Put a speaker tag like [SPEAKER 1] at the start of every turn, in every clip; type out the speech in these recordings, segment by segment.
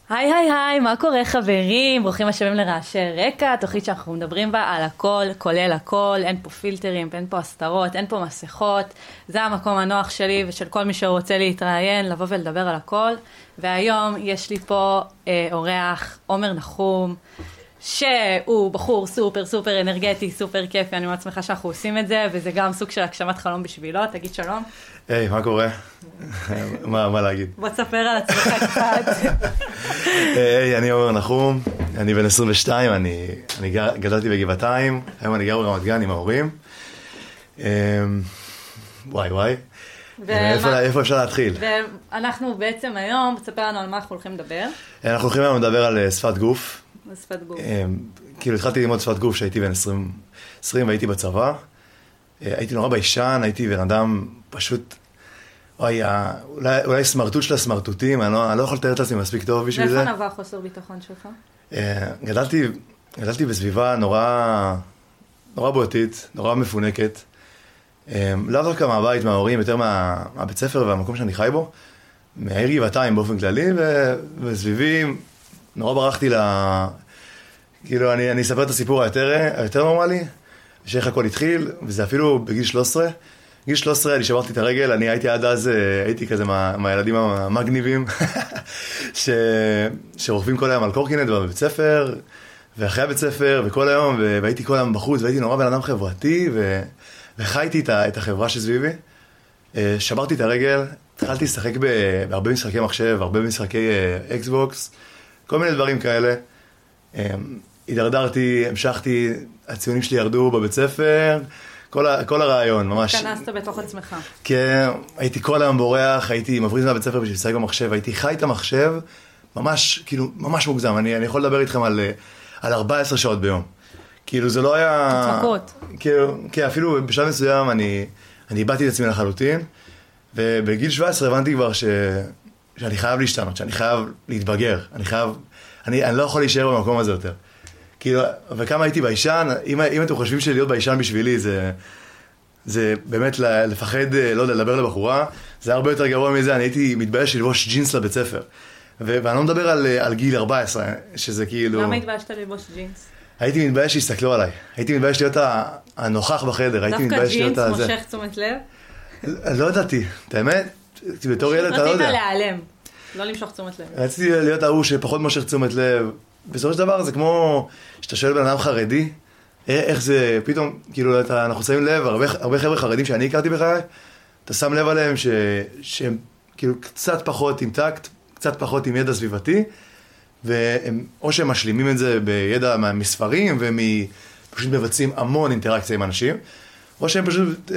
[SPEAKER 1] היי היי היי, מה קורה חברים? ברוכים השבים לרעשי רקע, תוכנית שאנחנו מדברים בה על הכל, כולל הכל, אין פה פילטרים, אין פה הסתרות, אין פה מסכות, זה המקום הנוח שלי ושל כל מי שרוצה להתראיין, לבוא ולדבר על הכל, והיום יש לי פה אורח, עומר נחום, שהוא בחור סופר סופר אנרגטי, סופר כיפי, אני מאוד שמחה שאנחנו עושים את זה, וזה גם סוג של הגשמת חלום בשבילו, תגיד שלום.
[SPEAKER 2] היי, מה קורה? מה להגיד?
[SPEAKER 1] בוא תספר על עצמך קצת.
[SPEAKER 2] היי, אני עומר נחום, אני בן 22, אני גדלתי בגבעתיים, היום אני גר ברמת גן עם ההורים. וואי, איפה אפשר להתחיל?
[SPEAKER 1] ואנחנו בעצם היום, תספר לנו על מה אנחנו הולכים לדבר.
[SPEAKER 2] אנחנו הולכים היום לדבר על שפת גוף.
[SPEAKER 1] שפת גוף.
[SPEAKER 2] כאילו התחלתי ללמוד שפת גוף שהייתי בן 20 והייתי בצבא. הייתי נורא ביישן, הייתי בן אדם פשוט, אולי סמרטוט של הסמרטוטים, אני לא יכול לתאר את עצמי מספיק טוב בשביל זה.
[SPEAKER 1] ואיפה נבע חוסר ביטחון שלך?
[SPEAKER 2] גדלתי בסביבה נורא בועתית, נורא מפונקת. לאו דווקא מהבית, מההורים, יותר מהבית ספר והמקום שאני חי בו. מהעיר גבעתיים באופן כללי, וסביבי נורא ברחתי כאילו אני אספר את הסיפור היותר נורמלי, שאיך הכל התחיל, וזה אפילו בגיל 13. בגיל 13 אני שברתי את הרגל, אני הייתי עד אז, הייתי כזה מהילדים המגניבים, שרוכבים כל היום על קורקינט בבית ספר, ואחרי הבית ספר, וכל היום, והייתי כל היום בחוץ, והייתי נורא בן אדם חברתי, וחייתי את החברה שסביבי. שברתי את הרגל, התחלתי לשחק בהרבה משחקי מחשב, הרבה משחקי אקסבוקס, כל מיני דברים כאלה. הדרדרתי, המשכתי, הציונים שלי ירדו בבית ספר, כל הרעיון, ממש.
[SPEAKER 1] כנסת בתוך עצמך.
[SPEAKER 2] כן, הייתי כל היום בורח, הייתי מבריז מהבית ספר בשביל לשחק במחשב, הייתי חי את המחשב, ממש, כאילו, ממש מוגזם. אני יכול לדבר איתכם על 14 שעות ביום. כאילו, זה לא היה...
[SPEAKER 1] התמכרות.
[SPEAKER 2] כאילו, כן, אפילו בשלב מסוים אני איבדתי את עצמי לחלוטין, ובגיל 17 הבנתי כבר שאני חייב להשתנות, שאני חייב להתבגר, אני לא יכול להישאר במקום הזה יותר. כאילו, וכמה הייתי ביישן, אם אתם חושבים שלהיות ביישן בשבילי, זה באמת לפחד, לא יודע, לדבר לבחורה, זה הרבה יותר גרוע מזה, אני הייתי מתבייש ללבוש ג'ינס לבית ספר. ואני לא מדבר על גיל 14, שזה כאילו...
[SPEAKER 1] למה התביישת ללבוש ג'ינס?
[SPEAKER 2] הייתי מתבייש שיסתכלו עליי, הייתי מתבייש להיות הנוכח בחדר, הייתי מתבייש להיות
[SPEAKER 1] דווקא ג'ינס מושך תשומת לב?
[SPEAKER 2] לא ידעתי, את האמת, בתור ילד אתה לא יודע.
[SPEAKER 1] רצית להיעלם, לא למשוך תשומת לב.
[SPEAKER 2] רציתי להיות ההוא שפחות מושך תשומת לב. בסופו של דבר זה כמו שאתה שואל בן אדם חרדי, איך זה פתאום, כאילו אנחנו שמים לב, הרבה חבר'ה חרדים שאני הכרתי בחיי, אתה שם לב עליהם שהם כאילו קצת פחות עם טקט, קצת פחות עם ידע סביבתי, או שהם משלימים את זה בידע מספרים, והם פשוט מבצעים המון אינטראקציה עם אנשים, או שהם פשוט,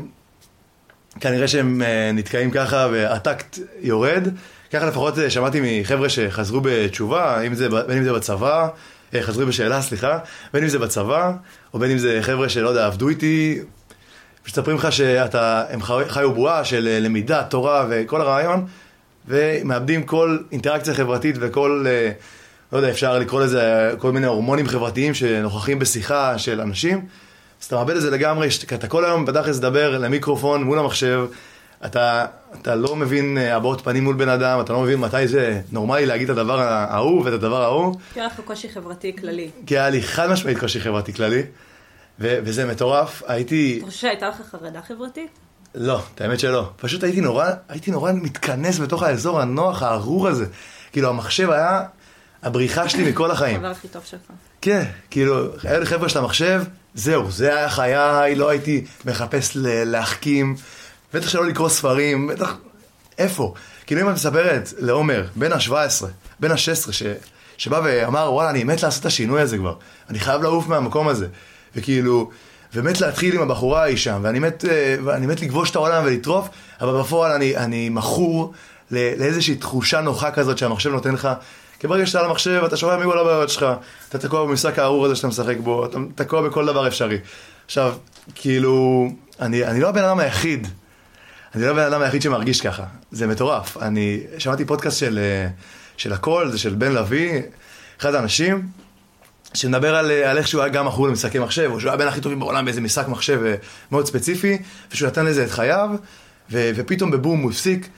[SPEAKER 2] כנראה שהם נתקעים ככה והטקט יורד. ככה לפחות שמעתי מחבר'ה שחזרו בתשובה, בין אם זה בצבא, חזרו בשאלה, סליחה, בין אם זה בצבא, או בין אם זה חבר'ה שלא יודע, עבדו איתי, שתספרים לך שהם חיו בועה של למידה, תורה וכל הרעיון, ומאבדים כל אינטראקציה חברתית וכל, לא יודע, אפשר לקרוא לזה כל מיני הורמונים חברתיים שנוכחים בשיחה של אנשים, אז אתה מאבד את זה לגמרי, כי אתה כל היום בטח לדבר למיקרופון מול המחשב, אתה לא מבין הבעות פנים מול בן אדם, אתה לא מבין מתי זה נורמלי להגיד את הדבר ההוא ואת הדבר ההוא.
[SPEAKER 1] כי היה לך קושי חברתי כללי.
[SPEAKER 2] כי היה לי חד משמעית קושי חברתי כללי, וזה מטורף.
[SPEAKER 1] אתה חושב שהייתה לך חרדה חברתית?
[SPEAKER 2] לא, את האמת שלא. פשוט הייתי נורא מתכנס בתוך האזור הנוח, הארור הזה. כאילו המחשב היה הבריחה שלי מכל החיים.
[SPEAKER 1] החבר הכי טוב שלך.
[SPEAKER 2] כן, כאילו, היה לי חבר'ה של המחשב, זהו, זה היה חיי, לא הייתי מחפש להחכים. בטח שלא לקרוא ספרים, בטח, איפה? כאילו אם את מספרת לעומר, בן ה-17, בן ה-16, שבא ואמר, וואלה, אני מת לעשות את השינוי הזה כבר, אני חייב לעוף מהמקום הזה, וכאילו, ומת להתחיל עם הבחורה ההיא שם, ואני מת לגבוש את העולם ולטרוף, אבל בפועל אני מכור לאיזושהי תחושה נוחה כזאת שהמחשב נותן לך, כי ברגע שאתה על המחשב, אתה שומע מכל הבעיות שלך, אתה תקוע במשחק הארור הזה שאתה משחק בו, אתה תקוע בכל דבר אפשרי. עכשיו, כאילו, אני לא הבן אדם היחיד, אני לא הבן אדם היחיד שמרגיש ככה, זה מטורף. אני שמעתי פודקאסט של הכל, זה של בן לוי, אחד האנשים, שמדבר על איך שהוא היה גם מכור למשחקי מחשב, או שהוא היה בין הכי טובים בעולם באיזה משחק מחשב מאוד ספציפי, ושהוא נתן לזה את חייו, ופתאום בבום הוא הפסיק,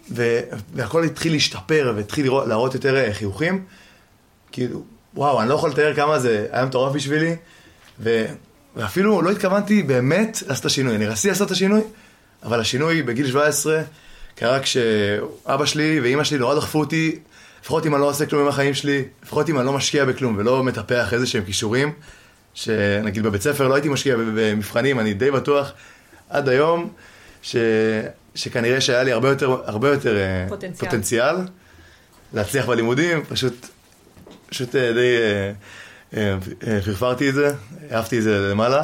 [SPEAKER 2] והכל התחיל להשתפר, והתחיל להראות יותר חיוכים. כאילו, וואו, אני לא יכול לתאר כמה זה היה מטורף בשבילי, ואפילו לא התכוונתי באמת לעשות את השינוי. אני רציתי לעשות את השינוי, אבל השינוי בגיל 17 קרה כשאבא שלי ואמא שלי נורא דחפו אותי, לפחות אם אני לא עושה כלום עם החיים שלי, לפחות אם אני לא משקיע בכלום ולא מטפח איזה שהם כישורים, שנגיד בבית ספר לא הייתי משקיע במבחנים, אני די בטוח עד היום שכנראה שהיה לי הרבה יותר פוטנציאל להצליח בלימודים, פשוט די פרפרתי את זה, אהבתי את זה למעלה,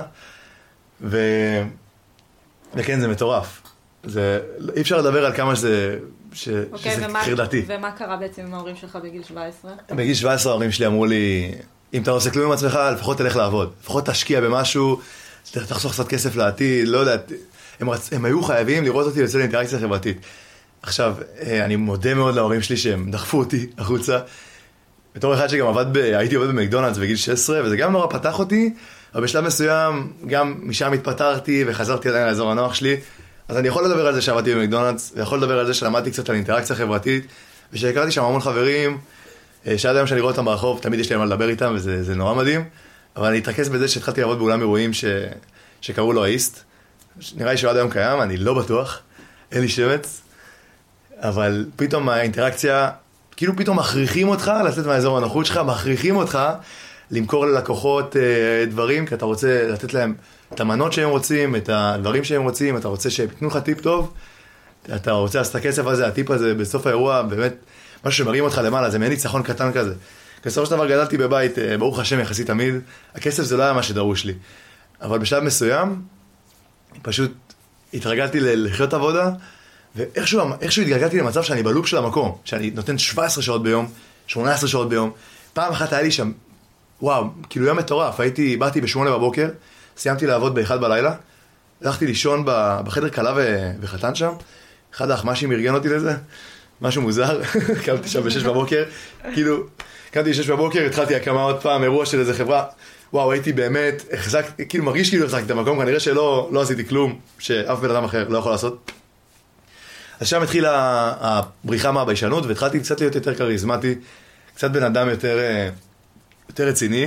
[SPEAKER 2] וכן, זה מטורף. אי אפשר לדבר על כמה שזה חרדתי.
[SPEAKER 1] ומה קרה בעצם עם ההורים שלך בגיל 17?
[SPEAKER 2] בגיל 17 ההורים שלי אמרו לי, אם אתה עושה כלום עם עצמך, לפחות תלך לעבוד. לפחות תשקיע במשהו, תחסוך קצת כסף לעתיד, לא יודע. הם היו חייבים לראות אותי יוצא לאינטראקציה חברתית. עכשיו, אני מודה מאוד להורים שלי שהם דחפו אותי החוצה. בתור אחד שגם הייתי עובד במקדונלדס בגיל 16, וזה גם נורא פתח אותי, אבל בשלב מסוים גם משם התפטרתי וחזרתי עדיין לאזור הנוח שלי. אז אני יכול לדבר על זה שעבדתי במקדונלדס, ויכול לדבר על זה שלמדתי קצת על אינטראקציה חברתית, ושהכרתי שם המון חברים, שעד היום שאני רואה אותם ברחוב, תמיד יש להם מה לדבר איתם, וזה נורא מדהים. אבל אני אתרכז בזה שהתחלתי לעבוד באולם אירועים שקראו לו האיסט. נראה לי שעד היום קיים, אני לא בטוח, אין לי שמץ. אבל פתאום האינטראקציה, כאילו פתאום מכריחים אותך לצאת מהאזור הנוחות שלך, מכריחים אותך למכור ללקוחות דברים, כי אתה רוצה לתת להם את המנות שהם רוצים, את הדברים שהם רוצים, אתה רוצה שהם יתנו לך טיפ טוב, אתה רוצה לעשות את הכסף הזה, הטיפ הזה בסוף האירוע, באמת, משהו שמרים אותך למעלה, זה מעין ניצחון קטן כזה. בסופו של דבר גדלתי בבית, ברוך השם יחסית תמיד, הכסף זה לא היה מה שדרוש לי. אבל בשלב מסוים, פשוט התרגלתי לחיות עבודה, ואיכשהו התגלגלתי למצב שאני בלופ של המקום, שאני נותן 17 שעות ביום, 18 שעות ביום. פעם אחת היה לי שם, וואו, כאילו יום מטורף, באתי ב8 בבוקר, סיימתי לעבוד ב1 בלילה, הלכתי לישון בחדר קלה וחתן שם, אחד האחמ"שים ארגן אותי לזה, משהו מוזר, קמתי שם ב6 בבוקר, כאילו, קמתי ב6 בבוקר, התחלתי הקמה עוד פעם, אירוע של איזה חברה, וואו, הייתי באמת, כאילו מרגיש כאילו החזקתי את המקום, כנראה שלא עשיתי כלום, שאף בן אדם אחר לא יכול לעשות. אז שם התחילה הבריחה מהביישנות, והתחלתי קצת להיות יותר קריזמטי, קצת בן אדם יותר רציני,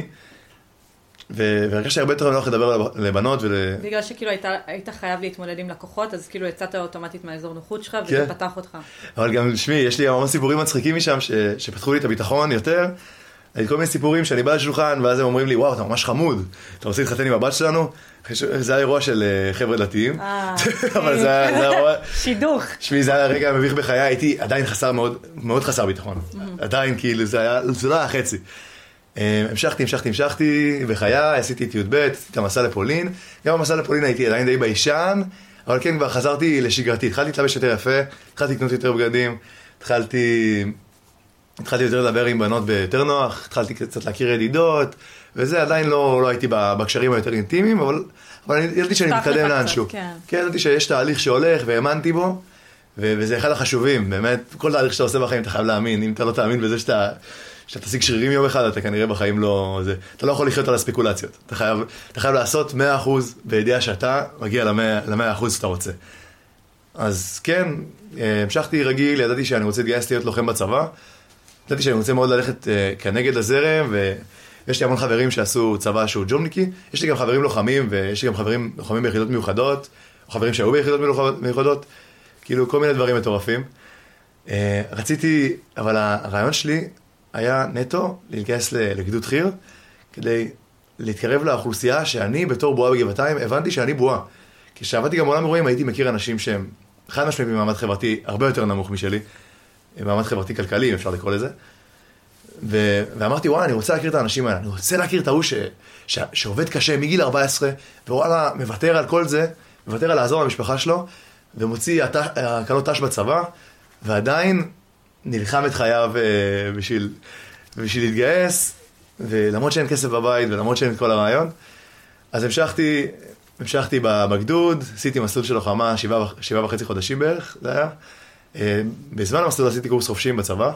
[SPEAKER 2] והרגשתי הרבה יותר נוח לדבר לבנות
[SPEAKER 1] בגלל שכאילו היית חייב להתמודד עם לקוחות, אז כאילו יצאת אוטומטית מהאזור נוחות שלך, וזה פתח אותך.
[SPEAKER 2] אבל גם, שמי, יש לי המון סיפורים מצחיקים משם, שפתחו לי את הביטחון יותר, כל מיני סיפורים שאני בא לשולחן, ואז הם אומרים לי, וואו, אתה ממש חמוד, אתה רוצה להתחתן עם הבת שלנו? זה היה אירוע של חבר'ה דתיים. אבל זה היה
[SPEAKER 1] שידוך.
[SPEAKER 2] שמי, זה היה הרגע המביך בחיי, הייתי עדיין חסר, מאוד חסר ביטחון. עדיין, כאילו, זה לא היה חצי. המשכתי בחיי, עשיתי את י"ב, עשיתי את המסע לפולין. גם במסע לפולין הייתי עדיין די ביישן, אבל כן, כבר חזרתי לשגרתי. התחלתי להתלבש יותר יפה, התחלתי לקנות יותר בגדים, התחלתי יותר לדבר עם בנות ביותר נוח, התחלתי קצת להכיר ידידות, וזה עדיין לא הייתי בקשרים היותר אינטימיים, אבל ידעתי שאני מתקדם לאנשהו. כן, ידעתי שיש תהליך שהולך והאמנתי בו, וזה אחד החשובים, באמת, כל תהליך שאתה עושה בחיים אתה חייב להאמין, אם אתה לא תאמין בזה שאתה תשיג שרירים יום אחד, אתה כנראה בחיים לא... אתה לא יכול לחיות על הספקולציות, אתה חייב לעשות 100% בידיעה שאתה מגיע ל100% שאתה רוצה. אז כן, המשכתי רגיל, ידעתי שאני רוצה להתגייס להיות לוחם בצבא, ידעתי שאני רוצה מאוד ללכת כנגד הזרם, ויש לי המון חברים שעשו צבא שהוא ג'ומניקי, יש לי גם חברים לוחמים, ויש לי גם חברים לוחמים ביחידות מיוחדות, או חברים שהיו ביחידות מיוחדות, כאילו כל מיני דברים מטורפים. רציתי, אבל הרעיון שלי היה נטו להתגייס לגדוד חי"ר, כדי להתקרב לאוכלוסייה שאני בתור בועה בגבעתיים, הבנתי שאני בועה. כשעבדתי גם בעולם אירועים, הייתי מכיר אנשים שהם חד משמעית במעמד חברתי הרבה יותר נמוך משלי, במעמד חברתי כלכלי, אם אפשר לקרוא לזה. ואמרתי, וואלה, אני רוצה להכיר את האנשים האלה, אני רוצה להכיר את ההוא שעובד קשה מגיל 14, ווואלה, מוותר על כל זה, מוותר על לעזור למשפחה שלו, ומוציא הקלות ת"ש בצבא, ועדיין נלחם את חייו בשביל להתגייס, ולמרות שאין כסף בבית, ולמרות שאין את כל הרעיון, אז המשכתי בגדוד, עשיתי מסלול של לוחמה 7.5 חודשים בערך, זה היה. בזמן המסלול עשיתי קורס חופשיים בצבא,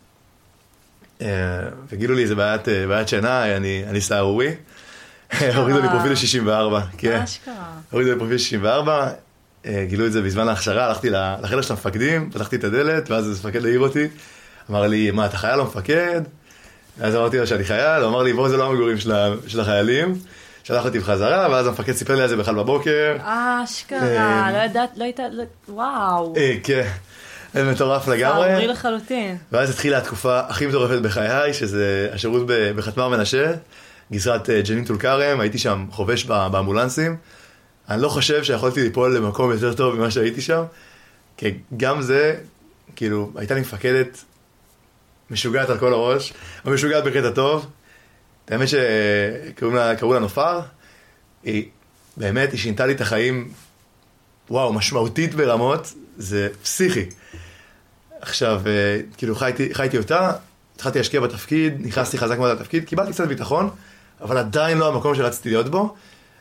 [SPEAKER 2] וגילו לי איזה בעיית שינה, אני סערורי, הורידו לי פרופיל ל-64, כן.
[SPEAKER 1] אשכרה.
[SPEAKER 2] הורידו לי פרופיל ל-64, גילו את זה בזמן ההכשרה, הלכתי לחדר של המפקדים, פתחתי את הדלת, ואז המפקד העיר אותי, אמר לי, מה, אתה חייל או מפקד? ואז אמרתי לו שאני חייל, הוא אמר לי, בוא, זה לא המגורים של החיילים. שלח אותי בחזרה, ואז המפקד סיפר לי על זה בכלל בבוקר.
[SPEAKER 1] אשכרה, לא ידעת, לא היית, וואו.
[SPEAKER 2] כן, זה מטורף לגמרי.
[SPEAKER 1] סעורי לחלוטין.
[SPEAKER 2] ואז התחילה התקופה הכי מטורפת בחיי, שזה השירות בחטמ"ר מנשה, גזרת ג'נין טול כרם, הייתי שם חובש באמבולנסים. אני לא חושב שיכולתי ליפול למקום יותר טוב ממה שהייתי שם, כי גם זה, כאילו, הייתה לי מפקדת משוגעת על כל הראש, או משוגעת בקטע טוב. האמת שקראו לה נופר, היא באמת, היא שינתה לי את החיים, וואו, משמעותית ברמות, זה פסיכי. עכשיו, כאילו חייתי אותה, התחלתי להשקיע בתפקיד, נכנסתי חזק מאוד לתפקיד, קיבלתי קצת ביטחון, אבל עדיין לא המקום שרציתי להיות בו,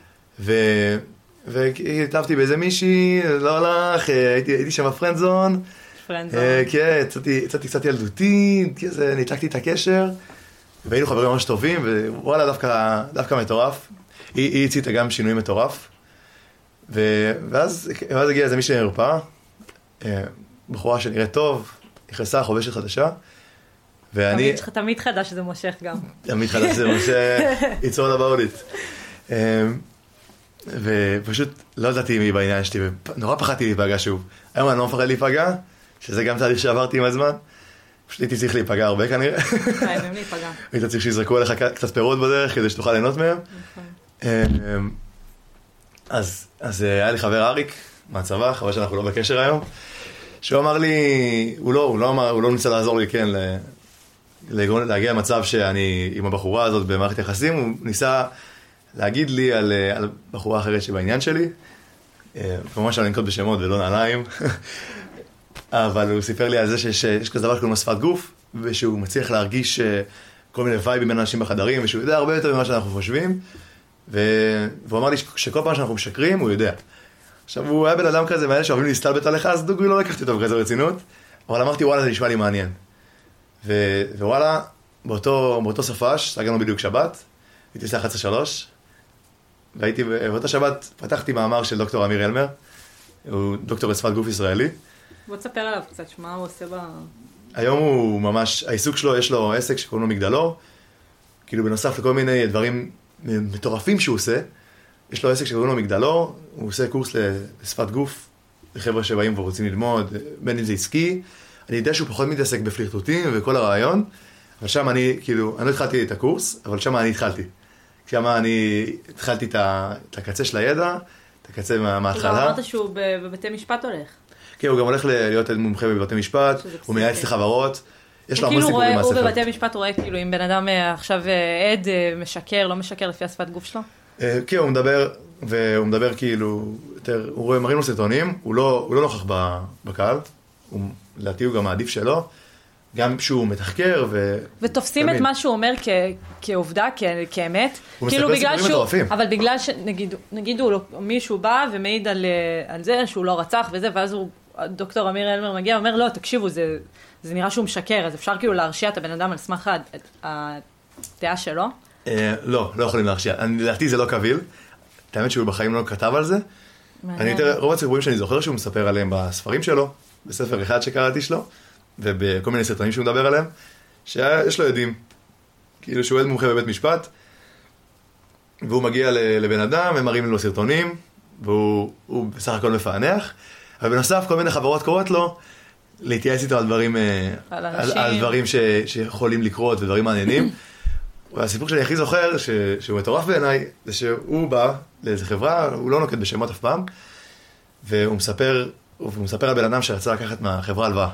[SPEAKER 2] והתאהבתי באיזה מישהי, לא הלך, הייתי שם בפרנדזון, כן, יצאתי קצת ילדותי, ניתקתי את הקשר, והיינו חברים ממש טובים, ווואלה, דווקא מטורף. היא הציתה גם שינוי מטורף. ואז הגיע איזה מישהי למרפאה, בחורה שנראית טוב, נכנסה, חובשת חדשה, ואני...
[SPEAKER 1] תמיד חדש זה מושך גם.
[SPEAKER 2] תמיד חדש זה מושך, it's all about it. ופשוט לא ידעתי מי בעניין שלי, ונורא פחדתי להיפגע שוב. היום אני לא מפחד להיפגע, שזה גם תהליך שעברתי עם הזמן. פשוט הייתי צריך להיפגע הרבה כנראה.
[SPEAKER 1] חייבים להיפגע.
[SPEAKER 2] היית צריך שיזרקו עליך קצת פירות בדרך כדי שתוכל ליהנות מהם. אז היה לי חבר אריק מהצבא, חבר שאנחנו לא בקשר היום, שהוא אמר לי, הוא לא ניסה לעזור לי, כן, להגיע למצב שאני עם הבחורה הזאת במערכת יחסים, הוא ניסה להגיד לי על בחורה אחרת שבעניין שלי, כמובן שאני ננקוט בשמות ולא נעליים, אבל הוא סיפר לי על זה שיש כזה דבר שקוראים לו שפת גוף, ושהוא מצליח להרגיש כל מיני וייבים בין אנשים בחדרים, ושהוא יודע הרבה יותר ממה שאנחנו חושבים, והוא אמר לי שכל פעם שאנחנו משקרים, הוא יודע. עכשיו, הוא היה בן אדם כזה, מאלה שאוהבים להסתלבט עליך, אז דוגרי לא לקחתי אותו בכזה רצינות, אבל אמרתי, וואלה, זה נשמע לי מעניין. ווואלה, באותו סופש, סגרנו בדיוק שבת, הייתי סך 11:03, באותה שבת פתחתי מאמר של דוקטור אמיר אלמר, הוא דוקטור לשפת גוף ישראלי.
[SPEAKER 1] בוא תספר עליו קצת, מה הוא עושה
[SPEAKER 2] היום הוא ממש, העיסוק שלו, יש לו עסק שקוראים לו מגדלור, כאילו בנוסף לכל מיני דברים מטורפים שהוא עושה, יש לו עסק שקוראים לו מגדלור, הוא עושה קורס לשפת גוף, לחבר'ה שבאים ורוצים ללמוד, בין אם זה עסקי, אני יודע שהוא פחות מתעסק בפלירטוטים וכל הרעיון, אבל שם אני לא התחלתי את הקורס, אבל שם אני התחלתי. שם אני התחלתי את הקצה של הידע, את הקצה מההתחלה.
[SPEAKER 1] אתה אמרת שהוא בבתי משפט הולך.
[SPEAKER 2] כן, הוא גם הולך להיות מומחה בבתי משפט, הוא מייעץ לחברות, יש לו המון סיפורים מהספר.
[SPEAKER 1] הוא בבתי משפט רואה כאילו אם בן אדם עכשיו עד, משקר, לא משקר לפי השפת גוף שלו?
[SPEAKER 2] כן, הוא מדבר כאילו, הוא רואה מראים לו סרטונים, הוא לא נוכח בקהל, לדעתי הוא גם מעדיף שלו, גם כשהוא מתחקר
[SPEAKER 1] ותופסים את מה שהוא אומר כעובדה, כאמת.
[SPEAKER 2] הוא מספר סיפורים מטורפים.
[SPEAKER 1] אבל בגלל שנגיד מישהו בא ומעיד על זה שהוא לא רצח וזה, ואז דוקטור אמיר אלמר מגיע ואומר, לא, תקשיבו, זה נראה שהוא משקר, אז אפשר כאילו להרשיע את הבן אדם על סמך הדעה שלו?
[SPEAKER 2] לא יכולים להרשיע. לדעתי זה לא קביל. האמת שהוא בחיים לא כתב על זה. רוב הסיפורים שאני זוכר שהוא מספר עליהם בספרים שלו, בספר אחד שקראתי שלו, ובכל מיני סרטונים שהוא מדבר עליהם, שיש לו עדים, כאילו שהוא עד מומחה בבית משפט, והוא מגיע לבן אדם, הם מראים לו סרטונים, והוא בסך הכל מפענח, אבל בנוסף כל מיני חברות קוראות לו, להתייעץ איתו על דברים שיכולים לקרות ודברים מעניינים. והסיפור שאני הכי זוכר, שהוא מטורף בעיניי, זה שהוא בא לאיזו חברה, הוא לא נוקט בשמות אף פעם, והוא מספר על בן אדם שרצה לקחת מהחברה הלוואה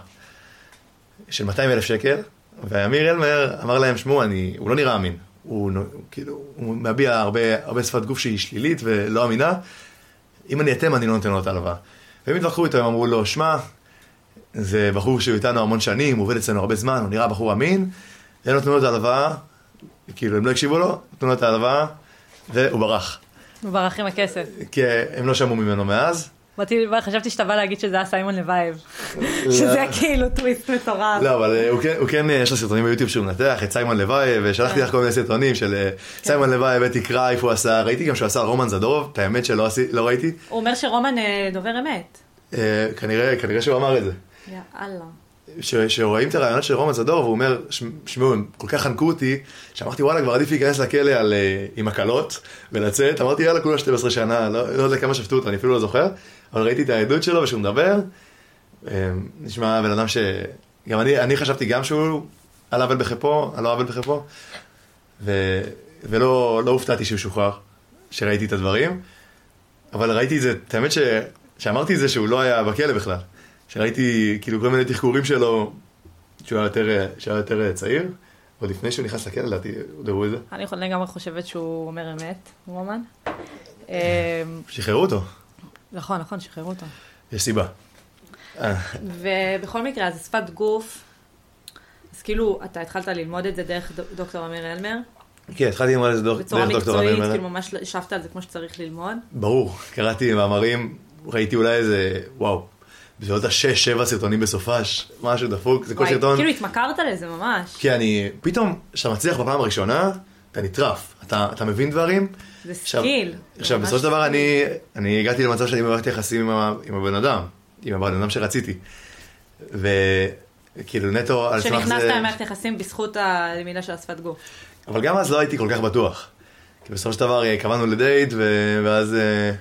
[SPEAKER 2] של 200,000 שקל, ואמיר אלמר אמר להם, שמו, הוא לא נראה אמין, הוא מביע הרבה שפת גוף שהיא שלילית ולא אמינה, אם אני אתם, אני לא נותן לו את ההלוואה. והם התווכחו איתו, הם אמרו לו, שמה, זה בחור שהוא איתנו המון שנים, הוא עובד אצלנו הרבה זמן, הוא נראה בחור אמין, הם נותנו לו את ההלוואה, כאילו הם לא הקשיבו לו, נתנו לו את ההלוואה, והוא ברח.
[SPEAKER 1] הוא ברח עם הכסף.
[SPEAKER 2] כי הם לא שמעו ממנו מאז,
[SPEAKER 1] חשבתי שאתה בא להגיד שזה היה סיימון לוייב. שזה כאילו טוויסט מטורף.
[SPEAKER 2] לא, אבל הוא כן, יש לו סרטונים ביוטיוב שהוא מנתח את סיימון לוייב, ושלחתי לך כל מיני סרטונים של סיימון לוייב, אתי קרייף, הוא עשה, ראיתי גם שהוא עשה רומן זדורוב, את האמת שלא ראיתי.
[SPEAKER 1] הוא אומר שרומן דובר אמת.
[SPEAKER 2] כנראה שהוא אמר את זה.
[SPEAKER 1] יאללה.
[SPEAKER 2] שרואים את הרעיונות של רומן זדורוב, הוא אומר, שמעו, הם כל כך חנקו אותי, שאמרתי, וואלה, כבר עדיף להיכנס לכלא עם הקלות ולצאת, אמרתי, יאללה, כולה 12 שנה, לא יודע כמה שפטו אותו, אני אפילו לא זוכר, אבל ראיתי את העדות שלו ושהוא מדבר, נשמע בן אדם גם אני חשבתי גם שהוא על עוול בחפו, ולא הופתעתי שהוא שוחרר, שראיתי את הדברים, אבל ראיתי את זה, את האמת שאמרתי את זה שהוא לא היה בכלא בכלל, שראיתי כאילו כל מיני תחקורים שלו, שהוא היה יותר צעיר, עוד לפני שהוא נכנס לכלא, לדעתי, דברו את זה.
[SPEAKER 1] אני לגמרי חושבת שהוא אומר אמת, רומן.
[SPEAKER 2] שחררו אותו.
[SPEAKER 1] נכון, שחררו אותו.
[SPEAKER 2] יש סיבה.
[SPEAKER 1] ובכל מקרה, אז שפת גוף, אז כאילו, אתה התחלת ללמוד את זה דרך דוקטור אמיר אלמר?
[SPEAKER 2] כן, התחלתי ללמוד את זה דרך דוקטור אמיר אלמר.
[SPEAKER 1] בצורה מקצועית, כאילו ממש ישבת על זה כמו שצריך ללמוד?
[SPEAKER 2] ברור, קראתי מאמרים, ראיתי אולי איזה, וואו, בסביבות 6-7 סרטונים בסופש, משהו דפוק, זה כל סרטון.
[SPEAKER 1] כאילו התמכרת לזה ממש.
[SPEAKER 2] כן, פתאום, כשאתה מצליח בפעם הראשונה, אתה נטרף, אתה מבין דברים.
[SPEAKER 1] זה סקיל.
[SPEAKER 2] עכשיו, בסופו של דבר אני הגעתי למצב שאני מערכת יחסים עם הבן אדם שרציתי. וכאילו נטו על סמך זה...
[SPEAKER 1] שנכנסת למערכת יחסים בזכות הלמידה של השפת גוף.
[SPEAKER 2] אבל גם אז לא הייתי כל כך בטוח. כי בסופו של דבר קבענו לדייט, ואז...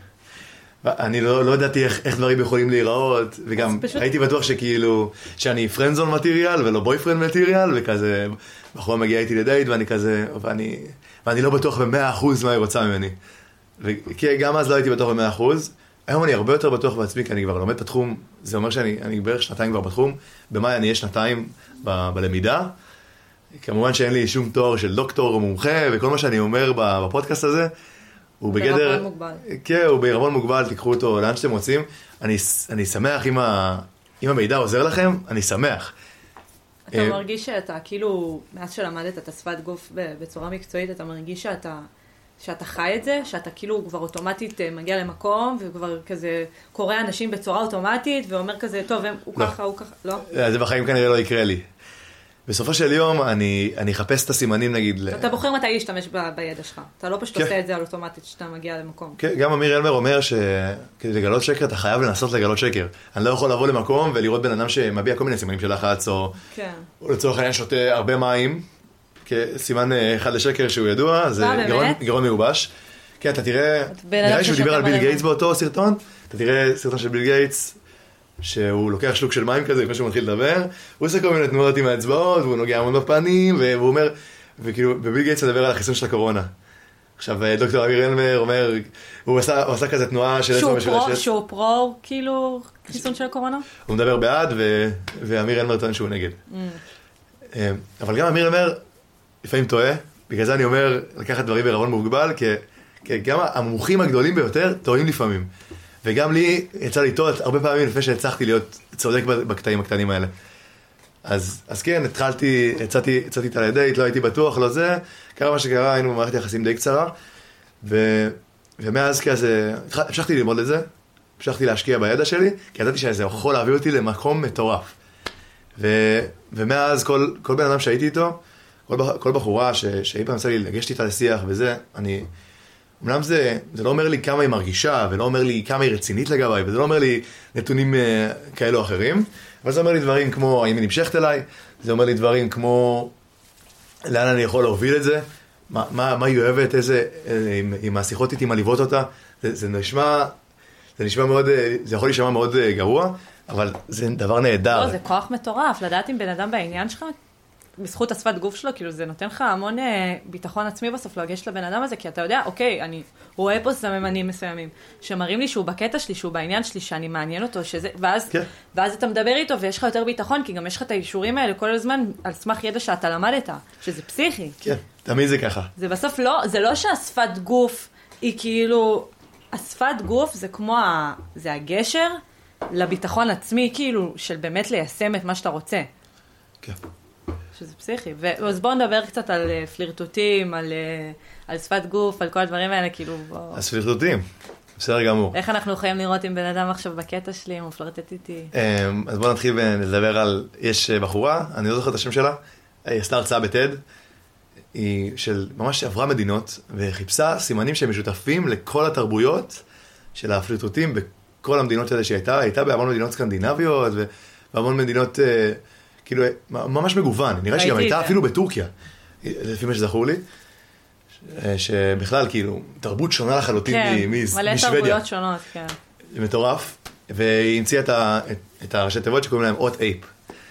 [SPEAKER 2] אני לא ידעתי איך דברים יכולים להיראות, וגם הייתי בטוח שכאילו, שאני פרנדזון מטריאל ולא בויפרנד מטריאל, וכזה, בחורה מגיעה איתי לדייט, ואני כזה, ואני לא בטוח ב100% מה היא רוצה ממני. וכי גם אז לא הייתי בטוח ב100%, היום אני הרבה יותר בטוח בעצמי, כי אני כבר לומד את התחום, זה אומר שאני בערך 2 כבר בתחום, במאי אני אהיה 2 בלמידה, כמובן שאין לי שום תואר של דוקטור או מומחה, וכל מה שאני אומר בפודקאסט הזה, הוא בגדר... כן, הוא בערבון מוגבל, תיקחו אותו לאן שאתם רוצים. אני שמח אם המידע עוזר לכם, אני שמח.
[SPEAKER 1] אתה מרגיש שאתה, כאילו, מאז שלמדת את השפת גוף בצורה מקצועית, אתה מרגיש שאתה חי את זה, שאתה כאילו כבר אוטומטית מגיע למקום, וכבר כזה קורא אנשים בצורה אוטומטית, ואומר כזה, טוב, הוא ככה, הוא ככה, לא?
[SPEAKER 2] זה בחיים כנראה לא יקרה לי. בסופו של יום אני אחפש את הסימנים נגיד...
[SPEAKER 1] אתה בוחר מתי להשתמש בידע שלך. אתה לא פשוט עושה את זה על אוטומטית שאתה מגיע למקום.
[SPEAKER 2] כן, גם אמיר אלמר אומר שכדי לגלות שקר אתה חייב לנסות לגלות שקר. אני לא יכול לבוא למקום ולראות בן אדם שמביע כל מיני סימנים של לחץ, או לצורך העניין שותה הרבה מים, כסימן אחד לשקר שהוא ידוע, זה גרון מיובש. כן, אתה תראה, נראה שהוא דיבר על ביל גייטס באותו סרטון, אתה תראה סרטון של ביל גייטס, שהוא לוקח שלוק של מים כזה, לפני שהוא מתחיל לדבר, הוא עושה כל מיני תנועות עם האצבעות, והוא נוגע המון בפנים, והוא אומר, וכאילו, וביל גייטס מדבר על החיסון של הקורונה. עכשיו, דוקטור אמיר אלמר אומר, הוא עשה כזה תנועה של אצבע משולשת.
[SPEAKER 1] שהוא פרו, כאילו, חיסון של הקורונה? הוא
[SPEAKER 2] מדבר בעד, ואמיר אלמר טוען שהוא נגד. אבל גם אמיר אלמר, לפעמים טועה, בגלל זה אני אומר, לקחת דברים בערבון מוגבל, כי גם המומחים הגדולים ביותר טועים לפעמים. וגם לי יצא לטעות הרבה פעמים לפני שהצלחתי להיות צודק בקטעים הקטנים האלה. אז כן, יצאתי את הדייט, לא הייתי בטוח, לא זה, קרה מה שקרה, היינו במערכת יחסים די קצרה, ומאז כזה, המשכתי ללמוד את זה, המשכתי להשקיע בידע שלי, כי ידעתי שזה יכול להביא אותי למקום מטורף. ומאז כל בן אדם שהייתי איתו, כל בחורה שאי פעם יצא לי לגשת איתה לשיח וזה, אמנם זה לא אומר לי כמה היא מרגישה, ולא אומר לי כמה היא רצינית לגביי, וזה לא אומר לי נתונים כאלו או אחרים, אבל זה אומר לי דברים כמו האם היא נמשכת אליי, זה אומר לי דברים כמו לאן אני יכול להוביל את זה, מה היא אוהבת, אם השיחות איתי מליוות אותה, זה נשמע מאוד, זה יכול להישמע מאוד גרוע, אבל זה דבר נהדר.
[SPEAKER 1] לא, זה כוח מטורף, לדעת אם בן אדם בעניין שלך, בזכות השפת גוף שלו, כאילו זה נותן לך המון ביטחון עצמי בסוף להגש לבן אדם הזה, כי אתה יודע, אוקיי, אני רואה פה סממנים מסוימים, שמראים לי שהוא בקטע שלי, שהוא בעניין שלי, שאני מעניין אותו, ואז אתה מדבר איתו, ויש לך יותר ביטחון, כי גם יש לך את האישורים האלה כל הזמן, על סמך ידע שאתה למדת, שזה פסיכי.
[SPEAKER 2] כן, תמיד זה ככה.
[SPEAKER 1] זה בסוף לא, זה לא שהשפת גוף היא כאילו, השפת גוף זה כמו, זה הגשר לביטחון עצמי, כאילו, של באמת ליישם את מה שאתה רוצה.
[SPEAKER 2] כן.
[SPEAKER 1] שזה פסיכי. אז בואו נדבר קצת על פלירטוטים, על שפת גוף, על כל הדברים האלה, כאילו...
[SPEAKER 2] אז פלירטוטים. בסדר גמור.
[SPEAKER 1] איך אנחנו יכולים לראות אם בן אדם עכשיו בקטע שלי, אם הוא פלרטט איתי?
[SPEAKER 2] אז בואו נתחיל לדבר על, יש בחורה, אני לא זוכר את השם שלה, היא עשתה הרצאה בטד, היא של ממש עברה מדינות, וחיפשה סימנים שהם משותפים לכל התרבויות של הפלירטוטים בכל המדינות האלה שהיא הייתה בהמון מדינות סקנדינביות, ובהמון מדינות, כאילו, ממש מגוון. נראה שהיא גם הייתה אפילו בטורקיה, לפי מה שזכור לי, שבכלל, כאילו, תרבות שונה לחלוטין משוודיה.
[SPEAKER 1] מלא תרבויות שונות, כן.
[SPEAKER 2] זה מטורף, והיא המציאה את הראשי תיבות שקוראים להם אות אייפ,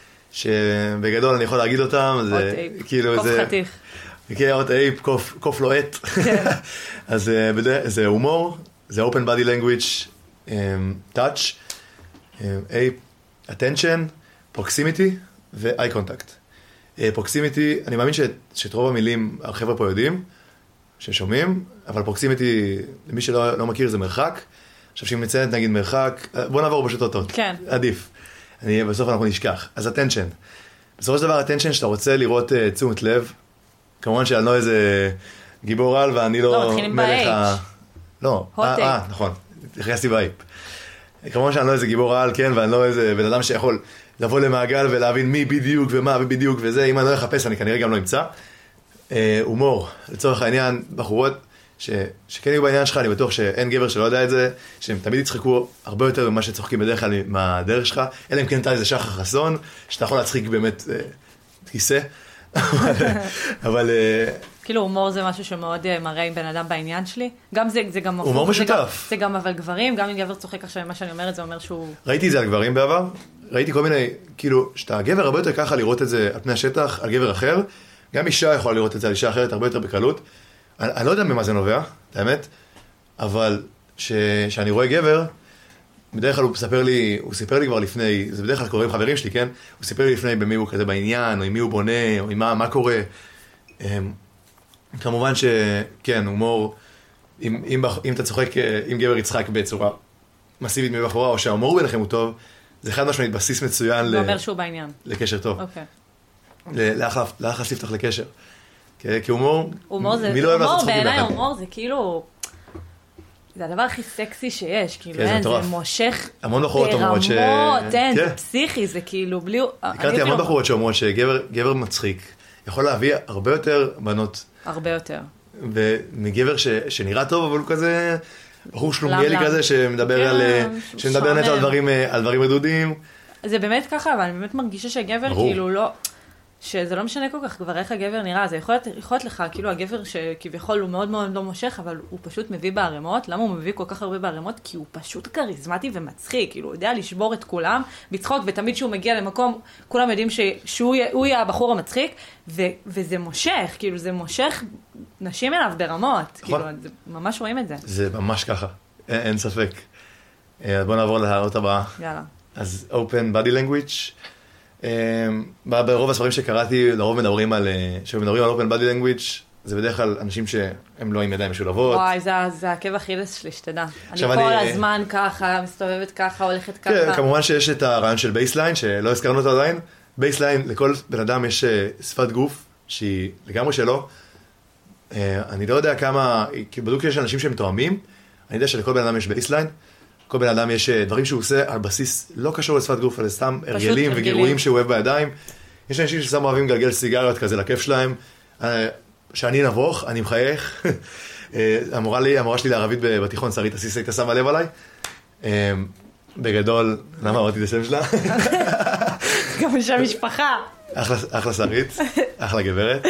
[SPEAKER 2] שבגדול אני יכול להגיד אותם, זה כאילו
[SPEAKER 1] קוף חתיך.
[SPEAKER 2] כן, אות אייפ, קוף לוהט. אז זה הומור, זה open body language, touch, אייפ, attention, proximity ו-eye contact. proximity, אני מאמין שאת רוב המילים החבר'ה פה יודעים, ששומעים, אבל proximity, למי שלא מכיר, זה מרחק. עכשיו שאם נציינת נגיד מרחק, בוא נעבור פשוט אותו.
[SPEAKER 1] כן.
[SPEAKER 2] עדיף. בסוף אנחנו נשכח. אז attention. בסופו של דבר attention שאתה רוצה לראות תשומת לב, כמובן שאני לא איזה גיבור על ואני לא מלך ה... לא, נכון, הכנסתי באייפ. כמובן שאני לא איזה גיבור על, כן, ואני לא איזה בן אדם שיכול לבוא למעגל ולהבין מי בדיוק ומה ובדיוק וזה, אם אני לא אחפש אני כנראה גם לא אמצא. הומור, לצורך העניין, בחורות שכן יהיו בעניין שלך, אני בטוח שאין גבר שלא יודע את זה, שהם תמיד יצחקו הרבה יותר ממה שצוחקים בדרך כלל מהדרך שלך, אלא אם כן אתה איזה שחר חסון, שאתה יכול להצחיק באמת כיסא, אבל...
[SPEAKER 1] כאילו הומור זה משהו שמאוד מראה עם בן אדם בעניין שלי, גם זה גם...
[SPEAKER 2] הומור משותף.
[SPEAKER 1] זה גם אבל גברים, גם אם גבר צוחק עכשיו מה שאני אומרת, זה אומר שהוא...
[SPEAKER 2] ראיתי את זה על גברים בעבר, ראיתי כל מיני, כאילו, שאתה גבר הרבה יותר ככה לראות את זה על פני השטח, על גבר אחר, גם אישה יכולה לראות את זה על אישה אחרת הרבה יותר בקלות. אני לא יודע ממה זה נובע, האמת, אבל שאני רואה גבר, בדרך כלל הוא סיפר לי כבר לפני, זה בדרך כלל קורה עם חברים שלי, כן? הוא סיפר לי לפני במי הוא כזה בעניין, או עם מי הוא בונה, או עם מה קורה. כמובן שכן, הומור, אם אתה צוחק, אם גבר יצחק בצורה מסיבית מבחורה, או שההומור ביניכם הוא טוב, זה חד משמעית בסיס מצוין
[SPEAKER 1] זה אומר שהוא בעניין.
[SPEAKER 2] לקשר טוב.
[SPEAKER 1] אוקיי.
[SPEAKER 2] לאחלה לפתח לקשר. כי הומור,
[SPEAKER 1] מי לא אוהב לעשות צחוקים לכם? הומור זה כאילו, זה הדבר הכי סקסי שיש, כאילו, זה מושך
[SPEAKER 2] המון בחורות אומרות
[SPEAKER 1] ברמות, זה פסיכי, זה כאילו, בלי...
[SPEAKER 2] הכרתי המון בחורות שאומרות שגבר מצחיק, יכול להביא הרבה יותר בנות.
[SPEAKER 1] הרבה יותר.
[SPEAKER 2] ומגבר שנראה טוב, אבל הוא כזה, בחור שלומיאלי כזה, שמדבר נטו על דברים רדודים.
[SPEAKER 1] זה באמת ככה, אבל אני באמת מרגישה שגבר כאילו לא... שזה לא משנה כל כך כבר איך הגבר נראה, זה יכול להיות לך, כאילו הגבר שכביכול הוא מאוד מאוד לא מושך, אבל הוא פשוט מביא בערימות. למה הוא מביא כל כך הרבה בערימות? כי הוא פשוט קריזמטי ומצחיק, כאילו הוא יודע לשבור את כולם בצחוק, ותמיד שהוא מגיע למקום, כולם יודעים שהוא יהיה הבחור המצחיק, וזה מושך, כאילו זה מושך נשים אליו ברמות, כאילו זה, ממש רואים את זה.
[SPEAKER 2] זה ממש ככה, אין ספק. בוא נעבור להערות הבאה.
[SPEAKER 1] יאללה.
[SPEAKER 2] אז open body language. ברוב הספרים שקראתי, לרוב מדברים על open body language, זה בדרך כלל אנשים שהם לא עם ידיים משולבות.
[SPEAKER 1] וואי, זה עקב אכילס שלי, שתדע. אני כל הזמן ככה, מסתובבת ככה, הולכת ככה.
[SPEAKER 2] כן, כמובן שיש את הרעיון של בייסליין, שלא הזכרנו אותו עדיין. בייסליין, לכל בן אדם יש שפת גוף, שהיא לגמרי שלו. אני לא יודע כמה, בדיוק יש אנשים שהם תואמים, אני יודע שלכל בן אדם יש בייסליין. כל בן אדם יש דברים שהוא עושה על בסיס לא קשור לשפת גוף, אלא סתם הרגלים וגירויים שהוא אוהב בידיים. יש אנשים שסתם אוהבים לגלגל סיגריות כזה לכיף שלהם. שאני נבוך, אני מחייך. המורה שלי לערבית בתיכון, שרית עסיס, הייתה שמה לב עליי. בגדול, למה אמרתי את השם שלה?
[SPEAKER 1] גם שם משפחה.
[SPEAKER 2] אחלה שרית, אחלה גברת.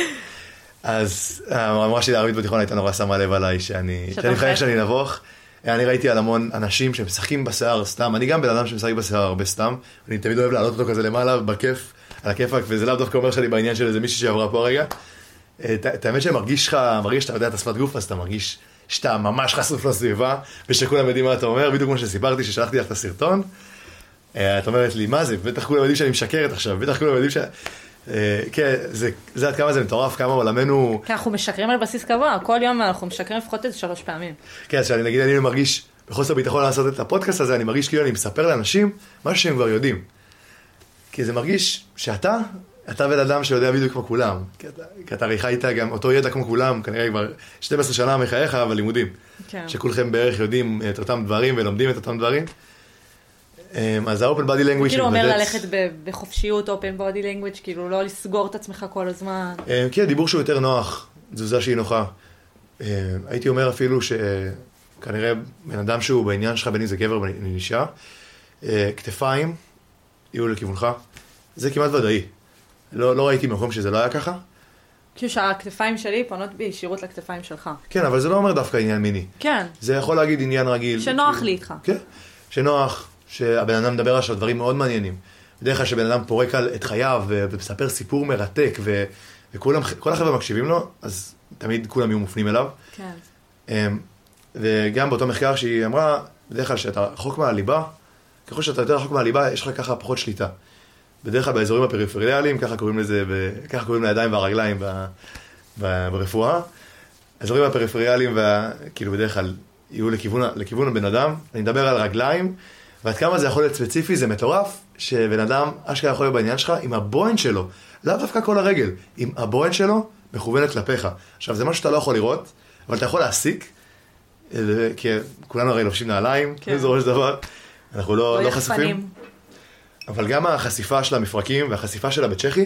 [SPEAKER 2] אז המורה שלי לערבית בתיכון הייתה נורא שמה לב עליי, שאני מחייך שאני נבוך. אני ראיתי על המון אנשים שמשחקים בשיער סתם, אני גם בן אדם שמשחק בשיער הרבה סתם, אני תמיד אוהב להעלות אותו כזה למעלה, בכיף, על הכיפק, וזה לאו דווקא אומר שאני בעניין של איזה מישהי שעברה פה הרגע. את האמת שמרגיש שאתה יודע את השפת גוף, אז אתה מרגיש שאתה ממש חשוף לסביבה, ושכולם יודעים מה אתה אומר, בדיוק כמו שסיפרתי ששלחתי לך את הסרטון, את אומרת לי, מה זה? בטח כולם יודעים שאני משקרת עכשיו, בטח כולם יודעים כן, זה עד כמה זה מטורף, כמה עולמנו...
[SPEAKER 1] כן, אנחנו משקרים על בסיס קבוע, כל יום אנחנו משקרים לפחות איזה 3 פעמים.
[SPEAKER 2] כן, אז אני מרגיש בחוסר ביטחון לעשות את הפודקאסט הזה, אני מרגיש כאילו אני מספר לאנשים משהו שהם כבר יודעים. כי זה מרגיש שאתה בן אדם שיודע בדיוק כמו כולם. כי אתה חי איתה גם אותו ידע כמו כולם, כנראה כבר 12 שנה מחייך, אבל לימודים.
[SPEAKER 1] כן.
[SPEAKER 2] שכולכם בערך יודעים את אותם דברים ולומדים את אותם דברים. אז ה-open body language...
[SPEAKER 1] כאילו אומר ללכת בחופשיות open body language, כאילו לא לסגור את עצמך כל הזמן.
[SPEAKER 2] כן, דיבור שהוא יותר נוח, תזוזה שהיא נוחה. הייתי אומר אפילו שכנראה בן אדם שהוא בעניין שלך, בין אם זה גבר או אישה, כתפיים יהיו לכיוונך. זה כמעט ודאי. לא ראיתי מקום שזה לא היה ככה.
[SPEAKER 1] כאילו שהכתפיים שלי פונות בישירות לכתפיים שלך.
[SPEAKER 2] כן, אבל זה לא אומר דווקא עניין מיני.
[SPEAKER 1] כן.
[SPEAKER 2] זה יכול להגיד עניין רגיל.
[SPEAKER 1] שנוח לי איתך.
[SPEAKER 2] כן, שנוח, שהבן אדם מדבר עכשיו דברים מאוד מעניינים. בדרך כלל שבן אדם פורק את חייו ומספר סיפור מרתק, וכל החבר'ה מקשיבים לו, אז תמיד כולם יהיו מופנים אליו.
[SPEAKER 1] כן.
[SPEAKER 2] וגם באותו מחקר שהיא אמרה, בדרך כלל שאתה רחוק מהליבה, ככל שאתה יותר רחוק מהליבה, יש לך ככה פחות שליטה. בדרך כלל באזורים הפריפריאליים, ככה קוראים לזה, ככה קוראים לידיים והרגליים ברפואה. האזורים הפריפריאליים, כאילו בדרך כלל יהיו לכיוון הבן אדם. אני מדבר על רגליים, ועד כמה זה יכול להיות ספציפי, זה מטורף, שבן אדם אשכרה יכול להיות בעניין שלך, עם הבוין שלו, לאו דווקא כל הרגל, עם הבוין שלו מכוונת כלפיך. עכשיו, זה משהו שאתה לא יכול לראות, אבל אתה יכול להסיק, כי כולנו הרי לובשים נעליים, זה ראש דבר, אנחנו לא חשופים. אבל גם החשיפה של המפרקים והחשיפה שלה בצ'כי,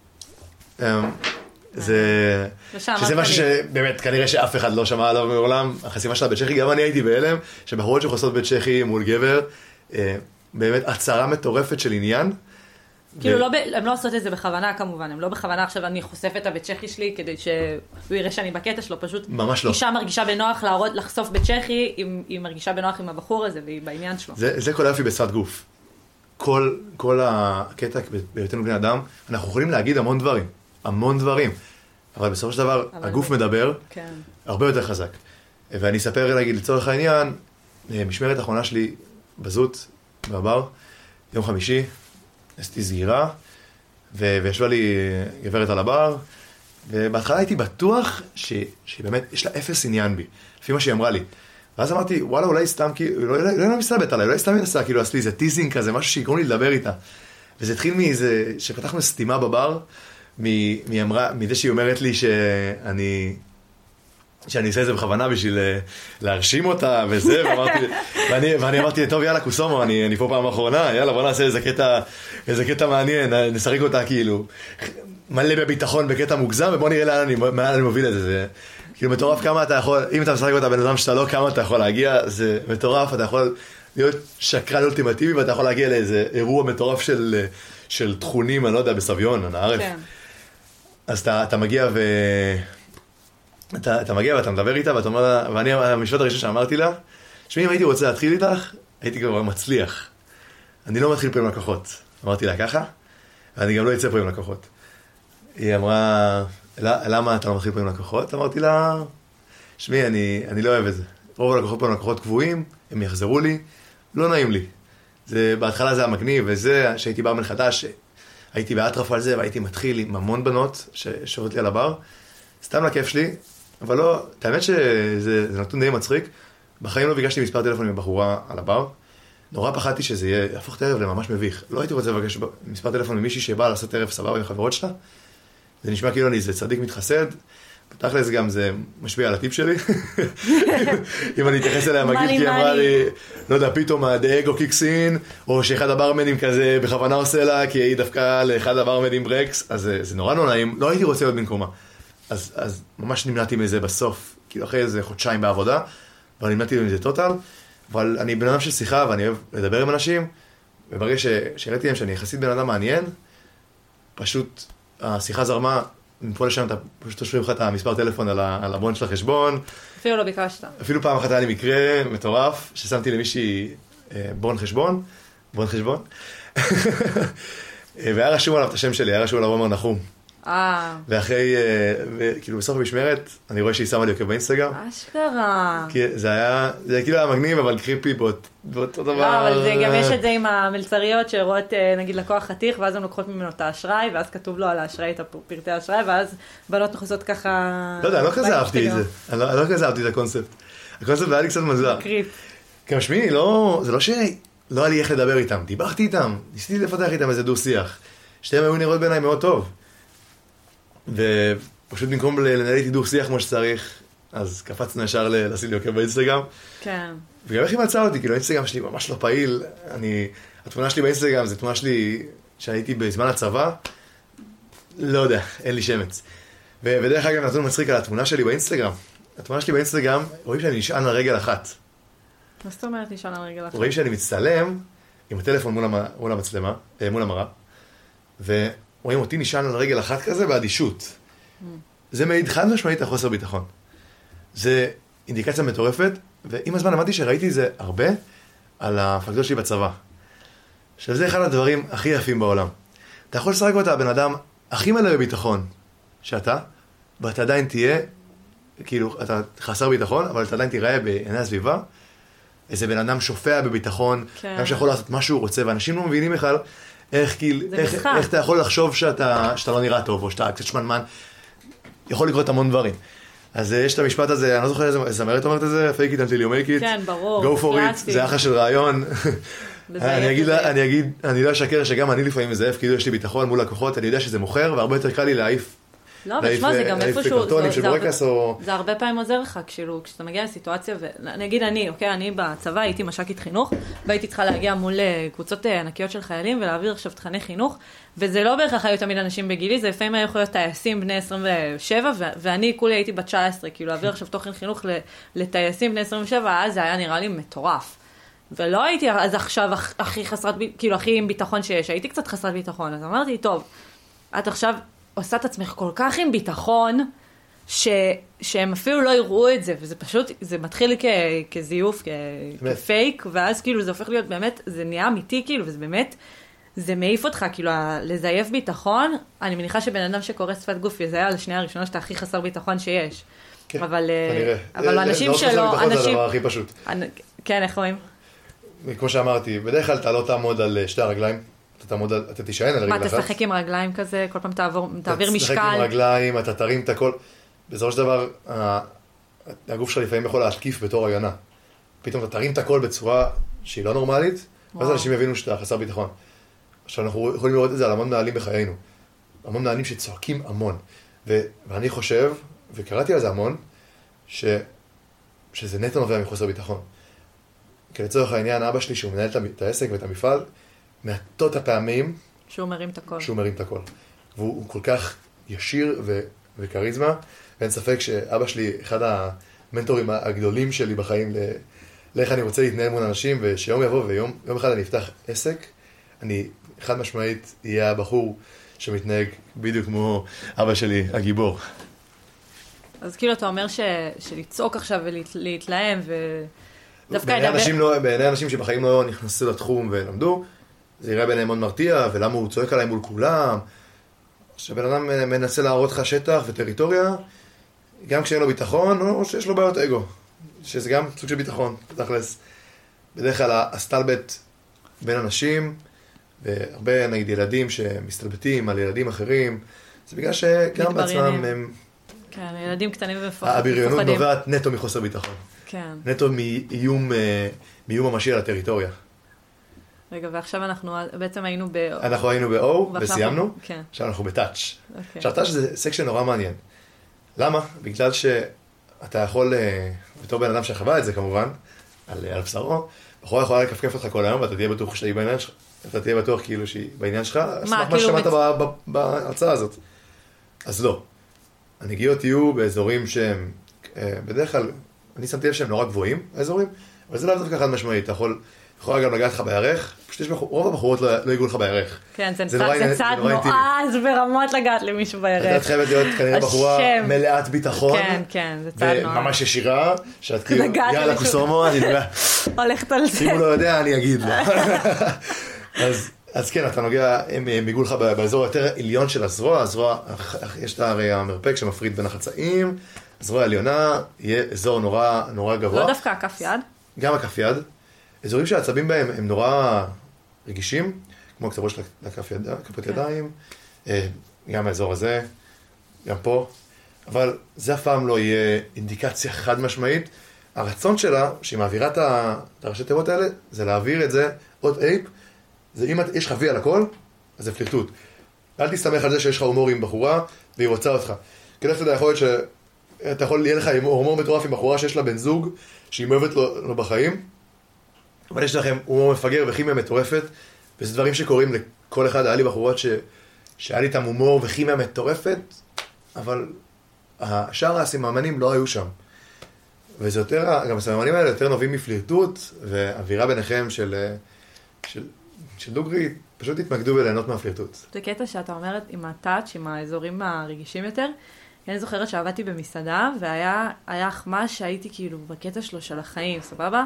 [SPEAKER 2] שזה משהו שבאמת כנראה שאף אחד לא שמע עליו מעולם, החשיפה שלה בצ'כי, גם אני הייתי בהלם, שבחורות שחוסות בצ'כי מול גבר, באמת הצהרה מטורפת של עניין.
[SPEAKER 1] כאילו הם לא עושות את זה בכוונה כמובן, הם לא בכוונה עכשיו אני חושפת את הבצ'כי שלי כדי שהוא יראה שאני בקטע שלו, פשוט אישה מרגישה בנוח לחשוף בצ'כי, היא מרגישה בנוח עם הבחור הזה והיא בעניין שלו.
[SPEAKER 2] זה כל היופי בשפת גוף. כל הקטע בהיותנו בני אדם, אנחנו יכולים להגיד המון דברים, אבל בסופו של דבר הגוף מדבר הרבה יותר חזק. ואני אספר להגיד לצורך העניין, משמרת האחרונה שלי בזות, בבר, יום חמישי, עשיתי סגירה, וישבה לי גברת על הבר, ובהתחלה הייתי בטוח שבאמת יש לה אפס עניין בי, לפי מה שהיא אמרה לי. ואז אמרתי, וואלה, אולי סתם, לא מסתלבט עליי, אולי סתם מנסה, כאילו, עשי לי איזה טיזינג כזה, משהו שיגרום לי לדבר איתה. וזה התחיל מזה, שפתחנו סתימה בבר, מזה שהיא אומרת לי שאני אעשה את זה בכוונה בשביל להרשים אותה וזה, ואני אמרתי, טוב, יאללה, קוסומו, אני פה פעם אחרונה, יאללה, בוא נעשה איזה קטע מעניין, נשחק אותה כאילו, מלא בביטחון בקטע מוגזם, ובוא נראה לאן אני מוביל את זה. כאילו מטורף כמה אתה יכול, אם אתה משחק אותה בן אדם שאתה לא, כמה אתה יכול להגיע, זה מטורף, אתה יכול להיות שקרן אולטימטיבי, ואתה יכול להגיע לאיזה אירוע מטורף של תכונים, אני לא יודע, בסביון, אני ערף. אז אתה מגיע אתה מגיע ואתה מדבר איתה, ואתה אומר לה, ואני, המשפט הראשון שאמרתי לה, שמי, אם הייתי רוצה להתחיל איתך, הייתי כבר מצליח. אני לא מתחיל פה עם לקוחות. אמרתי לה ככה, ואני גם לא אצא פה עם לקוחות. היא אמרה, למה אתה לא מתחיל פה עם לקוחות? אמרתי לה, שמי, אני לא אוהב את זה. רוב הלקוחות פה הם לקוחות קבועים, הם יחזרו לי, לא נעים לי. בהתחלה זה היה מגניב, וזה, שהייתי בר מחדש, הייתי באטרף על זה, והייתי מתחיל עם המון בנות ששורות לי על הבר. סתם לכיף שלי, אבל לא, האמת שזה נתון די מצחיק. בחיים לא ביקשתי מספר טלפון עם בחורה על הבר. נורא פחדתי שזה יהפוך את הערב לממש מביך. לא הייתי רוצה לבקש מספר טלפון ממישהי שבאה לעשות ערב סבבה עם חברות שלה. זה נשמע כאילו אני איזה צדיק מתחסד. בתכלס גם זה משפיע על הטיפ שלי. אם אני אתייחס אליה מגיל, כי היא אמרה לי, לא יודע, פתאום the ego kicks in, או שאחד הברמנים כזה בכוונה עושה לה, כי היא דווקא לאחד הברמנים ברקס, אז זה נורא לא נעים, לא הייתי רוצה להיות במקומה. אז ממש נמנעתי מזה בסוף, כאילו אחרי איזה חודשיים בעבודה, אבל נמנעתי מזה טוטל, אבל אני בן אדם של שיחה, ואני אוהב לדבר עם אנשים, וברגע שהראיתי להם שאני יחסית בן אדם מעניין, פשוט השיחה זרמה, מפה לשם אתה פשוט תושבים לך את המספר טלפון על הבון של החשבון.
[SPEAKER 1] אפילו לא ביקשת.
[SPEAKER 2] אפילו פעם אחת היה לי מקרה מטורף, ששמתי למישהי בון חשבון, והיה רשום עליו את השם שלי, היה רשום עליו עומר נחום. ואחרי, כאילו בסוף המשמרת, אני רואה שהיא שמה לי עוקב באינסטגרם.
[SPEAKER 1] אשכרה.
[SPEAKER 2] זה כאילו היה מגניב, אבל קריפי באותו דבר.
[SPEAKER 1] לא, אבל גם יש את זה עם המלצריות שרואות, נגיד, לקוח חתיך, ואז הן לוקחות ממנו את האשראי, ואז כתוב לו על האשראי את פרטי האשראי, ואז בנות נכנסות ככה...
[SPEAKER 2] לא יודע, אני לא כזה אהבתי את זה. אני לא כזה אהבתי את הקונספט. הקונספט היה לי קצת מוזר.
[SPEAKER 1] קריפ.
[SPEAKER 2] גם שמיני, זה לא שלא היה לי איך לדבר איתם. דיברתי איתם, ניסיתי לפתח איתם איזה דו שיח. שתיהם היו נראות בעיניי מאוד טוב. ופשוט במקום לנהל איתי דו שיח כמו שצריך, אז קפצנו ישר לשים לי עוקב באינסטגרם.
[SPEAKER 1] כן.
[SPEAKER 2] וגם איך היא מצאה אותי, כאילו האינסטגרם שלי ממש לא פעיל, התמונה שלי באינסטגרם זה תמונה שלי שהייתי בזמן הצבא, לא יודע, אין לי שמץ. ודרך אגב נתון מצחיק על התמונה שלי באינסטגרם. התמונה שלי באינסטגרם, רואים שאני נשען על רגל אחת.
[SPEAKER 1] מה זאת אומרת נשען על רגל אחת?
[SPEAKER 2] רואים שאני מצטלם עם הטלפון מול המצלמה, מול המראה, ורואים אותי נשען על רגל אחת כזה באדישות. זה מעיד חד משמעית על חוסר ביטחון. זה אינדיקציה מטורפת, ועם הזמן למדתי שראיתי זה הרבה על המפקדות שלי בצבא. שזה אחד הדברים הכי יפים בעולם. אתה יכול לשחק אותה הבן אדם הכי מלא בביטחון שאתה, ואתה עדיין תהיה, כאילו, אתה חסר ביטחון, אבל אתה עדיין תיראה בעיני הסביבה, איזה בן אדם שופע בביטחון,
[SPEAKER 1] כן.
[SPEAKER 2] גם שיכול לעשות מה שהוא רוצה, ואנשים לא מבינים בכלל איך אתה יכול לחשוב שאתה לא נראה טוב, או שאתה קצת שמנמן, יכול לקרות המון דברים. אז יש את המשפט הזה, אני לא זוכר איזה זמרת אומרת את זה, fake it until you make it,
[SPEAKER 1] כן, ברור,
[SPEAKER 2] go for it, זה אחלה של רעיון. אני לא אשקר שגם אני לפעמים מזייף, כאילו יש לי ביטחון מול לקוחות, אני יודע שזה מוכר, והרבה יותר קל לי להעיף
[SPEAKER 1] לא, אבל תשמע, זה גם איפשהו,
[SPEAKER 2] זה
[SPEAKER 1] הרבה פעמים עוזר לך, כשאתה מגיע לסיטואציה, ונגיד אני בצבא הייתי מש"קית חינוך, והייתי צריכה להגיע מול קבוצות ענקיות של חיילים, ולהעביר עכשיו תכני חינוך, וזה לא בהכרח היו תמיד אנשים בגילי, זה לפעמים היו יכול להיות טייסים בני 27, ואני כולי הייתי בת 19, כאילו להעביר עכשיו תוכן חינוך לטייסים בני 27, אז זה היה נראה לי מטורף. ולא הייתי אז עכשיו הכי חסרת, כאילו הכי עם ביטחון שיש, הייתי קצת חסרת ביטחון, אז אמרתי, טוב, את עכשיו עושה את עצמך כל כך עם ביטחון, שהם אפילו לא יראו את זה, וזה פשוט, זה מתחיל כזיוף, כפייק, ואז כאילו זה הופך להיות באמת, זה נהיה אמיתי כאילו, וזה באמת, זה מעיף אותך, כאילו, לזייף ביטחון, אני מניחה שבן אדם שקורא שפת גוף, זה היה לשנייה הראשונה שאתה הכי חסר ביטחון שיש.
[SPEAKER 2] כן,
[SPEAKER 1] אבל אנשים שלא,
[SPEAKER 2] זה הדבר הכי פשוט.
[SPEAKER 1] כן, איך רואים?
[SPEAKER 2] כמו שאמרתי, בדרך כלל אתה לא תעמוד על שתי הרגליים, אתה תישען על רגל אחת.
[SPEAKER 1] מה, תשחק עם רגליים כזה, כל פעם תעביר משקל?
[SPEAKER 2] תשחק עם רגליים, אתה תרים את הכל. בסופו של דבר, הגוף שלך לפעמים יכול להתקיף בתור הגנה. פתאום אתה תרים את הכל בצורה שהיא לא נורמלית, ואז אנשים יבינו שאתה חסר ביטחון. עכשיו אנחנו יכולים לראות את זה על המון מנהלים בחיינו. המון מנהלים שצועקים המון. ואני חושב, וקראתי על זה המון, שזה נטו נובע מחוסר ביטחון. כי לצורך העניין, אבא שלי, שהוא מנהל את העסק ואת המפעל, מעטות הפעמים
[SPEAKER 1] שהוא מרים את הכל.
[SPEAKER 2] והוא כל כך ישיר וקריזמה, ואין ספק שאבא שלי, אחד המנטורים הגדולים שלי בחיים, לאיך אני רוצה להתנהל מול אנשים, ושיום יבוא ויום אחד אני אפתח עסק, אני חד משמעית יהיה הבחור שמתנהג בדיוק כמו אבא שלי, הגיבור.
[SPEAKER 1] אז כאילו אתה אומר שלצעוק עכשיו ולהתלהם
[SPEAKER 2] בעיני אנשים שבחיים לא נכנסו לתחום ולמדו, זה יראה ביניהם מאוד מרתיע, ולמה הוא צועק עליהם מול כולם. שבן אדם מנסה להראות לך שטח וטריטוריה, גם כשאין לו ביטחון, או שיש לו בעיות אגו. שזה גם סוג של ביטחון, תכלס. בדרך כלל הסטלבט בין אנשים, והרבה נגיד ילדים שמסתלבטים על ילדים אחרים, זה בגלל שגם בעצמם הם...
[SPEAKER 1] כן, ילדים קטנים ומפוחדים.
[SPEAKER 2] הבריונות נובעת נטו מחוסר ביטחון.
[SPEAKER 1] כן.
[SPEAKER 2] נטו מאיום ממשי על הטריטוריה.
[SPEAKER 1] רגע, ועכשיו אנחנו בעצם היינו
[SPEAKER 2] אנחנו היינו ב-O וסיימנו,
[SPEAKER 1] כן.
[SPEAKER 2] עכשיו אנחנו בטאץ'. עכשיו טאץ' זה סקשן נורא מעניין. למה? בגלל שאתה יכול, בתור בן אדם שחווה את זה כמובן, על בשרו, בחורה יכולה לקפקף אותך כל היום, ואתה תהיה בטוח שהיא בעניין שלך. אתה תהיה בטוח כאילו שהיא בעניין שלך, אשמח מה ששמעת בהרצאה הזאת. אז לא. הנגיעות יהיו באזורים שהם, בדרך כלל, אני שמתי לב שהם נורא גבוהים, האזורים, אבל זה לא דווקא חד משמעית, אתה יכול גם לגעת לך בירך, פשוט רוב הבחורות לא יגעו לך בירך.
[SPEAKER 1] כן, זה צעד נועז ברמות לגעת למישהו בירך.
[SPEAKER 2] את חייבת להיות כנראה בחורה מלאת ביטחון,
[SPEAKER 1] כן, זה צעד נועז.
[SPEAKER 2] וממש ישירה, שאת כאילו, יאללה קוסומו, אני נוגע.
[SPEAKER 1] הולכת על זה.
[SPEAKER 2] אם הוא לא יודע, אני אגיד לו. אז כן, אתה נוגע, הם יגעו לך באזור יותר עליון של הזרוע, יש את הרי המרפק שמפריד בין החצאים, הזרוע העליונה יהיה אזור נורא גבוה.
[SPEAKER 1] לא דווקא הכף יד?
[SPEAKER 2] גם הכף יד. אזורים שהעצבים בהם הם נורא רגישים, כמו קצת ראש לכפות ידיים, גם האזור הזה, גם פה, אבל זה אף פעם לא יהיה אינדיקציה חד משמעית. הרצון שלה, שהיא מעבירה את הראשי תיבות האלה, זה להעביר את זה עוד אייפ, זה אם יש לך וי על הכל, אז זה פלירטוט. אל תסתמך על זה שיש לך הומור עם בחורה, והיא רוצה אותך. כי לך תדע, יכול להיות אתה יכול, יהיה לך הומור מטורף עם בחורה שיש לה בן זוג, שהיא מאוהבת לו בחיים, אבל יש לכם הומור מפגר וכימיה מטורפת, וזה דברים שקורים לכל אחד. היה לי בחורות שהיה לי איתם הומור וכימיה מטורפת, אבל השאר הסממנים לא היו שם. וזה יותר, גם הסממנים האלה יותר נובעים מפלירטוט, ואווירה ביניכם של דוגרי, פשוט התמקדו בליהנות מהפלירטוט.
[SPEAKER 1] זה קטע שאתה אומרת עם הטאץ', עם האזורים הרגישים יותר. אני זוכרת שעבדתי במסעדה, והיה חמש שהייתי כאילו בקטע שלו של החיים, סבבה?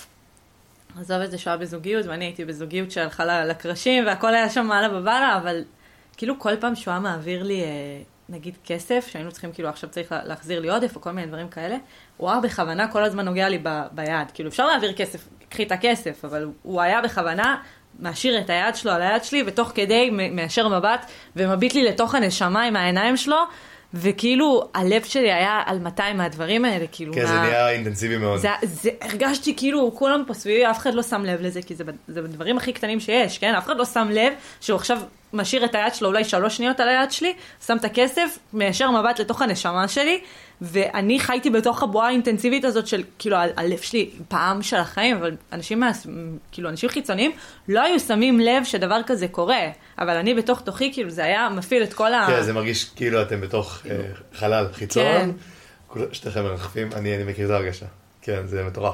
[SPEAKER 1] עזוב את זה שהוא היה בזוגיות, ואני הייתי בזוגיות שהלכה לקרשים, והכל היה שם מעלה בבאללה, אבל כאילו כל פעם שהוא היה מעביר לי, נגיד כסף, שהיינו צריכים כאילו עכשיו צריך להחזיר לי עודף, או כל מיני דברים כאלה, הוא היה בכוונה כל הזמן נוגע לי ביד. כאילו אפשר להעביר כסף, קחי את הכסף, אבל הוא היה בכוונה מאשיר את היד שלו על היד שלי, ותוך כדי מאשר מבט, ומביט לי לתוך הנשמה עם העיניים שלו, וכאילו הלב שלי היה על 200 מהדברים האלה, כאילו
[SPEAKER 2] כן, זה נהיה אינטנסיבי מאוד.
[SPEAKER 1] הרגשתי כאילו כולם פה סביבי, אף אחד לא שם לב לזה, כי זה בדברים הכי קטנים שיש, כן? אף אחד לא שם לב שהוא עכשיו משאיר את היד שלו אולי 3 שניות על היד שלי, שם את הכסף, מאשר מבט לתוך הנשמה שלי, ואני חייתי בתוך הבועה האינטנסיבית הזאת של, כאילו, הלב שלי פעם של החיים, אבל אנשים חיצוניים לא היו שמים לב שדבר כזה קורה, אבל אני בתוך תוכי, כאילו, זה היה מפעיל את כל
[SPEAKER 2] כן, זה מרגיש כאילו אתם בתוך חלל חיצון, שתיכם מרחפים, אני מכיר את ההרגשה. כן, זה מטורף.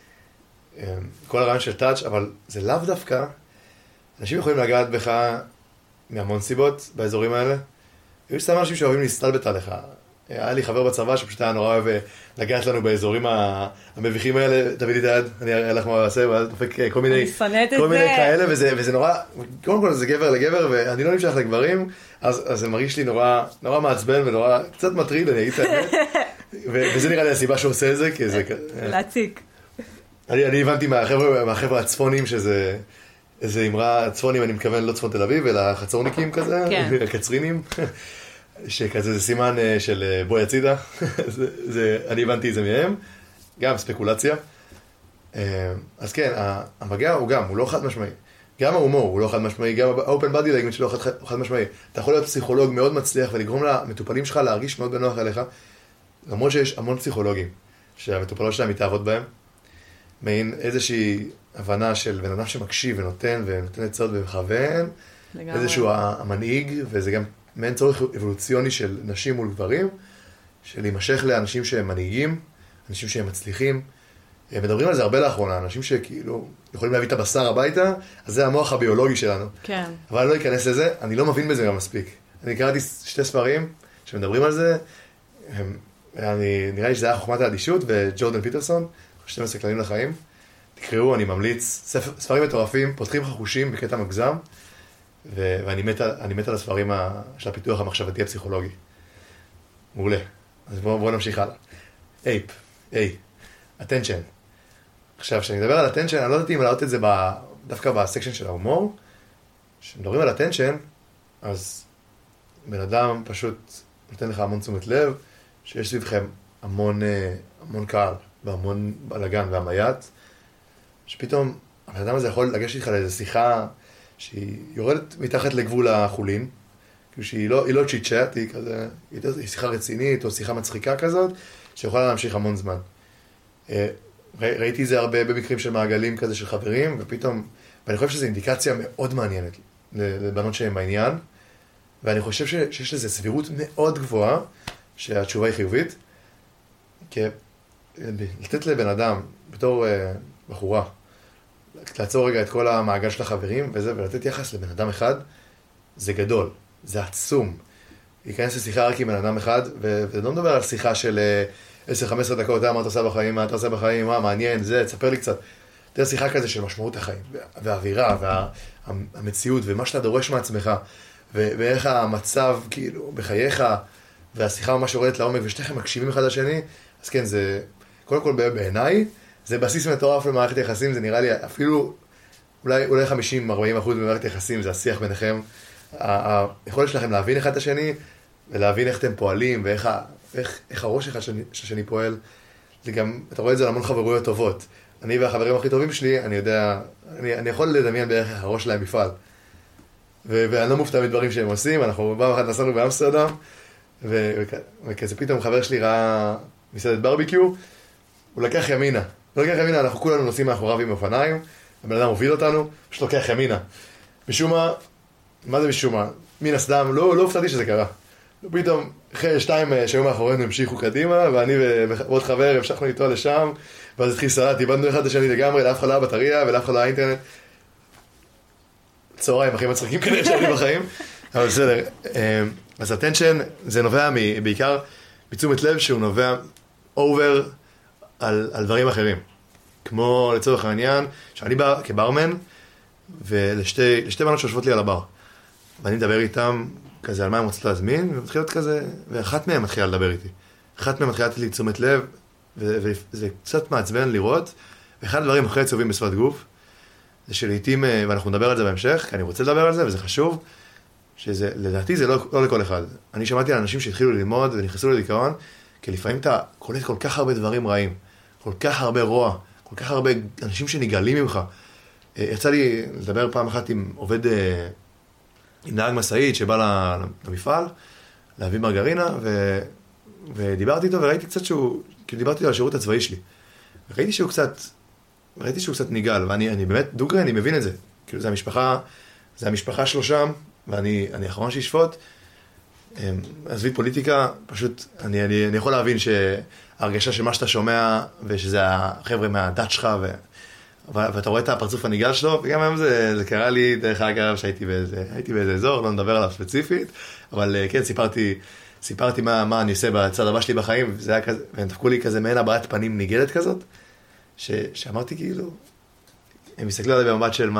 [SPEAKER 2] כל הרעיון של טאץ', אבל זה לאו דווקא, אנשים יכולים לגעת בך מהמון סיבות באזורים האלה. יש סתם אנשים שאוהבים להסתלבט עליך. היה לי חבר בצבא שפשוט היה נורא אוהב לגעת לנו באזורים המביכים האלה, תביא לי את היד, אני אראה לך מה הוא עושה, ואז דופק כל מיני כאלה, וזה נורא, קודם כל זה גבר לגבר, ואני לא נמשך לגברים, אז זה מרגיש לי נורא מעצבן ונורא קצת מטריד, אני אגיד את האמת, וזה נראה לי הסיבה שהוא עושה את זה, כי זה...
[SPEAKER 1] להציק.
[SPEAKER 2] אני הבנתי מהחבר'ה הצפונים שזה... איזה אמרה, צפונים, אני מתכוון לא צפון תל אביב, אלא חצורניקים כזה, קצרינים, שכזה זה סימן של בואי הצידה, אני הבנתי את זה מהם, גם ספקולציה. אז כן, המגע הוא לא חד משמעי. גם ההומור הוא לא חד משמעי, גם ה-open body language שלו חד משמעי. אתה יכול להיות פסיכולוג מאוד מצליח ולגרום למטופלים שלך להרגיש מאוד בנוח אליך, למרות שיש המון פסיכולוגים שהמטופלות שלהם מתאהבות בהם, מעין איזושהי הבנה של בן אדם שמקשיב ונותן עצות ומכוון, איזשהו המנהיג, וזה גם מעין צורך אבולוציוני של נשים מול גברים, של להימשך לאנשים שהם מנהיגים, אנשים שהם מצליחים. מדברים על זה הרבה לאחרונה, אנשים שכאילו יכולים להביא את הבשר הביתה, אז זה המוח הביולוגי שלנו.
[SPEAKER 1] כן.
[SPEAKER 2] אבל אני לא אכנס לזה, אני לא מבין בזה גם מספיק. אני קראתי 2 ספרים שמדברים על זה, נראה לי שזה היה חוכמת האדישות, וג'ורדן פיטרסון, 12 כללים לחיים. תקראו, אני ממליץ, ספרים מטורפים, פותחים לך חושים בקטע מגזם, ואני מת על הספרים של הפיתוח המחשבתי הפסיכולוגי. מעולה. אז בואו נמשיך הלאה. attention. עכשיו, כשאני מדבר על attention, אני לא יודעת אם להעלות את זה דווקא בסקשן של ההומור. כשמדברים על attention, אז בן אדם פשוט נותן לך המון תשומת לב, שיש סביבכם המון קהל, והמון בלגן והמייט, שפתאום הבן אדם הזה יכול לגשת איתך לאיזו שיחה שהיא יורדת מתחת לגבול החולין, כאילו שהיא לא צ'יט-צ'אט, היא שיחה רצינית או שיחה מצחיקה כזאת, שיכולה להמשיך המון זמן. ראיתי את זה הרבה במקרים של מעגלים כזה של חברים, ואני חושב שזו אינדיקציה מאוד מעניינת לבנות שהן בעניין, ואני חושב שיש לזה סבירות מאוד גבוהה שהתשובה היא חיובית, כי לתת לבן אדם בתור בחורה, לעצור רגע את כל המעגל של החברים וזה, ולתת יחס לבן אדם אחד, זה גדול, זה עצום. להיכנס לשיחה רק עם בן אדם אחד, ולא מדבר על שיחה של 10-15 דקות, מה אתה עושה בחיים, מה אתה עושה בחיים, מה מעניין, זה, תספר לי קצת. תראה שיחה כזה של משמעות החיים, והאווירה, והמציאות, ומה שאתה דורש מעצמך, ואיך המצב, כאילו, בחייך, והשיחה ממש יורדת לעומק, ושתיכם מקשיבים אחד לשני, אז כן, זה, קודם כל בעיניי, זה בסיס מטורף למערכת יחסים, זה נראה לי אפילו, אולי 50-40% במערכת יחסים, זה השיח ביניכם, היכולת שלכם להבין אחד את השני, ולהבין איך אתם פועלים, ואיך הראש אחד של השני פועל, זה גם, אתה רואה את זה על המון חברויות טובות. אני והחברים הכי טובים שלי, אני יודע, אני יכול לדמיין בערך איך הראש שלהם בפעל. ואני לא מופתע מדברים שהם עושים, אנחנו פעם אחת נסענו באמסטרדם, וכזה פתאום חבר שלי ראה מסעדת ברביקיו, הוא לקח ימינה. אנחנו כולנו נוסעים מאחוריו עם אופניים, הבן אדם הוביל אותנו, פשוט לוקח ימינה. משום מה זה משום מה? מן הסתם, לא הופתעתי שזה קרה. פתאום, אחרי 2 שהיו מאחורינו המשיכו קדימה, ואני ועוד חבר המשכנו איתו לשם, ואז התחיל סלט, איבדנו אחד לשני לגמרי, לאף אחד לא היה בטריה ולאף אחד לא היה אינטרנט. צהריים הכי מצחיקים כנראה שהייתי בחיים, אבל בסדר. אז הטנשן זה נובע בעיקר מתשומת לב שהוא נובע אובר על דברים אחרים. כמו לצורך העניין, שאני בא כברמן, ולשתי בנות שיושבות לי על הבר. ואני מדבר איתם כזה על מה הם רוצות להזמין, ומתחילות כזה, ואחת מהן מתחילה לדבר איתי. אחת מהן מתחילה לתת לי תשומת לב, וזה קצת מעצבן לראות, ואחד הדברים הכי עצובים בשפת גוף, זה שלעיתים, ואנחנו נדבר על זה בהמשך, כי אני רוצה לדבר על זה, וזה חשוב, לדעתי זה לא לכל אחד. אני שמעתי על אנשים שהתחילו ללמוד ונכנסו לדיכאון, כי לפעמים אתה קולט כל כך הרבה דברים רעים, כל כך הרבה רוע, כל כך הרבה אנשים שנגלים ממך. יצא לי לדבר פעם אחת עם עובד, עם נהג מסעית שבא למפעל, להביא מרגרינה, ודיברתי איתו וראיתי קצת כאילו דיברתי על השירות הצבאי שלי. וראיתי שהוא קצת ניגל, ואני באמת, דוגרי, אני מבין את זה. כאילו זה המשפחה שלו שם, ואני האחרון שישפוט. עזבי פוליטיקה, פשוט אני יכול להבין שההרגשה שמה שאתה שומע, ושזה החבר'ה מהדת שלך, ואתה רואה את הפרצוף הניגל שלו, וגם היום זה קרה לי, דרך אגב, שהייתי באיזה אזור, לא נדבר עליו ספציפית, אבל כן, סיפרתי מה אני עושה בצד הבא שלי בחיים, וזה היה כזה, והם דפקו לי כזה מעין הבעת פנים ניגלת כזאת, שאמרתי כאילו, הם הסתכלו עליי במבט של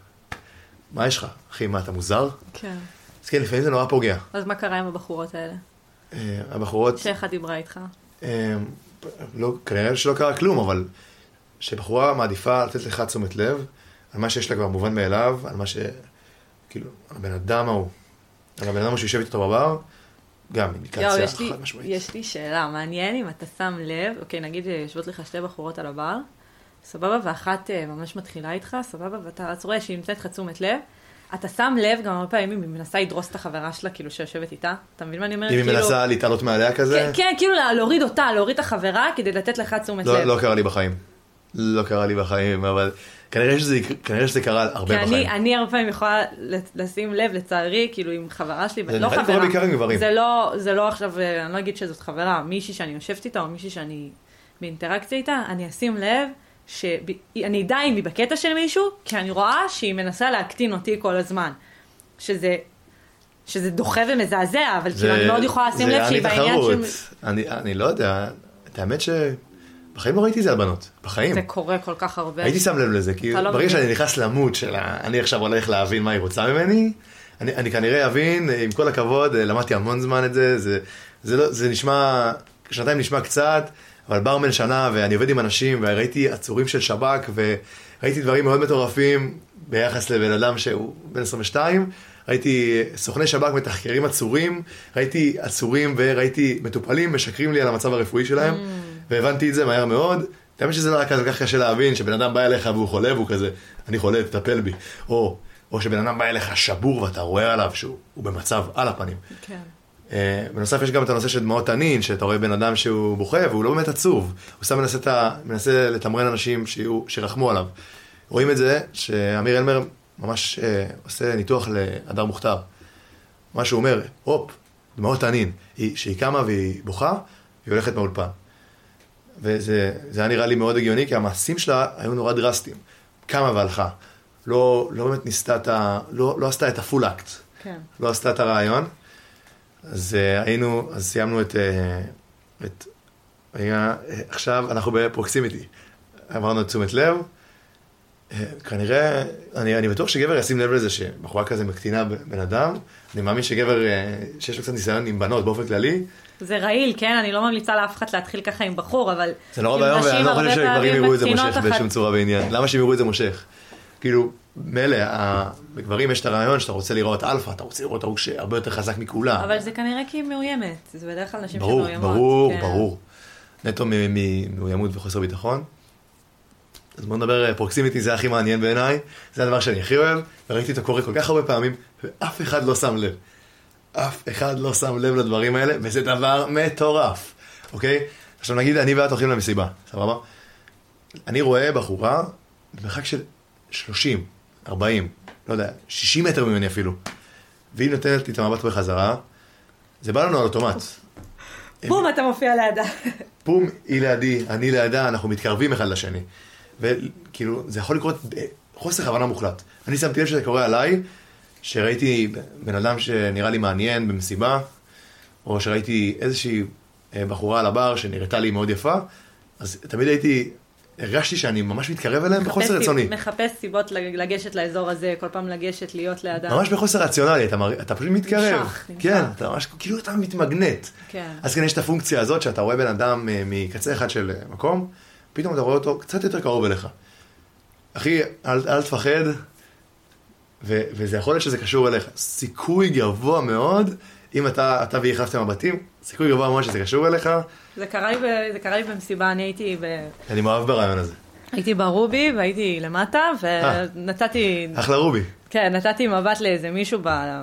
[SPEAKER 2] מה יש לך? אחי, מה, אתה מוזר?
[SPEAKER 1] כן.
[SPEAKER 2] אז כן, לפעמים זה נורא פוגע.
[SPEAKER 1] אז מה קרה עם הבחורות האלה?
[SPEAKER 2] הבחורות...
[SPEAKER 1] שאיך דיברה איתך?
[SPEAKER 2] לא, כנראה שלא קרה כלום, אבל שבחורה מעדיפה לתת לך תשומת לב על מה שיש לה כבר מובן מאליו, על מה כאילו, הבן אדם ההוא, על הבן אדם שיושב איתו בבר, גם אינדיקציה חד משמעית.
[SPEAKER 1] יש לי שאלה, מעניין אם אתה שם לב, אוקיי, נגיד יושבות לך 2 בחורות על הבר, סבבה, ואחת ממש מתחילה איתך, סבבה, ואתה רואה שהיא נמצאת לך תשומת לב, אתה שם לב גם הרבה פעמים, היא מנסה לדרוס את החברה שלה, כאילו שיושבת איתה, אתה מבין מה אני אומרת?
[SPEAKER 2] אם היא מנסה להתעלות מעליה כזה?
[SPEAKER 1] כן, כאילו להוריד את החברה, כדי לתת לך תשומת לב.
[SPEAKER 2] לא קרה לי בחיים, אבל כנראה שזה קרה הרבה בחיים.
[SPEAKER 1] אני הרבה פעמים יכולה לשים לב, לצערי, כאילו עם חברה שלי, לא חברה.
[SPEAKER 2] זה נראה בעיקר עם גברים.
[SPEAKER 1] זה לא עכשיו, אני לא אגיד שזאת חברה, מישהי שאני יושבת איתה, או מישהי שאני באינטראקציה איתה, אני אשים לב שאני אדע אם היא בקטע של מישהו, כי אני רואה שהיא מנסה להקטין אותי כל הזמן. שזה דוחה ומזעזע, אבל כאילו אני מאוד יכולה לשים לב שהיא בעניין
[SPEAKER 2] אני לא יודע, את האמת בחיים לא ראיתי את זה על בנות, בחיים.
[SPEAKER 1] זה קורה כל כך הרבה.
[SPEAKER 2] הייתי שם לב לזה, כי ברגע שאני נכנס למוד של אני עכשיו הולך להבין מה היא רוצה ממני, אני כנראה אבין, עם כל הכבוד, למדתי המון זמן את זה, זה נשמע, 2 נשמע קצת, אבל ברמן שנה, ואני עובד עם אנשים, וראיתי עצורים של שב"כ, וראיתי דברים מאוד מטורפים ביחס לבן אדם שהוא בן 22, ראיתי סוכני שב"כ מתחקרים עצורים, ראיתי עצורים וראיתי מטופלים משקרים לי על המצב הרפואי שלהם, והבנתי את זה מהר מאוד. תאמין שזה לא היה כזה כך קשה להבין, שבן אדם בא אליך והוא חולה, והוא כזה, אני חולה, תטפל בי. או שבן אדם בא אליך שבור, ואתה רואה עליו שהוא במצב על הפנים.
[SPEAKER 1] כן.
[SPEAKER 2] בנוסף יש גם את הנושא של דמעות תנין, שאתה רואה בן אדם שהוא בוכה, והוא לא באמת עצוב. הוא סתם מנסה לתמרן אנשים שרחמו עליו. רואים את זה שאמיר אלמר ממש עושה ניתוח להדר מוכתר. מה שהוא אומר, דמעות תנין, שהיא קמה והיא בוכה, היא הולכת מהאולפן. וזה היה נראה לי מאוד הגיוני, כי המעשים שלה היו נורא דרסטיים. קמה והלכה. לא באמת לא עשתה את הפול אקט.
[SPEAKER 1] כן.
[SPEAKER 2] לא עשתה את הרעיון. אז סיימנו עכשיו אנחנו בפרוקסימיטי. אמרנו את תשומת לב. כנראה, אני בטוח שגבר ישים לב לזה שבחורה כזה מקטינה בן אדם. אני מאמין שגבר שיש לו קצת ניסיון עם בנות באופן כללי.
[SPEAKER 1] זה רעיל, כן? אני לא ממליצה לאף אחד להתחיל ככה עם בחור, אבל...
[SPEAKER 2] זה נורא ביום, ואני לא חושב שגברים יראו את זה מושך בשום צורה בעניין. למה שהם יראו את זה מושך? כאילו, מילא, בגברים יש את הרעיון שאתה רוצה לראות אלפא, אתה רוצה לראות ההוא שהרבה יותר חזק מכולם.
[SPEAKER 1] אבל זה כנראה כי היא מאוימת. זה בדרך כלל נשים
[SPEAKER 2] שמאוימות. ברור. נטו מאוימות וחוסר ביטחון. אז בוא נדבר, פרוקסימיטי זה הכי מעניין בעיניי. זה הדבר שאני הכי אוהב, וראיתי אותו קורה כל כך הרבה פעמים, ואף אחד לא שם לב. אף אחד לא שם לב לדברים האלה, וזה דבר מטורף, אוקיי? עכשיו נגיד, אני ואת הולכים למסיבה, סבבה? אני רואה בחורה במרחק של 30, 40, לא יודע, 60 מטר ממני אפילו, והיא נותנת לי את המבט בחזרה, זה בא לנו על אוטומט.
[SPEAKER 1] בום, אתה מופיע לידה.
[SPEAKER 2] בום, היא לידי, אני לידה, אנחנו מתקרבים אחד לשני. וכאילו, זה יכול לקרות בחוסר הבנה מוחלט. אני שמתי לב שזה קורה עליי, שראיתי בן אדם שנראה לי מעניין במסיבה, או שראיתי איזושהי בחורה על הבר שנראתה לי מאוד יפה, אז תמיד הרגשתי שאני ממש מתקרב אליהם בחוסר רצוני.
[SPEAKER 1] מחפש סיבות לגשת לאזור הזה, כל פעם לגשת, להיות לידם.
[SPEAKER 2] ממש בחוסר רציונלי, אתה פשוט מתקרב.
[SPEAKER 1] נמשך.
[SPEAKER 2] כן, אתה ממש, כאילו אתה מתמגנט.
[SPEAKER 1] כן.
[SPEAKER 2] אז כן, יש את הפונקציה הזאת, שאתה רואה בן אדם מקצה אחד של מקום, פתאום אתה רואה אותו קצת יותר קרוב אליך. אחי, אל תפחד, וזה יכול להיות שזה קשור אליך. סיכוי גבוה מאוד, אם אתה והיא החלפתם מבטים, סיכוי גבוה מאוד שזה קשור אליך.
[SPEAKER 1] זה קרה לי במסיבה,
[SPEAKER 2] אני מאוהב ברעיון הזה.
[SPEAKER 1] הייתי ברובי והייתי למטה, ונתתי...
[SPEAKER 2] אחלה רובי.
[SPEAKER 1] כן, נתתי מבט לאיזה מישהו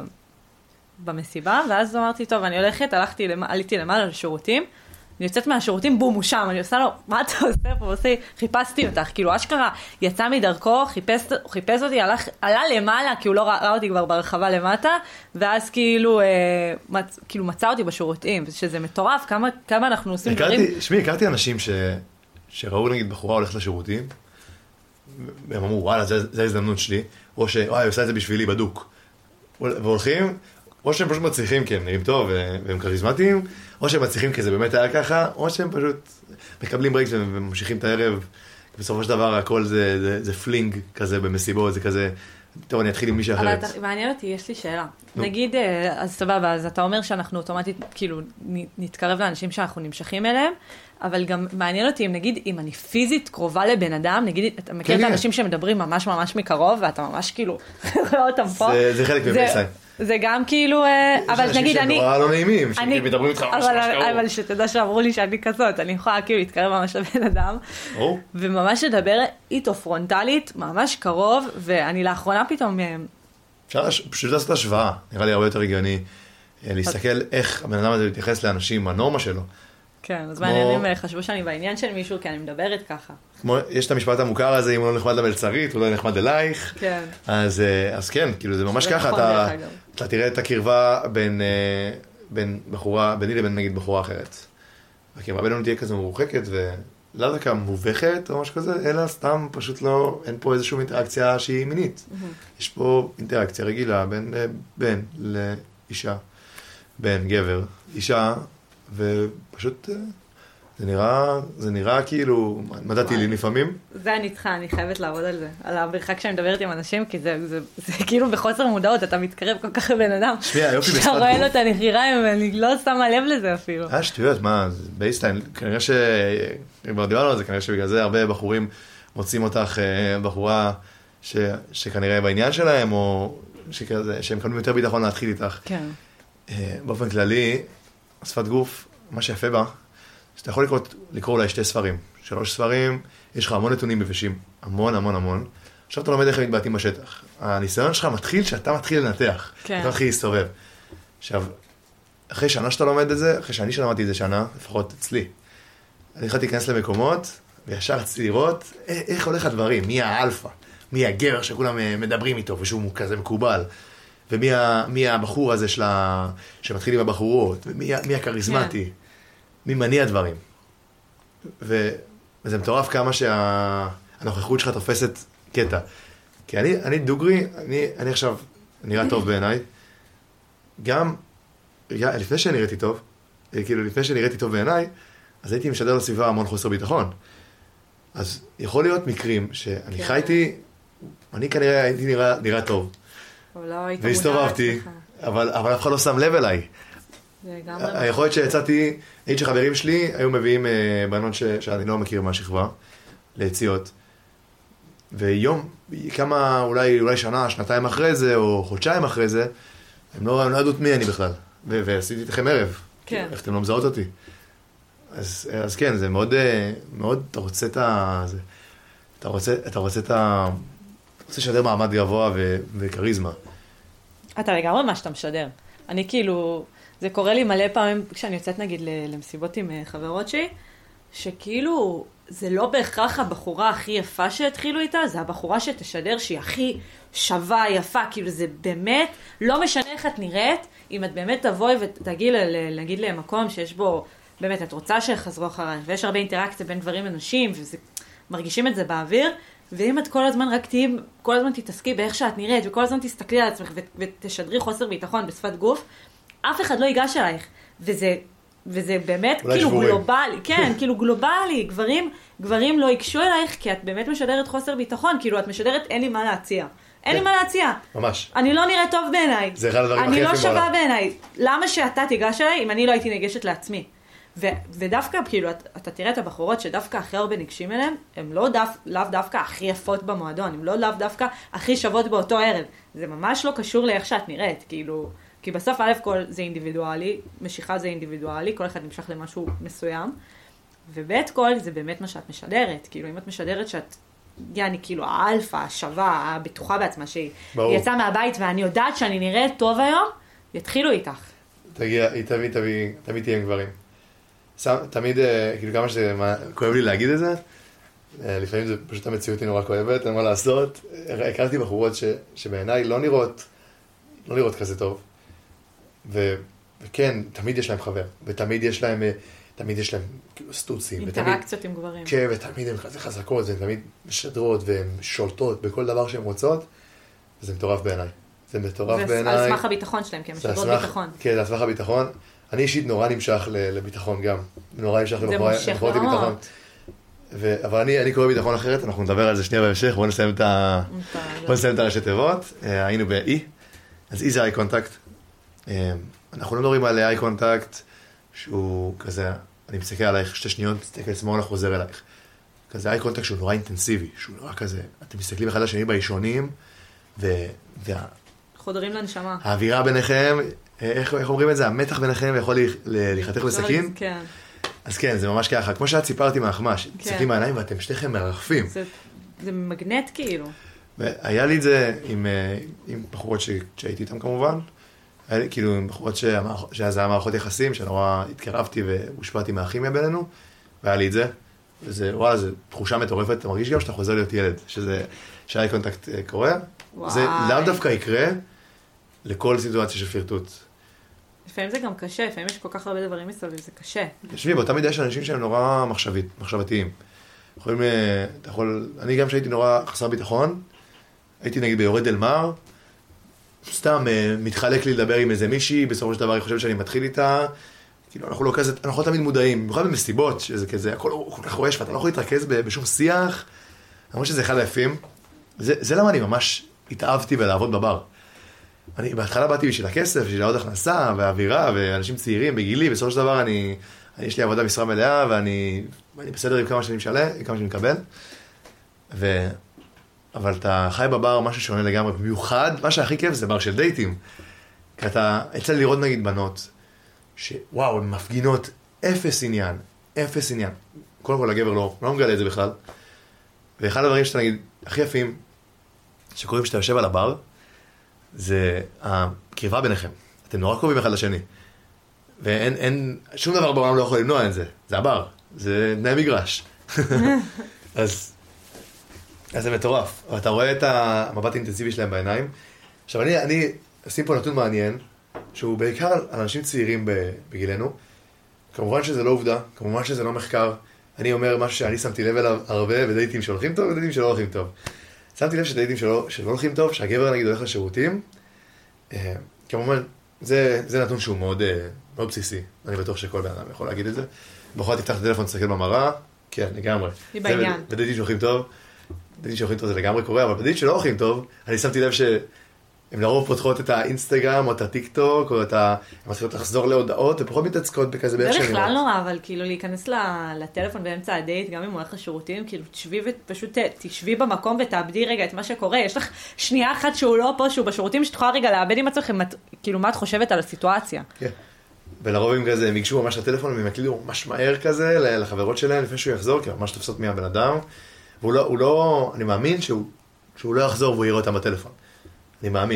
[SPEAKER 1] במסיבה, ואז אמרתי, טוב, אני הולכת, עליתי למעלה לשירותים, אני יוצאת מהשירותים, בום, הוא שם, אני עושה לו, מה אתה עושה פה? חיפשתי אותך, כאילו אשכרה, יצא מדרכו, חיפש אותי, עלה למעלה, כי הוא לא ראה אותי כבר ברחבה למטה, ואז כאילו מצא אותי בשירותים, שזה מטורף, כמה אנחנו עושים דברים.
[SPEAKER 2] הכרתי אנשים שראו נגיד בחורה הולכת לשירותים, והם אמרו, וואלה, זה ההזדמנות שלי, או וואי, עושה את זה בשבילי בדוק. והולכים, או שהם פשוט מצליחים כי הם נראים טוב והם כריזמטיים, או שהם מצליחים כי זה באמת היה ככה, או שהם פשוט מקבלים ברקס וממשיכים את הערב. בסופו של דבר הכל זה פלינג כזה במסיבות, זה כזה, טוב, אני אתחיל עם מישהי אחרת.
[SPEAKER 1] אבל מעניין אותי, יש לי שאלה. נגיד, אז סבבה, אז אתה אומר שאנחנו אוטומטית, כאילו, נתקרב לאנשים שאנחנו נמשכים אליהם, אבל גם מעניין אותי, אם אני פיזית קרובה לבן אדם, נגיד, אתה מכיר את האנשים שמדברים ממש ממש מקרוב, ואתה ממש כאילו רואה אותם פה.
[SPEAKER 2] זה חלק מבייסליין.
[SPEAKER 1] זה גם כאילו, אבל נגיד אני...
[SPEAKER 2] יש אנשים שנורא לא נעימים, שמדברים איתך ממש קרוב.
[SPEAKER 1] אבל שתדע שאמרו לי שאני כזאת, אני יכולה כאילו להתקרב ממש לבן אדם, וממש לדבר איתו פרונטלית, ממש קרוב, ואני לאחרונה פתאום...
[SPEAKER 2] אפשר פשוט לעשות השוואה, נראה לי הרבה יותר הגיוני, להסתכל איך הבן אדם הזה מתייחס לאנשים, הנורמה שלו.
[SPEAKER 1] כן, אז מעניינים חשבו שאני בעניין של מישהו, כי אני מדברת ככה.
[SPEAKER 2] יש את המשפט המוכר הזה, אם הוא לא נחמד למלצרית, הוא לא נחמד אלייך.
[SPEAKER 1] כן.
[SPEAKER 2] אז כן, כאילו זה ממש ככה, אתה תראה את הקרבה בין בחורה, ביני לבין נגיד בחורה אחרת. הקרבה בינינו תהיה כזה מרוחקת, ולאו דווקא מובכת או משהו כזה, אלא סתם פשוט לא, אין פה איזושהי אינטראקציה שהיא מינית. יש פה אינטראקציה רגילה בין בן לאישה, בין גבר, אישה, ופשוט זה נראה כאילו מדעתי לי לפעמים.
[SPEAKER 1] זה אני איתך, אני חייבת לעבוד על זה, על המרחק שאני מדברת עם אנשים, כי זה כאילו בחוסר מודעות, אתה מתקרב כל כך לבן אדם.
[SPEAKER 2] שמיע, יופי בשפת גוף.
[SPEAKER 1] שאתה רואה לו את הנחיריים, ואני לא שמה לב לזה אפילו.
[SPEAKER 2] שטויות, מה, בייסליין, כנראה כבר דיברנו על זה, כנראה שבגלל זה הרבה בחורים מוצאים אותך בחורה שכנראה בעניין שלהם, או שהם קבלים יותר ביטחון להתחיל איתך.
[SPEAKER 1] כן.
[SPEAKER 2] באופן כללי, שפת גוף, מה שיפה בה, שאתה יכול לקרוא אולי 2 ספרים, 3 ספרים, יש לך המון נתונים מבשים, המון. עכשיו אתה לומד איך הם מתבעטים בשטח. הניסיון שלך מתחיל שאתה מתחיל לנתח, אתה מתחיל להסתובב. עכשיו, אחרי שנה שאתה לומד את זה, אחרי שאני שלמדתי את זה שנה, לפחות אצלי, אני התחלתי להיכנס למקומות, וישר רציתי לראות איך הולך הדברים, מי האלפא, מי הגבר שכולם מדברים איתו, ושהוא כזה מקובל. ומי הבחור הזה שמתחיל עם הבחורות, ומי הקריזמטי, מי מניע דברים. וזה מטורף כמה שהנוכחות שלך תופסת קטע. כי אני דוגרי, אני עכשיו נראה טוב בעיניי, גם לפני שנראיתי טוב, כאילו לפני שנראיתי טוב בעיניי, אז הייתי משדר לסביבה המון חוסר ביטחון. אז יכול להיות מקרים שאני חייתי, אני כנראה הייתי נראה טוב. והסתובבתי, אבל אף אחד לא שם לב אליי. יכול להיות שיצאתי, הייתי שחברים שלי היו מביאים בנות שאני לא מכיר מהשכבה, ליציאות. ויום, כמה, אולי שנה, שנתיים אחרי זה, או חודשיים אחרי זה, הם לא ידעו מי אני בכלל. ועשיתי איתכם ערב.
[SPEAKER 1] כן.
[SPEAKER 2] איך אתם לא מזהות אותי. אז כן, זה מאוד, אתה רוצה את זה. אתה רוצה לשדר מעמד גבוה וכריזמה.
[SPEAKER 1] אתה לגמרי מה שאתה משדר. אני כאילו, זה קורה לי מלא פעמים כשאני יוצאת נגיד למסיבות עם חברות שלי, שכאילו זה לא בהכרח הבחורה הכי יפה שהתחילו איתה, זה הבחורה שתשדר שהיא הכי שווה, יפה, כאילו זה באמת, לא משנה איך את נראית, אם את באמת תבואי ותגיעי נגיד למקום שיש בו, באמת את רוצה שיחזרו אחרייך, ויש הרבה אינטראקציה בין גברים ונשים, ומרגישים את זה באוויר, ואם את כל הזמן רק תהיי, כל הזמן תתעסקי באיך שאת נראית, וכל הזמן תסתכלי על עצמך ותשדרי חוסר ביטחון בשפת גוף, אף אחד לא ייגש אלייך, וזה באמת כאילו גלובלי, כן, כאילו גלובלי, גברים לא ייגשו אלייך, כי את באמת משדרת חוסר ביטחון, כאילו את משדרת אין לי מה להציע. אין לי מה להציע.
[SPEAKER 2] ממש.
[SPEAKER 1] אני לא נראה טוב בעיניי.
[SPEAKER 2] זה אחד הדברים הכי יפים
[SPEAKER 1] בעולם. אני לא שווה בעיניי. למה שאתה תיגש אליי אם אני לא הייתי ניגשת לעצמי? ודווקא, כאילו, אתה תראה את הבחורות שדווקא הכי הרבה ניגשים אליהן, הן לאו דווקא הכי יפות במועדון, הן לאו דווקא הכי שוות באותו ערב. זה ממש לא קשור לאיך שאת נראית, כאילו, כי בסוף א' כל זה אינדיבידואלי, משיכה זה אינדיבידואלי, כל אחד נמשך למשהו מסוים, וב' כל זה באמת מה שאת משדרת, כאילו, אם את משדרת שאת, יעני, כאילו, האלפה, השווה, הבטוחה בעצמה, שהיא יצאה מהבית ואני יודעת שאני נראית טוב היום, יתחילו איתך.
[SPEAKER 2] היא תמיד תהיה עם גברים. תמיד, כאילו כמה שכואב לי להגיד את זה, לפעמים זה פשוט המציאות היא נורא כואבת, אין מה לעשות. הכרתי בחורות שבעיניי לא נראות כזה טוב. וכן, תמיד יש להם חבר, ותמיד יש להם כאילו סטוצים.
[SPEAKER 1] אינטראקציות עם גברים.
[SPEAKER 2] כן, ותמיד הן כזה חזקות, והן תמיד משדרות, והן שולטות בכל דבר שהן רוצות, וזה מטורף בעיניי. זה מטורף בעיניי.
[SPEAKER 1] זה על סמך הביטחון שלהם, כי הן משדרות ביטחון.
[SPEAKER 2] כן, זה על סמך הביטחון. אני אישית נורא נמשך לביטחון גם. נורא נמשך לבחורות לביטחון. אבל אני קורא ביטחון אחרת, אנחנו נדבר על זה שנייה בהמשך, בואו נסיים את הראשי תיבות. היינו ב-E, אז E זה eye contact. אנחנו לא מדברים על eye contact, שהוא כזה, אני מסתכל עלייך 2 שניות, מסתכל שמאלה, חוזר אלייך. כזה eye contact שהוא נורא אינטנסיבי, שהוא נורא כזה, אתם מסתכלים אחד לשני בישונים,
[SPEAKER 1] חודרים לנשמה.
[SPEAKER 2] האווירה ביניכם, איך אומרים את זה? המתח ביניכם יכול להיחתך בסכין?
[SPEAKER 1] כן.
[SPEAKER 2] אז כן, זה ממש ככה. כמו שאת סיפרתי מהחמש, תסתכלים מהעיניים ואתם שניכם מרחפים.
[SPEAKER 1] זה מגנט כאילו.
[SPEAKER 2] היה לי את זה עם בחורות שהייתי איתן כמובן. היה לי כאילו עם בחורות שזה היה מערכות יחסים, שנורא התקרבתי והושפעתי מהכימיה בינינו, והיה לי את זה. וזה, וואלה, זו תחושה מטורפת. אתה מרגיש גם שאתה חוזר להיות ילד, שהאי קונטקט קורה. זה לאו דווקא יקרה לכל סיטואציה של פלירטוט.
[SPEAKER 1] לפעמים זה גם קשה, לפעמים יש כל כך הרבה דברים מסביב, זה קשה.
[SPEAKER 2] תשמעי, באותה מידה יש אנשים שהם נורא מחשבתיים. אני גם שהייתי נורא חסר ביטחון, הייתי נגיד ביורד אל מר, סתם מתחלק לי לדבר עם איזה מישהי, בסופו של דבר אני חושב שאני מתחיל איתה, כאילו אנחנו לא תמיד מודעים, במיוחד במסיבות, שזה כזה, הכל כל כך רועש, ואתה לא יכול להתרכז בשום שיח, למרות שזה אחד היפים. זה למה אני ממש התאהבתי בלעבוד בבר. אני בהתחלה באתי בשביל הכסף, בשביל עוד הכנסה, והאווירה, ואנשים צעירים בגילי, בסופו של דבר יש לי עבודה משרה מלאה, ואני בסדר עם כמה שאני משלם, כמה שאני מקבל. אבל אתה חי בבר משהו שונה לגמרי, במיוחד, מה שהכי כיף זה בר של דייטים. כי אתה יצא לראות נגיד בנות, שוואו, הן מפגינות אפס עניין. קודם כל הגבר לא מגלה את זה בכלל. ואחד הדברים שאתה נגיד הכי יפים, שקוראים שאתה יושב על הבר, זה הקרבה ביניכם. אתם נורא קרובים אחד לשני. ואין, שום דבר בעולם לא יכול למנוע את זה. זה הבר. זה תנאי מגרש. אז זה מטורף. אתה רואה את המבט האינטנסיבי שלהם בעיניים. עכשיו, אני אשים פה נתון מעניין, שהוא בעיקר על אנשים צעירים בגילנו. כמובן שזה לא עובדה, כמובן שזה לא מחקר. אני אומר משהו שאני שמתי לב אליו הרבה בדייטים שהולכים טוב ודייטים שלא הולכים טוב. שמתי לב שדייטים שלא הולכים טוב, שהגבר נגיד הולך לשירותים. כמובן, זה נתון שהוא מאוד בסיסי. אני בטוח שכל בן אדם יכול להגיד את זה. בחורה תפתח את הטלפון, תסתכל במראה. כן, לגמרי.
[SPEAKER 1] היא בעניין.
[SPEAKER 2] בדייטים שהולכים טוב, בדייטים שהולכים טוב זה לגמרי קורה, אבל בדייטים שלא הולכים טוב, אני שמתי לב הם לרוב פותחות את האינסטגרם או את הטיק טוק, או הם מתחילות לחזור להודעות, ופחות מתעסקות בכזה בערך שאני
[SPEAKER 1] זה בכלל נורא, אבל כאילו להיכנס לטלפון באמצע הדייט, גם אם הוא הולך לשירותים, כאילו תשבי במקום ותאבדי רגע את מה שקורה. יש לך שנייה אחת שהוא לא פה, שהוא בשירותים, שתוכל רגע לאבד עם עצמך, כאילו מה את חושבת על הסיטואציה. כן.
[SPEAKER 2] ולרוב הם כזה, הם ייגשו ממש לטלפון, והם יקלידו ממש מהר כזה לחברות שלהם, לפני שהוא יחזור, כי ממש תופסות מהבן אדם. והוא לא, אני מאמין שהוא לא יחזור והוא יראה אותם בטלפון. אני מאמין.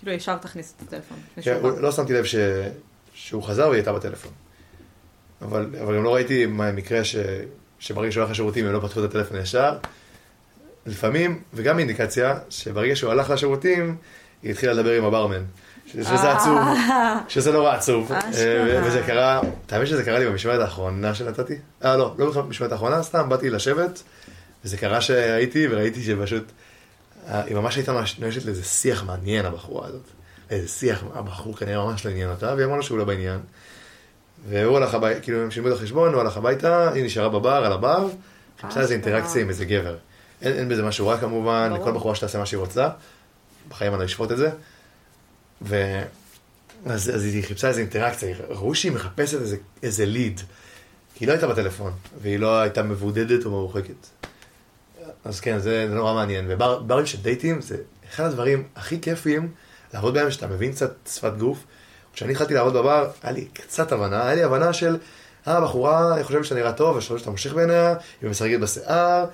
[SPEAKER 1] כאילו ישר תכניס את הטלפון.
[SPEAKER 2] כן, לא שמתי לב שהוא חזר והיא הייתה בטלפון. אבל גם לא ראיתי מקרה שברגע שהוא הלך לשירותים הם לא פתחו את הטלפון ישר. לפעמים, וגם אינדיקציה, שברגע שהוא הלך לשירותים, היא התחילה לדבר עם הברמן. שזה עצוב, שזה נורא עצוב. וזה קרה, תאמין שזה קרה לי במשמרת האחרונה שנתתי? לא במשמרת האחרונה, סתם באתי לשבת, וזה קרה שהייתי וראיתי שפשוט, היא ממש הייתה נואשת לאיזה שיח מעניין הבחורה הזאת. איזה שיח, הבחור כנראה ממש לא עניין אותה, והיא אמרה לו שהוא לא בעניין. והוא הלך הביתה, כאילו הם שילמו את החשבון, הוא הלך הביתה, היא נשארה בבר, על הבר, חיפשה איזה אינטראקציה עם איזה גבר. אין בזה משהו רע כמובן, לכל בחורה שתעשה מה שהיא רוצה, בחיים אני לא אשפוט את זה. אז היא חיפשה איזה אינטראקציה, ראו שהיא מחפשת איזה ליד, כי היא לא הייתה בטלפון, והיא לא הייתה מבודדת או מרוחקת. אז כן, זה נורא מעניין, וברים של דייטים זה אחד הדברים הכי כיפיים לעבוד בהם, שאתה מבין קצת שפת גוף. כשאני התחלתי לעבוד בבר, היה לי קצת הבנה, היה לי הבנה של, בחורה, אני חושב שאתה נראה טוב, אני חושב שאתה מושך בעיניה, היא משחקת בשיער,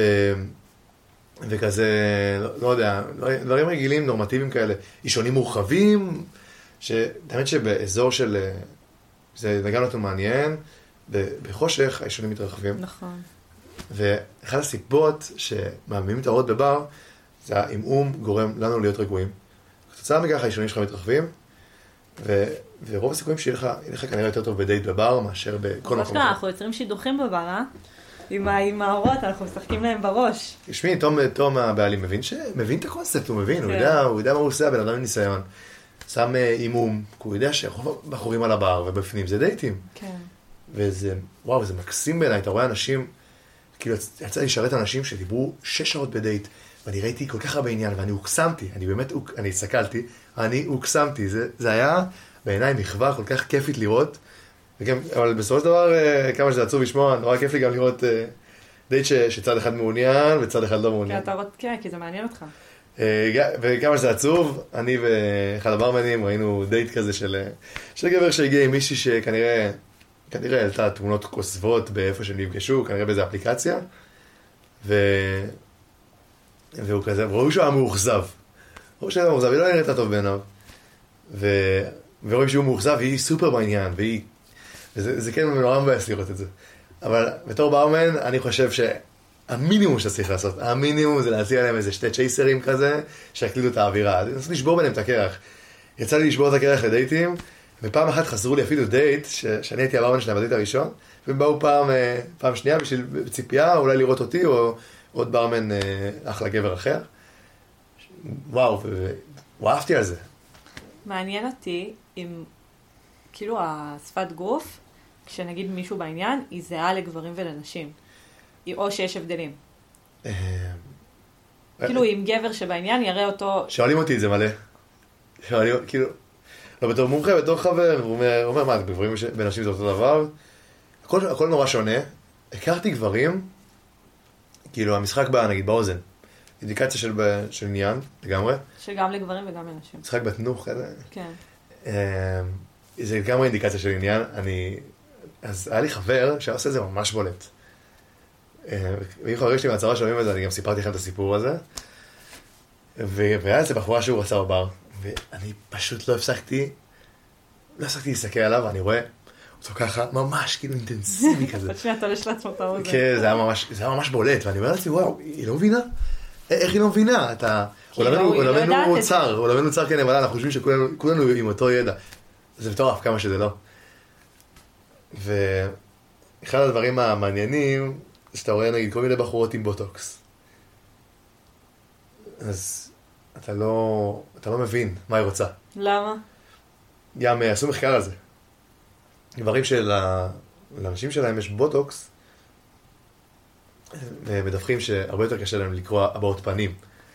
[SPEAKER 2] וכזה, לא יודע, דברים רגילים, נורמטיביים כאלה, אישונים מורחבים, שתאמת שבאזור של, זה גם נתון מעניין, בחושך האישונים מתרחבים.
[SPEAKER 1] נכון.
[SPEAKER 2] ואחת הסיבות שמעממים את האורות בבר, זה האמאום גורם לנו להיות רגועים. כתוצאה מכך האישונים שלך מתרחבים, ורוב הסיכויים שיהיה לך כנראה יותר טוב בדייט בבר מאשר בכל מקום.
[SPEAKER 1] אנחנו יוצרים שידוכים בבר, עם האורות, אנחנו משחקים להם בראש.
[SPEAKER 2] תשמעי, תום הבעלים מבין את הקונספט, הוא מבין, הוא יודע מה הוא עושה, בן אדם עם ניסיון. שם אימום, הוא יודע שרוב הבחורים על הבר ובפנים זה דייטים.
[SPEAKER 1] כן.
[SPEAKER 2] וזה, וואו, זה מקסים בעיניי, אתה רואה אנשים, כאילו יצא לי לשרת אנשים שדיברו 6 שעות בדייט, ואני ראיתי כל כך הרבה עניין, ואני הוקסמתי, אני הסתכלתי, אני הוקסמתי, זה היה בעיניי מחווה כל כך כיפית לראות, אבל בסופו של דבר, כמה שזה עצוב לשמוע, נורא כיף לי גם לראות דייט שצד אחד מעוניין וצד אחד לא מעוניין.
[SPEAKER 1] כן, כי זה מעניין אותך.
[SPEAKER 2] וכמה שזה עצוב, אני ואחד הברמנים ראינו דייט כזה של גבר שהגיע עם מישהי שכנראה העלתה תמונות כוסבות באיפה שהם נפגשו, כנראה באיזו אפליקציה, והוא כזה, וראו שהוא היה מאוכזב. ראו שהוא היה מאוכזב, היא לא נראית טוב בעיניו. ורואים שהוא מאוכזב, והיא סופר בעניין, וזה כן נורא מבאס לראות את זה. אבל בתור ברמן, אני חושב שהמינימום שאתה צריך לעשות, המינימום זה להציע להם איזה 2 צ'ייסרים כזה, שיקלידו את האווירה. נסו לשבור ביניהם את הקרח. יצא לי לשבור את הקרח לדייטים, ופעם אחת חזרו לי אפילו דייט, שאני הייתי הברמן שלהם בדייט הראשון, והם באו פעם שנייה בשביל ציפייה, אולי לראות אותי, או עוד ברמן אחלה גבר אחר. וואו, ואהבתי על זה.
[SPEAKER 1] מעניין אותי אם, כאילו השפת גוף, כשנגיד מישהו בעניין, היא זהה לגברים ולנשים. או שיש הבדלים. כאילו אם גבר שבעניין יראה אותו...
[SPEAKER 2] שואלים אותי את זה מלא. כאילו, לא בתור מומחה, בתור חבר, הוא אומר, מה, בגברים ובנשים זה אותו דבר? הכל נורא שונה. הכרתי גברים, כאילו המשחק נגיד באוזן. אינדיקציה של עניין, לגמרי.
[SPEAKER 1] שגם לגברים וגם לנשים.
[SPEAKER 2] משחק בתנוך, כזה.
[SPEAKER 1] כן.
[SPEAKER 2] זה לגמרי אינדיקציה של עניין. אז היה לי חבר שעושה את זה ממש בולט. ואם חברים שלי מהצבא שומעים את זה, אני גם סיפרתי לכם את הסיפור הזה. והיה איזה בחורה שהוא רצה בבר, ואני פשוט לא הפסקתי להסתכל עליו, ואני רואה אותו ככה, ממש כאילו אינטנסיבי כזה.
[SPEAKER 1] עוד שנייה תולש לעצמו את האוזן.
[SPEAKER 2] כן, זה היה ממש בולט, ואני אומר לעצמי, וואו, היא לא מבינה? איך היא לא מבינה? עולמנו צר כנבלה, אנחנו חושבים שכולנו עם אותו ידע. זה מטורף, כמה שזה לא. ואחד הדברים המעניינים, זה שאתה רואה נגיד כל מיני בחורות עם בוטוקס. אז אתה לא מבין מה היא רוצה.
[SPEAKER 1] למה?
[SPEAKER 2] גם עשו מחקר על זה. גברים שלאנשים שלהם יש בוטוקס, ומדווחים שהרבה יותר קשה להם לקרוא הבעות פנים.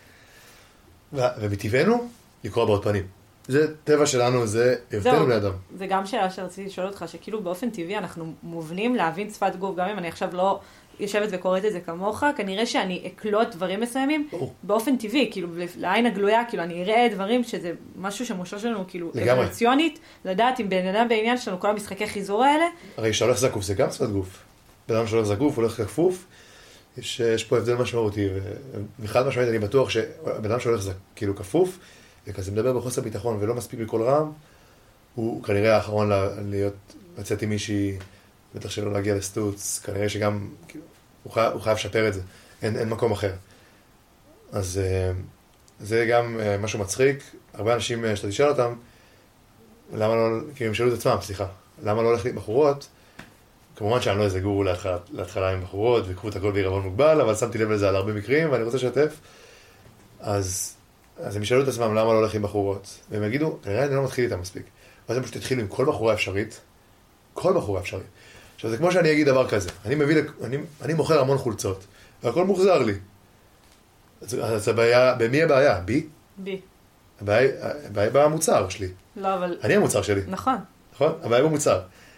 [SPEAKER 2] ומטבענו, לקרוא הבעות פנים. זה טבע שלנו, זה הבדלנו בני אדם.
[SPEAKER 1] זה גם שאלה שרציתי לשאול אותך, שכאילו באופן טבעי אנחנו מובנים להבין שפת גוף, גם אם אני עכשיו לא יושבת וקוראת את זה כמוך, כנראה שאני אקלוט דברים מסוימים באופן טבעי, כאילו לעין הגלויה, כאילו אני אראה דברים שזה משהו שמושש לנו, כאילו אבולוציונית, לדעת אם בן אדם בעניין שלנו כל המשחקי חיזור האלה.
[SPEAKER 2] הרי שהולך זקוף זה גם שפת גוף. בן אדם שהולך זקוף, הולך כפוף, יש פה הבדל משמעותי, ובכלל משמעית אני בטוח שבן אדם שהולך כאילו כפוף, וכזה מדבר בחוסר ביטחון ולא מספיק בכל רם, הוא כנראה האחרון לצאת עם מישהי, בטח שלא להגיע לסטוץ, כנראה שגם, כאילו, הוא חייב לשפר את זה, אין מקום אחר. אז זה גם משהו מצחיק, הרבה אנשים שאתה תשאל אותם, למה לא, כאילו הם שאלו את עצמם, סליחה, למה לא הולך לי עם בחורות? כמובן שאני לא איזה גורו להתחלה עם בחורות, וקחו את הכל בעירבון מוגבל, אבל שמתי לב לזה על הרבה מקרים, ואני רוצה לשתף. אז הם ישאלו את עצמם למה לא הולך עם בחורות, והם יגידו, כנראה אני לא מתחיל איתם מספיק. ואז הם פשוט התחילו עם כל בחורה אפשרית, כל בחורה אפשרית. עכשיו זה כמו שאני אגיד דבר כזה, אני מוכר המון חולצות, והכל מוחזר לי. אז הבעיה, במי הבעיה? בי?
[SPEAKER 1] בי.
[SPEAKER 2] הבעיה במוצר שלי.
[SPEAKER 1] לא, אבל...
[SPEAKER 2] אני המוצר שלי.
[SPEAKER 1] נכון.
[SPEAKER 2] נכון? הבעיה במוצר.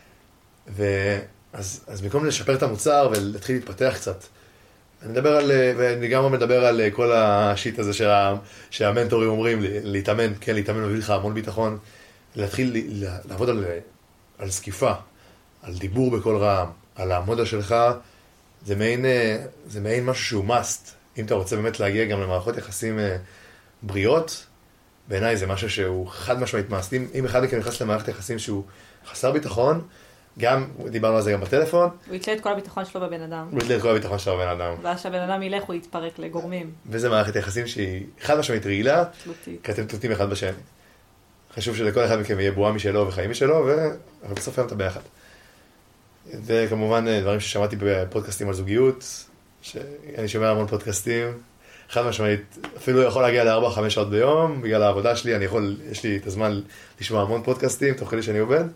[SPEAKER 2] אז במקום לשפר את המוצר ולהתחיל להתפתח קצת, ואני גם מדבר על כל השיט הזה שהמנטורים אומרים, להתאמן, כן, להתאמן מביא לך המון ביטחון, להתחיל לעבוד על סקיפה, על דיבור בכל רעם, על המודה שלך, זה מעין משהו שהוא must. אם אתה רוצה באמת להגיע גם למערכות יחסים בריאות, בעיניי זה משהו שהוא חד משמעית must. אם אחד מכם נכנס למערכת יחסים שהוא חסר ביטחון, גם, דיברנו על זה גם בטלפון. הוא
[SPEAKER 1] יתלה את כל הביטחון שלו בבן אדם.
[SPEAKER 2] הוא יתלה את כל הביטחון שלו בבן אדם.
[SPEAKER 1] ואז שהבן אדם ילך, הוא יתפרק לגורמים.
[SPEAKER 2] וזה מערכת יחסים שהיא חד משמעית רעילה, כי אתם תלותים אחד בשני. חשוב שלכל אחד מכם יהיה בועה משלו וחיים משלו, אבל בסוף היום אתה ביחד. זה כמובן דברים ששמעתי בפודקאסטים על זוגיות, שאני שומע המון פודקאסטים, חד משמעית, אפילו יכול להגיע ל4-5 שעות ביום, בגלל העבודה שלי, יש לי את הזמן לשמוע המון פודקאסטים, תוך כדי שאני עובד.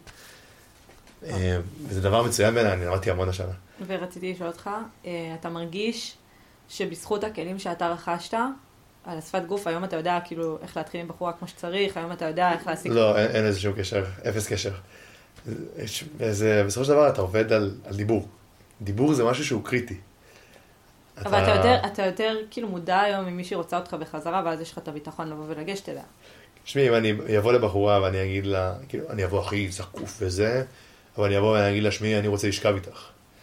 [SPEAKER 2] וזה דבר מצוין בעיניי, אני למדתי המון השנה.
[SPEAKER 1] ורציתי לשאול אותך, אתה מרגיש שבזכות הכלים שאתה רכשת, על השפת גוף, היום אתה יודע כאילו איך להתחיל עם בחורה כמו שצריך, היום אתה יודע איך להשיג...
[SPEAKER 2] לא, אין איזה שום קשר, אפס קשר. בסופו של דבר אתה עובד על דיבור. דיבור זה משהו שהוא קריטי.
[SPEAKER 1] אבל אתה יותר כאילו מודע היום אם מישהי רוצה אותך בחזרה, ואז יש לך את הביטחון לבוא ולגשת אליה.
[SPEAKER 2] תשמעי, אם אני אבוא לבחורה ואני אגיד לה, כאילו, אני אבוא הכי זקוף וזה, אבל אני אבוא ואני אגיד לה, שמי, אני רוצה לשכב איתך.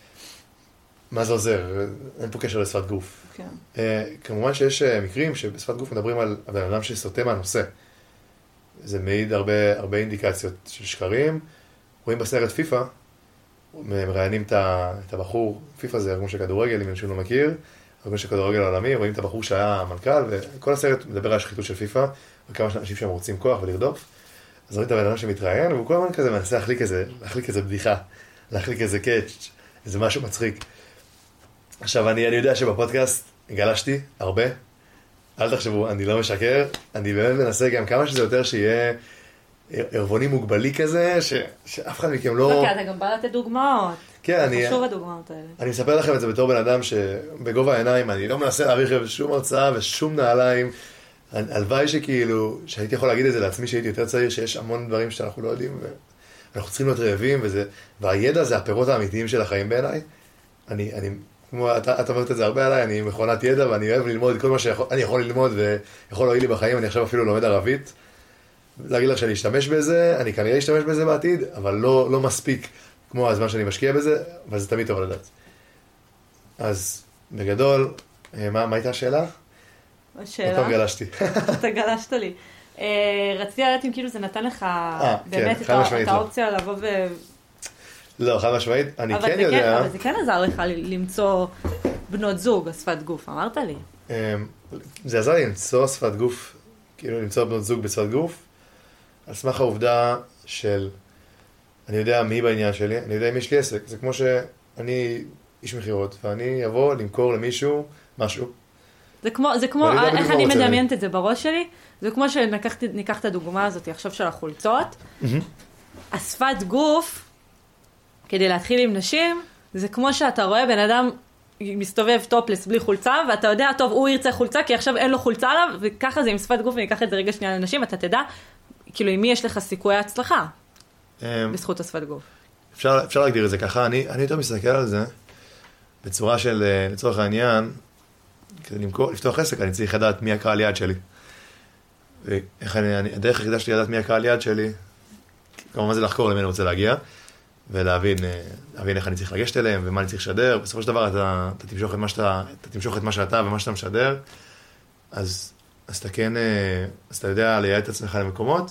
[SPEAKER 2] מה זה עוזר? אין פה קשר לשפת גוף.
[SPEAKER 1] כן.
[SPEAKER 2] כמובן שיש מקרים שבשפת גוף מדברים על הבן אדם שסוטה מהנושא. זה מעיד הרבה אינדיקציות של שקרים. רואים בסרט פיפה, מראיינים את הבחור, פיפה זה ארגון של כדורגל, אם מישהו לא מכיר, ארגון של כדורגל העולמי, רואים את הבחור שהיה המנכ"ל, וכל הסרט מדבר על השחיתות של פיפה, וכמה אנשים שהם רוצים כוח ולרדוף. אז רואים את הבן אדם שמתראיין, והוא כל הזמן כזה מנסה להחליק איזה בדיחה, להחליק איזה קאץ', איזה משהו מצחיק. עכשיו, אני יודע שבפודקאסט גלשתי הרבה, אל תחשבו, אני לא משקר, אני באמת מנסה גם כמה שזה יותר שיהיה ערבוני מוגבלי כזה, שאף אחד מכם לא...
[SPEAKER 1] אוקיי, אתה גם בא לתת דוגמאות.
[SPEAKER 2] כן,
[SPEAKER 1] חשוב הדוגמאות האלה.
[SPEAKER 2] אני מספר לכם את זה בתור בן אדם שבגובה העיניים, אני לא מנסה להעריך שום הרצאה ושום נעליים. הלוואי שכאילו, שהייתי יכול להגיד את זה לעצמי שהייתי יותר צעיר, שיש המון דברים שאנחנו לא יודעים, ואנחנו צריכים להיות רעבים, והידע זה הפירות האמיתיים של החיים בעיניי. כמו, את אומרת את זה הרבה עליי, אני מכונת ידע ואני אוהב ללמוד כל מה שאני יכול ללמוד ויכול להועיל לי בחיים, אני עכשיו אפילו לומד ערבית. להגיד לך שאני אשתמש בזה, אני כנראה אשתמש בזה בעתיד, אבל לא מספיק כמו הזמן שאני משקיע בזה, אבל זה תמיד טוב לדעת. אז בגדול, מה הייתה השאלה?
[SPEAKER 1] השאלה?
[SPEAKER 2] אותם גלשתי.
[SPEAKER 1] אתה גלשת לי. רציתי לדעת אם כאילו זה נתן לך באמת את האופציה לבוא
[SPEAKER 2] לא, חד משמעית, אני כן יודע...
[SPEAKER 1] אבל זה כן עזר לך למצוא בנות זוג, השפת גוף, אמרת לי.
[SPEAKER 2] זה עזר לי למצוא שפת גוף, כאילו למצוא בנות זוג בשפת גוף, על סמך העובדה של... אני יודע מי בעניין שלי, אני יודע אם יש לי עסק. זה כמו שאני איש מכירות, ואני אבוא למכור למישהו משהו.
[SPEAKER 1] זה כמו איך אני מדמיינת את זה בראש שלי, זה כמו שניקח את הדוגמה הזאת עכשיו של החולצות. השפת גוף... כדי להתחיל עם נשים, זה כמו שאתה רואה בן אדם מסתובב טופלס בלי חולצה, ואתה יודע, טוב, הוא ירצה חולצה, כי עכשיו אין לו חולצה עליו, וככה זה עם שפת גוף, וניקח את זה רגע שנייה לנשים, אתה תדע, כאילו, עם מי יש לך סיכויי הצלחה, בזכות השפת גוף.
[SPEAKER 2] אפשר להגדיר את זה ככה, אני יותר מסתכל על זה, בצורה של, לצורך העניין, כדי לפתוח עסק, אני צריך לדעת מי הקהל יעד שלי. הדרך היחידה שלי לדעת מי הקהל יעד שלי, כמובן זה לחקור למי אני רוצה להגיע, ולהבין איך אני צריך לגשת אליהם, ומה אני צריך לשדר. בסופו של דבר, אתה תמשוך את מה שאתה ומה שאתה משדר. אז אז אתה כן, אז אתה יודע לייעד את עצמך למקומות,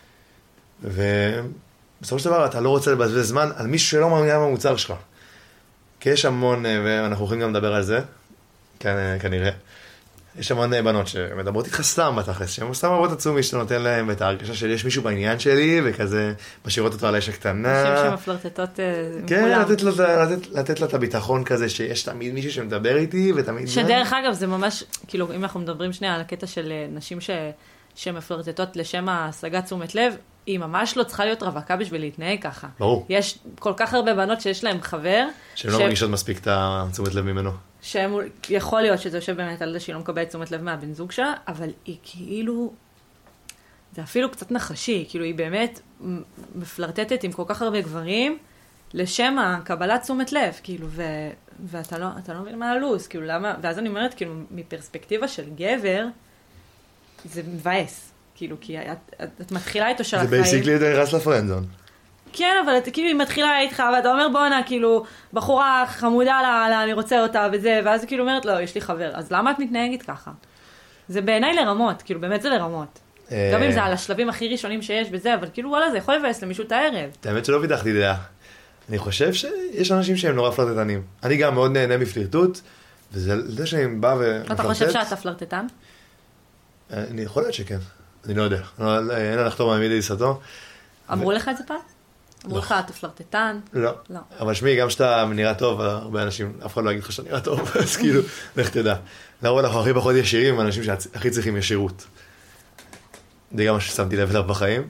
[SPEAKER 2] ובסופו של דבר אתה לא רוצה לבזבז זמן על מישהו שלא מעוניין במוצר שלך. כי יש המון, ואנחנו יכולים גם לדבר על זה, כנראה. יש המון בנות שמדברות איתך סתם בתכלס, שהן סתם אוהבות עצומי שאתה נותן להם את ההרגשה של יש מישהו בעניין שלי, וכזה משאירות אותו על האש הקטנה.
[SPEAKER 1] אנשים שמפלרטטות עם
[SPEAKER 2] כן,
[SPEAKER 1] כולם.
[SPEAKER 2] לתת לה את הביטחון כזה שיש תמיד מישהו שמדבר איתי, ותמיד...
[SPEAKER 1] שדרך אגב זה ממש, כאילו אם אנחנו מדברים שנייה על הקטע של נשים שמפלרטטות לשם ההשגת תשומת לב, היא ממש לא צריכה להיות רווקה בשביל להתנהג ככה.
[SPEAKER 2] ברור.
[SPEAKER 1] יש כל כך הרבה בנות שיש להם חבר.
[SPEAKER 2] שהן לא מרגישות מספיק את התשומת לב ממנו.
[SPEAKER 1] יכול להיות שזה יושב באמת על זה שהיא לא מקבלת תשומת לב מהבן זוג שלה, אבל היא כאילו, זה אפילו קצת נחשי, כאילו היא באמת מפלרטטת עם כל כך הרבה גברים, לשם הקבלת תשומת לב, כאילו, ואתה לא מבין מה הלו"ז, כאילו למה, ואז אני אומרת, כאילו, מפרספקטיבה של גבר, זה מבאס, כאילו, כי את מתחילה איתו של החיים.
[SPEAKER 2] זה בייסיקלי רס לפרנדזון.
[SPEAKER 1] כן, אבל כאילו היא מתחילה איתך, ואתה אומר בונה, כאילו, בחורה חמודה לה, אני רוצה אותה וזה, ואז היא כאילו אומרת, לא, יש לי חבר, אז למה את מתנהגת ככה? זה בעיניי לרמות, כאילו, באמת זה לרמות. גם אם זה על השלבים הכי ראשונים שיש בזה, אבל כאילו, וואלה, זה יכול לבאס למישהו את הערב.
[SPEAKER 2] האמת שלא פיתחתי דעה. אני חושב שיש אנשים שהם נורא פלרטטנים. אני גם מאוד נהנה מפלירטוט, וזה שאני בא ומפלרטט.
[SPEAKER 1] אתה חושב שאתה פלרטטן?
[SPEAKER 2] אני יכול להיות שכן. אני לא יודע. אין לה לחתום מעמיד לעיסתו.
[SPEAKER 1] אמרו לך את זה פעם? אמרו לך, אתה פלרטטן?
[SPEAKER 2] לא. אבל שמי, גם שאתה נראה טוב, הרבה אנשים, אף אחד לא יגיד לך שאתה נראה טוב, אז כאילו, לך תדע. לרוב אנחנו הכי פחות ישירים, אנשים שהכי צריכים ישירות. זה גם מה ששמתי לב אליו בחיים.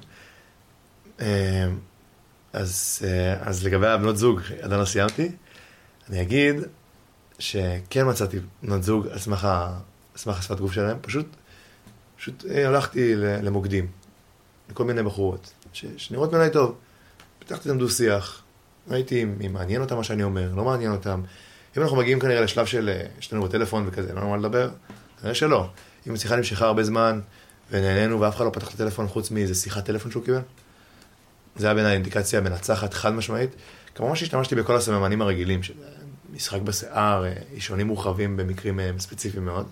[SPEAKER 2] אז לגבי הבנות זוג, עדיין לא סיימתי, אני אגיד שכן מצאתי בנות זוג על סמך השפת גוף שלהם, פשוט הלכתי למוקדים, לכל מיני בחורות, שנראות ממני טוב. פתחתי אותם דו שיח, ראיתי אם מעניין אותם מה שאני אומר, לא מעניין אותם. אם אנחנו מגיעים כנראה לשלב של יש לנו בטלפון וכזה, לא נורא לדבר, כנראה שלא. אם השיחה נמשכה הרבה זמן, ונהנינו ואף אחד לא פתח את הטלפון חוץ מאיזה שיחת טלפון שהוא קיבל, זה היה בין האינדיקציה המנצחת חד משמעית. כמובן שהשתמשתי בכל הסממנים הרגילים, של משחק בשיער, אישונים מורחבים במקרים ספציפיים מאוד.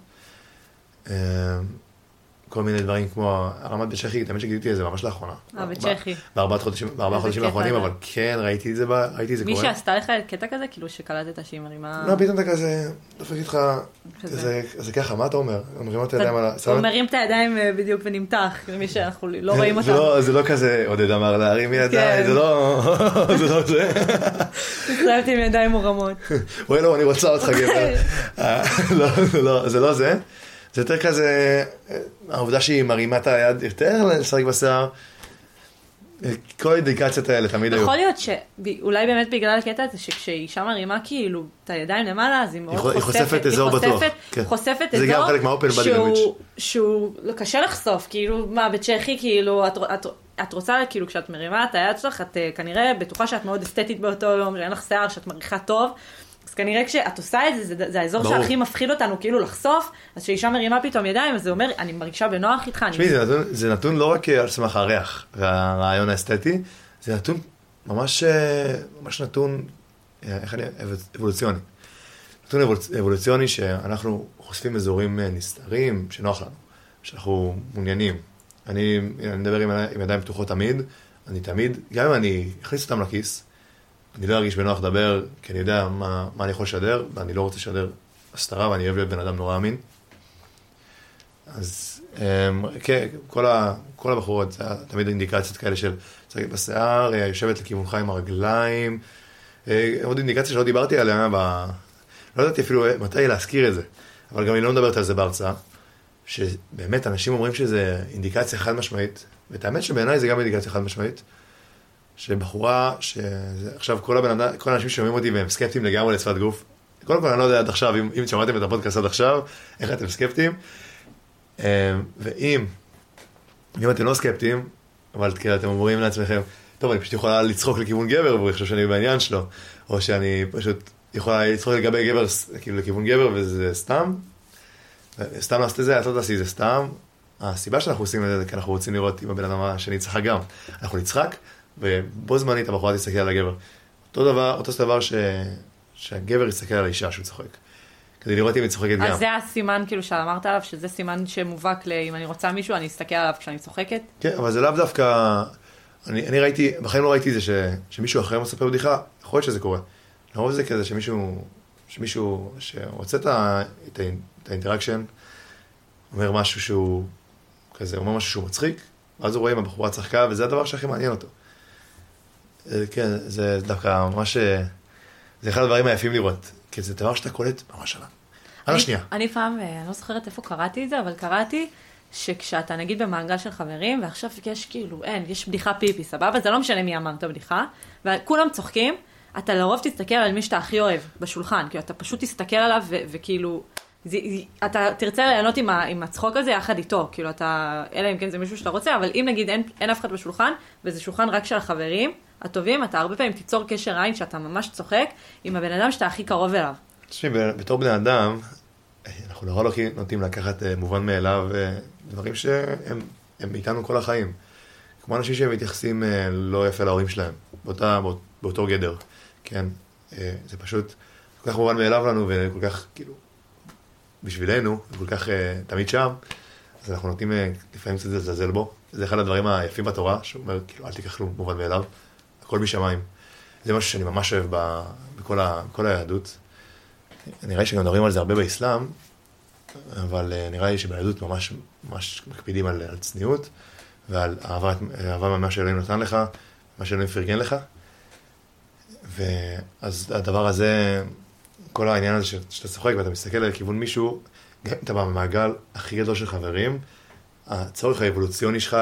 [SPEAKER 2] כל מיני דברים כמו הרמת בצ'כי, תמיד שגיליתי את זה ממש לאחרונה.
[SPEAKER 1] בצ'כי.
[SPEAKER 2] בארבעה חודשים האחרונים, אבל כן, ראיתי את זה קורה.
[SPEAKER 1] מי שעשתה לך קטע כזה, כאילו שקלטת שהיא מרימה...
[SPEAKER 2] לא, פתאום אתה כזה, דופק איתך, זה ככה, מה אתה אומר? מרים את הידיים על ה...
[SPEAKER 1] הוא מרים את הידיים בדיוק ונמתח, למי שאנחנו לא רואים אותם.
[SPEAKER 2] זה לא כזה, עודד אמר להרים ידיים, זה לא זה.
[SPEAKER 1] הסתובבתי עם ידיים מורמות.
[SPEAKER 2] וואי לא, אני רוצה אותך גבר. לא, זה לא זה. זה יותר כזה, העובדה שהיא מרימה את היד יותר לשחק בשיער, כל האינדיקציות האלה תמיד היו.
[SPEAKER 1] יכול להיות שאולי באמת בגלל הקטע הזה, שכשאישה מרימה כאילו את הידיים למעלה, אז היא מאוד חושפת.
[SPEAKER 2] היא חושפת אזור בטוח.
[SPEAKER 1] חושפת
[SPEAKER 2] זה גם חלק מהאופן בדי למיץ'.
[SPEAKER 1] שהוא קשה לחשוף, כאילו, מה, בצ'כי, כאילו, את רוצה, כאילו, כשאת מרימה את היד שלך, את כנראה בטוחה שאת מאוד אסתטית באותו יום, שאין לך שיער, שאת מריחה טוב, אז כנראה כשאת עושה את זה, זה האזור שהכי מפחיד אותנו, כאילו לחשוף, אז שאישה מרימה פתאום ידיים, אז זה אומר, אני מרגישה בנוח איתך.
[SPEAKER 2] תשמעי, זה נתון לא רק על סמך הריח והרעיון האסתטי, זה נתון ממש נתון, אבולוציוני. נתון אבולוציוני שאנחנו חושפים אזורים נסתרים, שנוח לנו, שאנחנו מעוניינים. אני מדבר עם ידיים פתוחות תמיד, אני תמיד, גם אם אני אכניס אותם לכיס, אני לא ארגיש בנוח לדבר, כי אני יודע מה אני יכול לשדר, ואני לא רוצה לשדר הסתרה, ואני אוהב להיות בן אדם נורא אמין. אז כן, כל הבחורות, זה תמיד אינדיקציות כאלה של צגת בשיער, יושבת לכיוונך עם הרגליים, עוד אינדיקציה שלא דיברתי עליה, לא ידעתי אפילו מתי להזכיר את זה, אבל גם אני לא מדברת על זה בהרצאה, שבאמת אנשים אומרים שזה אינדיקציה חד משמעית, ואת האמת שבעיניי זה גם אינדיקציה חד משמעית, שבחורה, עכשיו כל האנשים שומעים אותי והם סקפטיים לגמרי לשפת גוף, קודם כל אני לא יודע עד עכשיו, אם שמעתם את הפודקאסט עד עכשיו, איך אתם סקפטיים, ואם אתם לא סקפטיים, אבל אתם אומרים לעצמכם, טוב, אני פשוט יכולה לצחוק לכיוון גבר, והוא חושב שאני בעניין שלו, או שאני פשוט יכולה לצחוק לגבי גבר, כאילו לכיוון גבר, וזה סתם לעשות את זה, לא תעשי, זה סתם. הסיבה שאנחנו עושים את זה, כי אנחנו רוצים לראות אם הבן אדם השני יצחק גם. אנחנו נצחק, ובו זמנית הבחורה תסתכל על הגבר. אותו דבר שהגבר יסתכל על האישה שהוא צוחק. כדי לראות אם היא צוחקת גם.
[SPEAKER 1] אז זה הסימן כאילו שאמרת עליו, שזה סימן שמובהק אם אני רוצה מישהו, אני אסתכל עליו כשאני צוחקת?
[SPEAKER 2] כן, אבל זה לאו דווקא, אני ראיתי, בחיים לא ראיתי זה שמישהו אחר מספר בדיחה, יכול להיות שזה קורה. לרוב זה כזה שמישהו שרוצה את האינטראקשן, אומר משהו שהוא כזה, אומר משהו שהוא מצחיק, ואז הוא רואה אם הבחורה צחקה, וזה הדבר שהכי מעניין אותו. כן, זה דווקא ממש, זה אחד הדברים היפים לראות, כי זה דבר שאתה קולט ממש עליו. על השנייה.
[SPEAKER 1] אני פעם, אני לא זוכרת איפה קראתי את זה, אבל קראתי שכשאתה נגיד במעגל של חברים, ועכשיו יש כאילו, יש בדיחה פיפי, סבבה? זה לא משנה מי אמר את הבדיחה, וכולם צוחקים, אתה לרוב תסתכל על מי שאתה הכי אוהב בשולחן, כי אתה פשוט תסתכל עליו וכאילו, אתה תרצה ליהנות עם הצחוק הזה יחד איתו, כאילו אתה, אלא אם כן זה מישהו שאתה רוצה, אבל אם נגיד אין אף אחד בשולחן, וזה שולחן רק של החברים הטובים, אתה הרבה פעמים תיצור קשר עין שאתה ממש צוחק עם הבן אדם שאתה הכי קרוב אליו.
[SPEAKER 2] תשמעי, בתור בני אדם, אנחנו נורא לא נוטים לקחת מובן מאליו דברים שהם איתנו כל החיים. כמו אנשים שהם מתייחסים לא יפה להורים שלהם, באותו גדר, כן? זה פשוט כל כך מובן מאליו לנו וכל כך כאילו בשבילנו, וכל כך תמיד שם, אז אנחנו נוטים לפעמים קצת לזלזל בו. זה אחד הדברים היפים בתורה, שאומר כאילו אל תיקח לו מובן מאליו, הכל משמיים. זה משהו שאני ממש אוהב בכל היהדות. נראה לי שגם מדברים על זה הרבה באסלאם, אבל נראה לי שביהדות ממש מקפידים על צניעות, ועל אהבה ממה שאלוהים נתן לך, מה שאלוהים פרגן לך. ואז הדבר הזה, כל העניין הזה שאתה צוחק ואתה מסתכל על כיוון מישהו, גם אם אתה במעגל הכי גדול של חברים, הצורך האבולוציוני שלך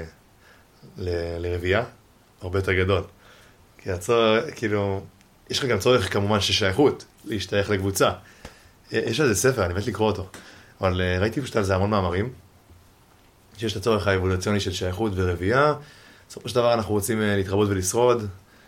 [SPEAKER 2] לרבייה הרבה יותר גדול. כי הצורך, כאילו, יש לך גם צורך כמובן של שייכות, להשתייך לקבוצה. יש על זה ספר, אני מת לקרוא אותו. אבל ראיתי פשוט על זה המון מאמרים, שיש את הצורך האבולוציוני של שייכות ורבייה. בסופו של דבר אנחנו רוצים להתרבות ולשרוד,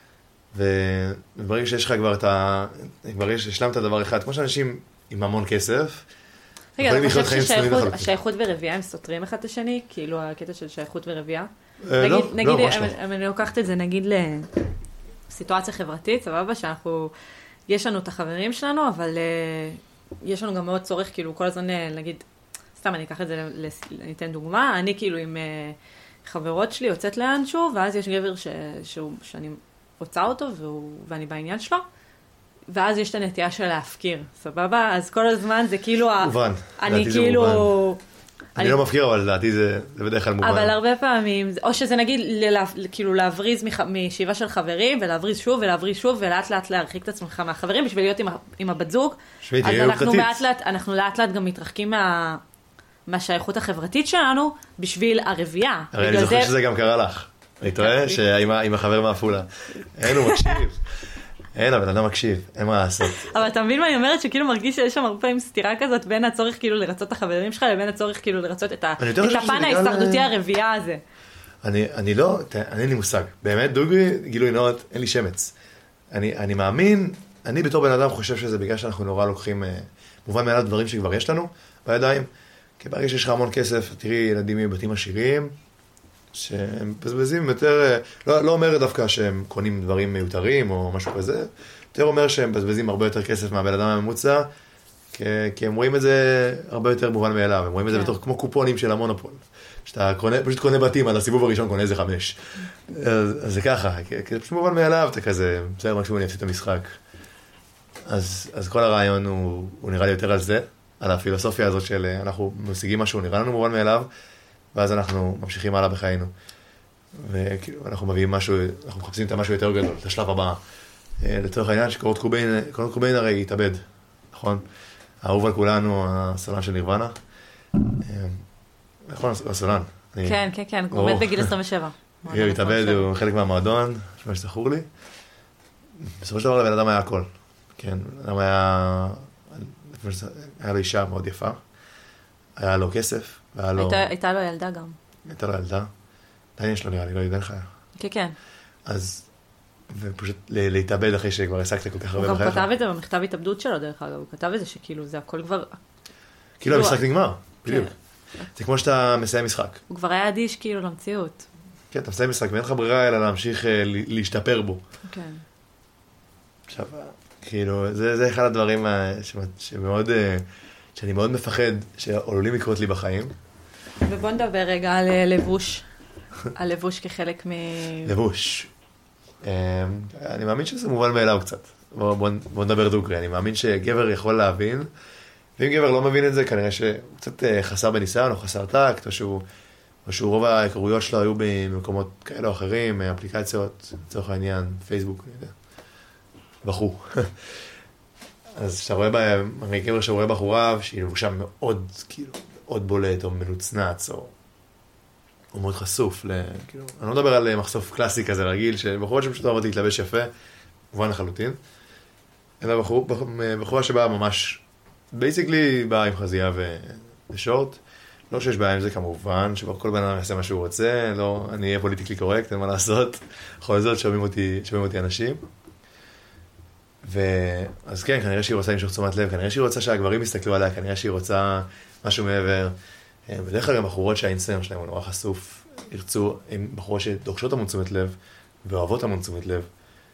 [SPEAKER 2] וברגע שיש לך ברגע שהשלמת דבר אחד, כמו שאנשים עם המון כסף,
[SPEAKER 1] רגע, אתה חושב ששייכות ורבייה הם סותרים אחד את השני? כאילו הקטע של שייכות ורבייה? נגיד, אני לוקחת את זה נגיד לסיטואציה חברתית, סבבה, יש לנו את החברים שלנו, אבל יש לנו גם מאוד צורך, כאילו כל הזמן, נגיד, סתם אני אקח את זה, אני אתן דוגמה, אני כאילו עם חברות שלי יוצאת לאנשהו, ואז יש גבר שאני רוצה אותו, ואני בעניין שלו, ואז יש את הנטייה של להפקיר, סבבה? אז כל הזמן זה כאילו...
[SPEAKER 2] מובן,
[SPEAKER 1] אני כאילו...
[SPEAKER 2] אני לא מפקיר, אבל לדעתי זה בדרך כלל מובן.
[SPEAKER 1] אבל הרבה פעמים, או שזה נגיד, כאילו להבריז משאיבה של חברים, ולהבריז שוב, ולאט לאט להרחיק את עצמך מהחברים, בשביל להיות עם הבת זוג. אז אנחנו לאט לאט גם מתרחקים מהשייכות החברתית שלנו, בשביל הרבייה.
[SPEAKER 2] הרי אני זוכר שזה גם קרה לך. אני טועה שעם החבר מהפולה. אין, הוא מקשיב. אין, אבל אדם מקשיב, אין מה לעשות. אבל
[SPEAKER 1] אתה מבין מה אני אומרת? שכאילו מרגיש שיש שם הרבה פעמים סתירה כזאת, בין הצורך כאילו לרצות את החברים שלך, לבין הצורך כאילו לרצות את הפן ההישרדותי הרבייה הזה.
[SPEAKER 2] אני לא, אין לי מושג. באמת, דוגרי, גילוי נאות, אין לי שמץ. אני מאמין, אני בתור בן אדם חושב שזה בגלל שאנחנו נורא לוקחים מובן מאליו דברים שכבר יש לנו בידיים, כי ברגע שיש לך המון כסף, תראי ילדים מבתים עשירים, שהם בזבזים יותר, לא אומר דווקא שהם קונים דברים מיותרים או משהו כזה, יותר אומר שהם בזבזים הרבה יותר כסף מהבן אדם הממוצע, כי הם רואים את זה הרבה יותר מובן מאליו, הם רואים את זה בתור כמו קופונים של המונופול, שאתה פשוט קונה בתים, על הסיבוב הראשון קונה איזה 5. אז זה ככה, כי זה פשוט מובן מאליו, אתה כזה, בסדר מקסימום אני אפסיד את המשחק. אז כל הרעיון הוא נראה לי יותר על זה, על הפילוסופיה הזאת של אנחנו משיגים משהו, נראה לנו מובן מאליו, ואז אנחנו ממשיכים הלאה בחיינו. וכאילו, אנחנו מביאים משהו, אנחנו מחפשים את המשהו יותר גדול, את השלב הבא. לצורך העניין שקורות קוביין הרי התאבד, נכון? האהוב על כולנו, הסולן של נירוונה. נכון, הסולן.
[SPEAKER 1] כן, כן, כן, הוא מת בגיל 27.
[SPEAKER 2] הוא התאבד, הוא חלק מהמועדון, שמה שזכור לי. בסופו של דבר לבן אדם היה הכל. כן, אדם היה לו אישה מאוד יפה. היה לו כסף.
[SPEAKER 1] הייתה לו ילדה גם.
[SPEAKER 2] הייתה לו ילדה. עדיין יש לו נראה לי, לא יודע לך.
[SPEAKER 1] כן, כן.
[SPEAKER 2] אז, ופשוט להתאבד אחרי שכבר עסקת כל כך הרבה בחייך.
[SPEAKER 1] הוא גם כתב את זה במכתב התאבדות שלו, דרך אגב. הוא כתב את זה שכאילו זה הכל כבר...
[SPEAKER 2] כאילו המשחק נגמר, בדיוק. זה כמו שאתה מסיים משחק.
[SPEAKER 1] הוא כבר היה אדיש כאילו למציאות.
[SPEAKER 2] כן, אתה מסיים משחק, ואין לך ברירה אלא להמשיך להשתפר בו.
[SPEAKER 1] כן.
[SPEAKER 2] עכשיו, כאילו, זה אחד הדברים שאני מאוד מפחד שעלולים לקרות לי בחיים.
[SPEAKER 1] ובוא נדבר רגע על לבוש. על לבוש כחלק
[SPEAKER 2] לבוש. אני מאמין שזה מובן מאליו קצת. בוא נדבר דוגרי. אני מאמין שגבר יכול להבין, ואם גבר לא מבין את זה, כנראה שהוא קצת חסר בניסיון או חסר טקט, או שהוא רוב ההיכרויות שלו היו במקומות כאלה או אחרים, אפליקציות, לצורך העניין, פייסבוק, בחור. אז כשאתה רואה הרי גבר שרואה בחורה שהיא לבושה מאוד, כאילו, מאוד בולט, או מנוצנץ, או מאוד חשוף, כאילו, אני לא מדבר על מחשוף קלאסי כזה רגיל, שבחורות שפשוט אוהבות להתלבש יפה, מובן לחלוטין, אלא בחורה שבאה ממש, בייסיקלי באה עם חזייה ושורט, לא שיש בעיה עם זה כמובן, שכל בן אדם יעשה מה שהוא רוצה, לא, אני אהיה פוליטיקלי קורקט, אין מה לעשות, בכל זאת שומעים אותי אנשים. אז כן, כנראה שהיא רוצה למשוך תשומת לב, כנראה שהיא רוצה שהגברים יסתכלו עליה, כנראה שהיא רוצה משהו מעבר. בדרך כלל גם בחורות שהאינסטגרם שלהם הוא נורא חשוף, ירצו, הם בחורות שדורשות המון תשומת לב, ואוהבות המון תשומת לב.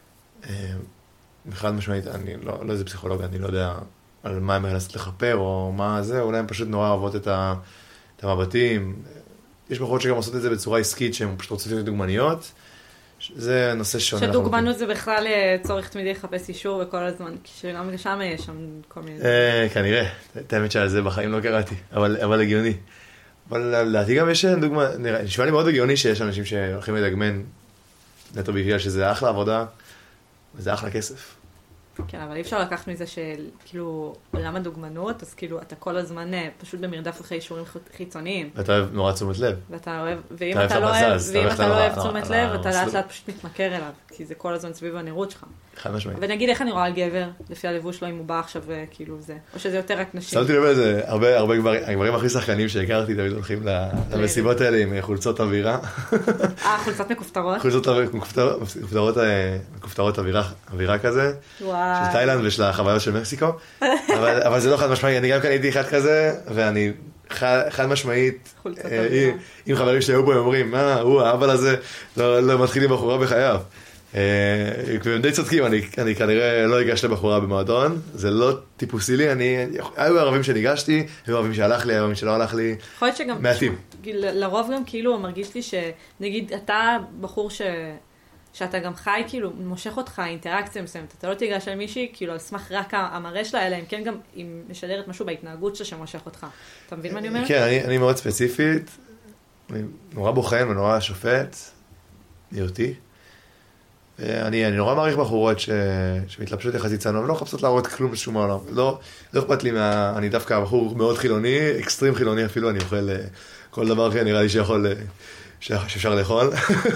[SPEAKER 2] בכלל משמעית, אני לא איזה פסיכולוג, אני לא יודע על מה הם מנסות לחפר, או מה זה, אולי הם פשוט נורא אוהבות את המבטים. יש בחורות שגם עושות את זה בצורה עסקית, שהן פשוט רוצות להיות דוגמניות. זה נושא שונה.
[SPEAKER 1] שדוגמנות זה בכלל צורך תמידי לחפש אישור וכל הזמן, כשגם שם יש שם כל מיני...
[SPEAKER 2] כנראה, האמת שעל זה בחיים לא קראתי, אבל הגיוני. אבל לדעתי גם יש דוגמה, נשמע לי מאוד הגיוני שיש אנשים שהולכים לדגמן נטו בגלל שזה אחלה עבודה, וזה אחלה כסף.
[SPEAKER 1] כן, אבל אי אפשר לקחת מזה שכאילו עולם הדוגמנות, אז כאילו אתה כל הזמן פשוט במרדף אחרי אישורים חיצוניים.
[SPEAKER 2] ואתה אוהב נורא תשומת לב.
[SPEAKER 1] ואתה אוהב, ואם אתה לא אוהב תשומת לב, אתה לאט לאט פשוט מתמכר אליו, כי זה כל הזמן סביב הנראות שלך.
[SPEAKER 2] חד משמעית.
[SPEAKER 1] ונגיד איך אני רואה על גבר, לפי הלבוש שלו אם הוא בא עכשיו כאילו זה, או שזה יותר רק נשים.
[SPEAKER 2] שמתי לב לזה, הרבה הגברים הכי שחקנים שהכרתי תמיד הולכים למסיבות האלה עם חולצות אווירה.
[SPEAKER 1] חולצות מכופתרות?
[SPEAKER 2] חולצות מכופתרות אווירה כזה. של תאילנד ושל החוויות של מקסיקו, אבל זה לא חד משמעית, אני גם קניתי אחד כזה, ואני חד משמעית, עם חברים שלי היו פה, הם אומרים, הוא האבל הזה, לא מתחיל עם בחורה בחייו. והם די צודקים, אני כנראה לא אגש לבחורה במועדון, זה לא טיפוסי לי, היו ערבים שניגשתי, היו ערבים שהלך לי, היו ערבים שלא הלך לי, מעטים.
[SPEAKER 1] לרוב גם כאילו מרגיש לי שנגיד אתה בחור שאתה גם חי, כאילו, מושך אותך אינטראקציה מסוימת, אתה לא תיגש על מישהי, כאילו, על סמך רק המראה שלה, אלא אם כן גם אם משדרת משהו בהתנהגות שלה שמושך אותך. אתה מבין מה אני אומרת?
[SPEAKER 2] כן, אני מאוד ספציפית, אני נורא בוחן ונורא שופט, מהיותי, ואני נורא מעריך בחורות שמתלבשות יחסית צנוע, ולא חפשות להראות כלום בשום העולם. לא אכפת לי אני דווקא בחור מאוד חילוני, אקסטרים חילוני אפילו, אני אוכל כל דבר כן, נראה לי שאפשר לאכול.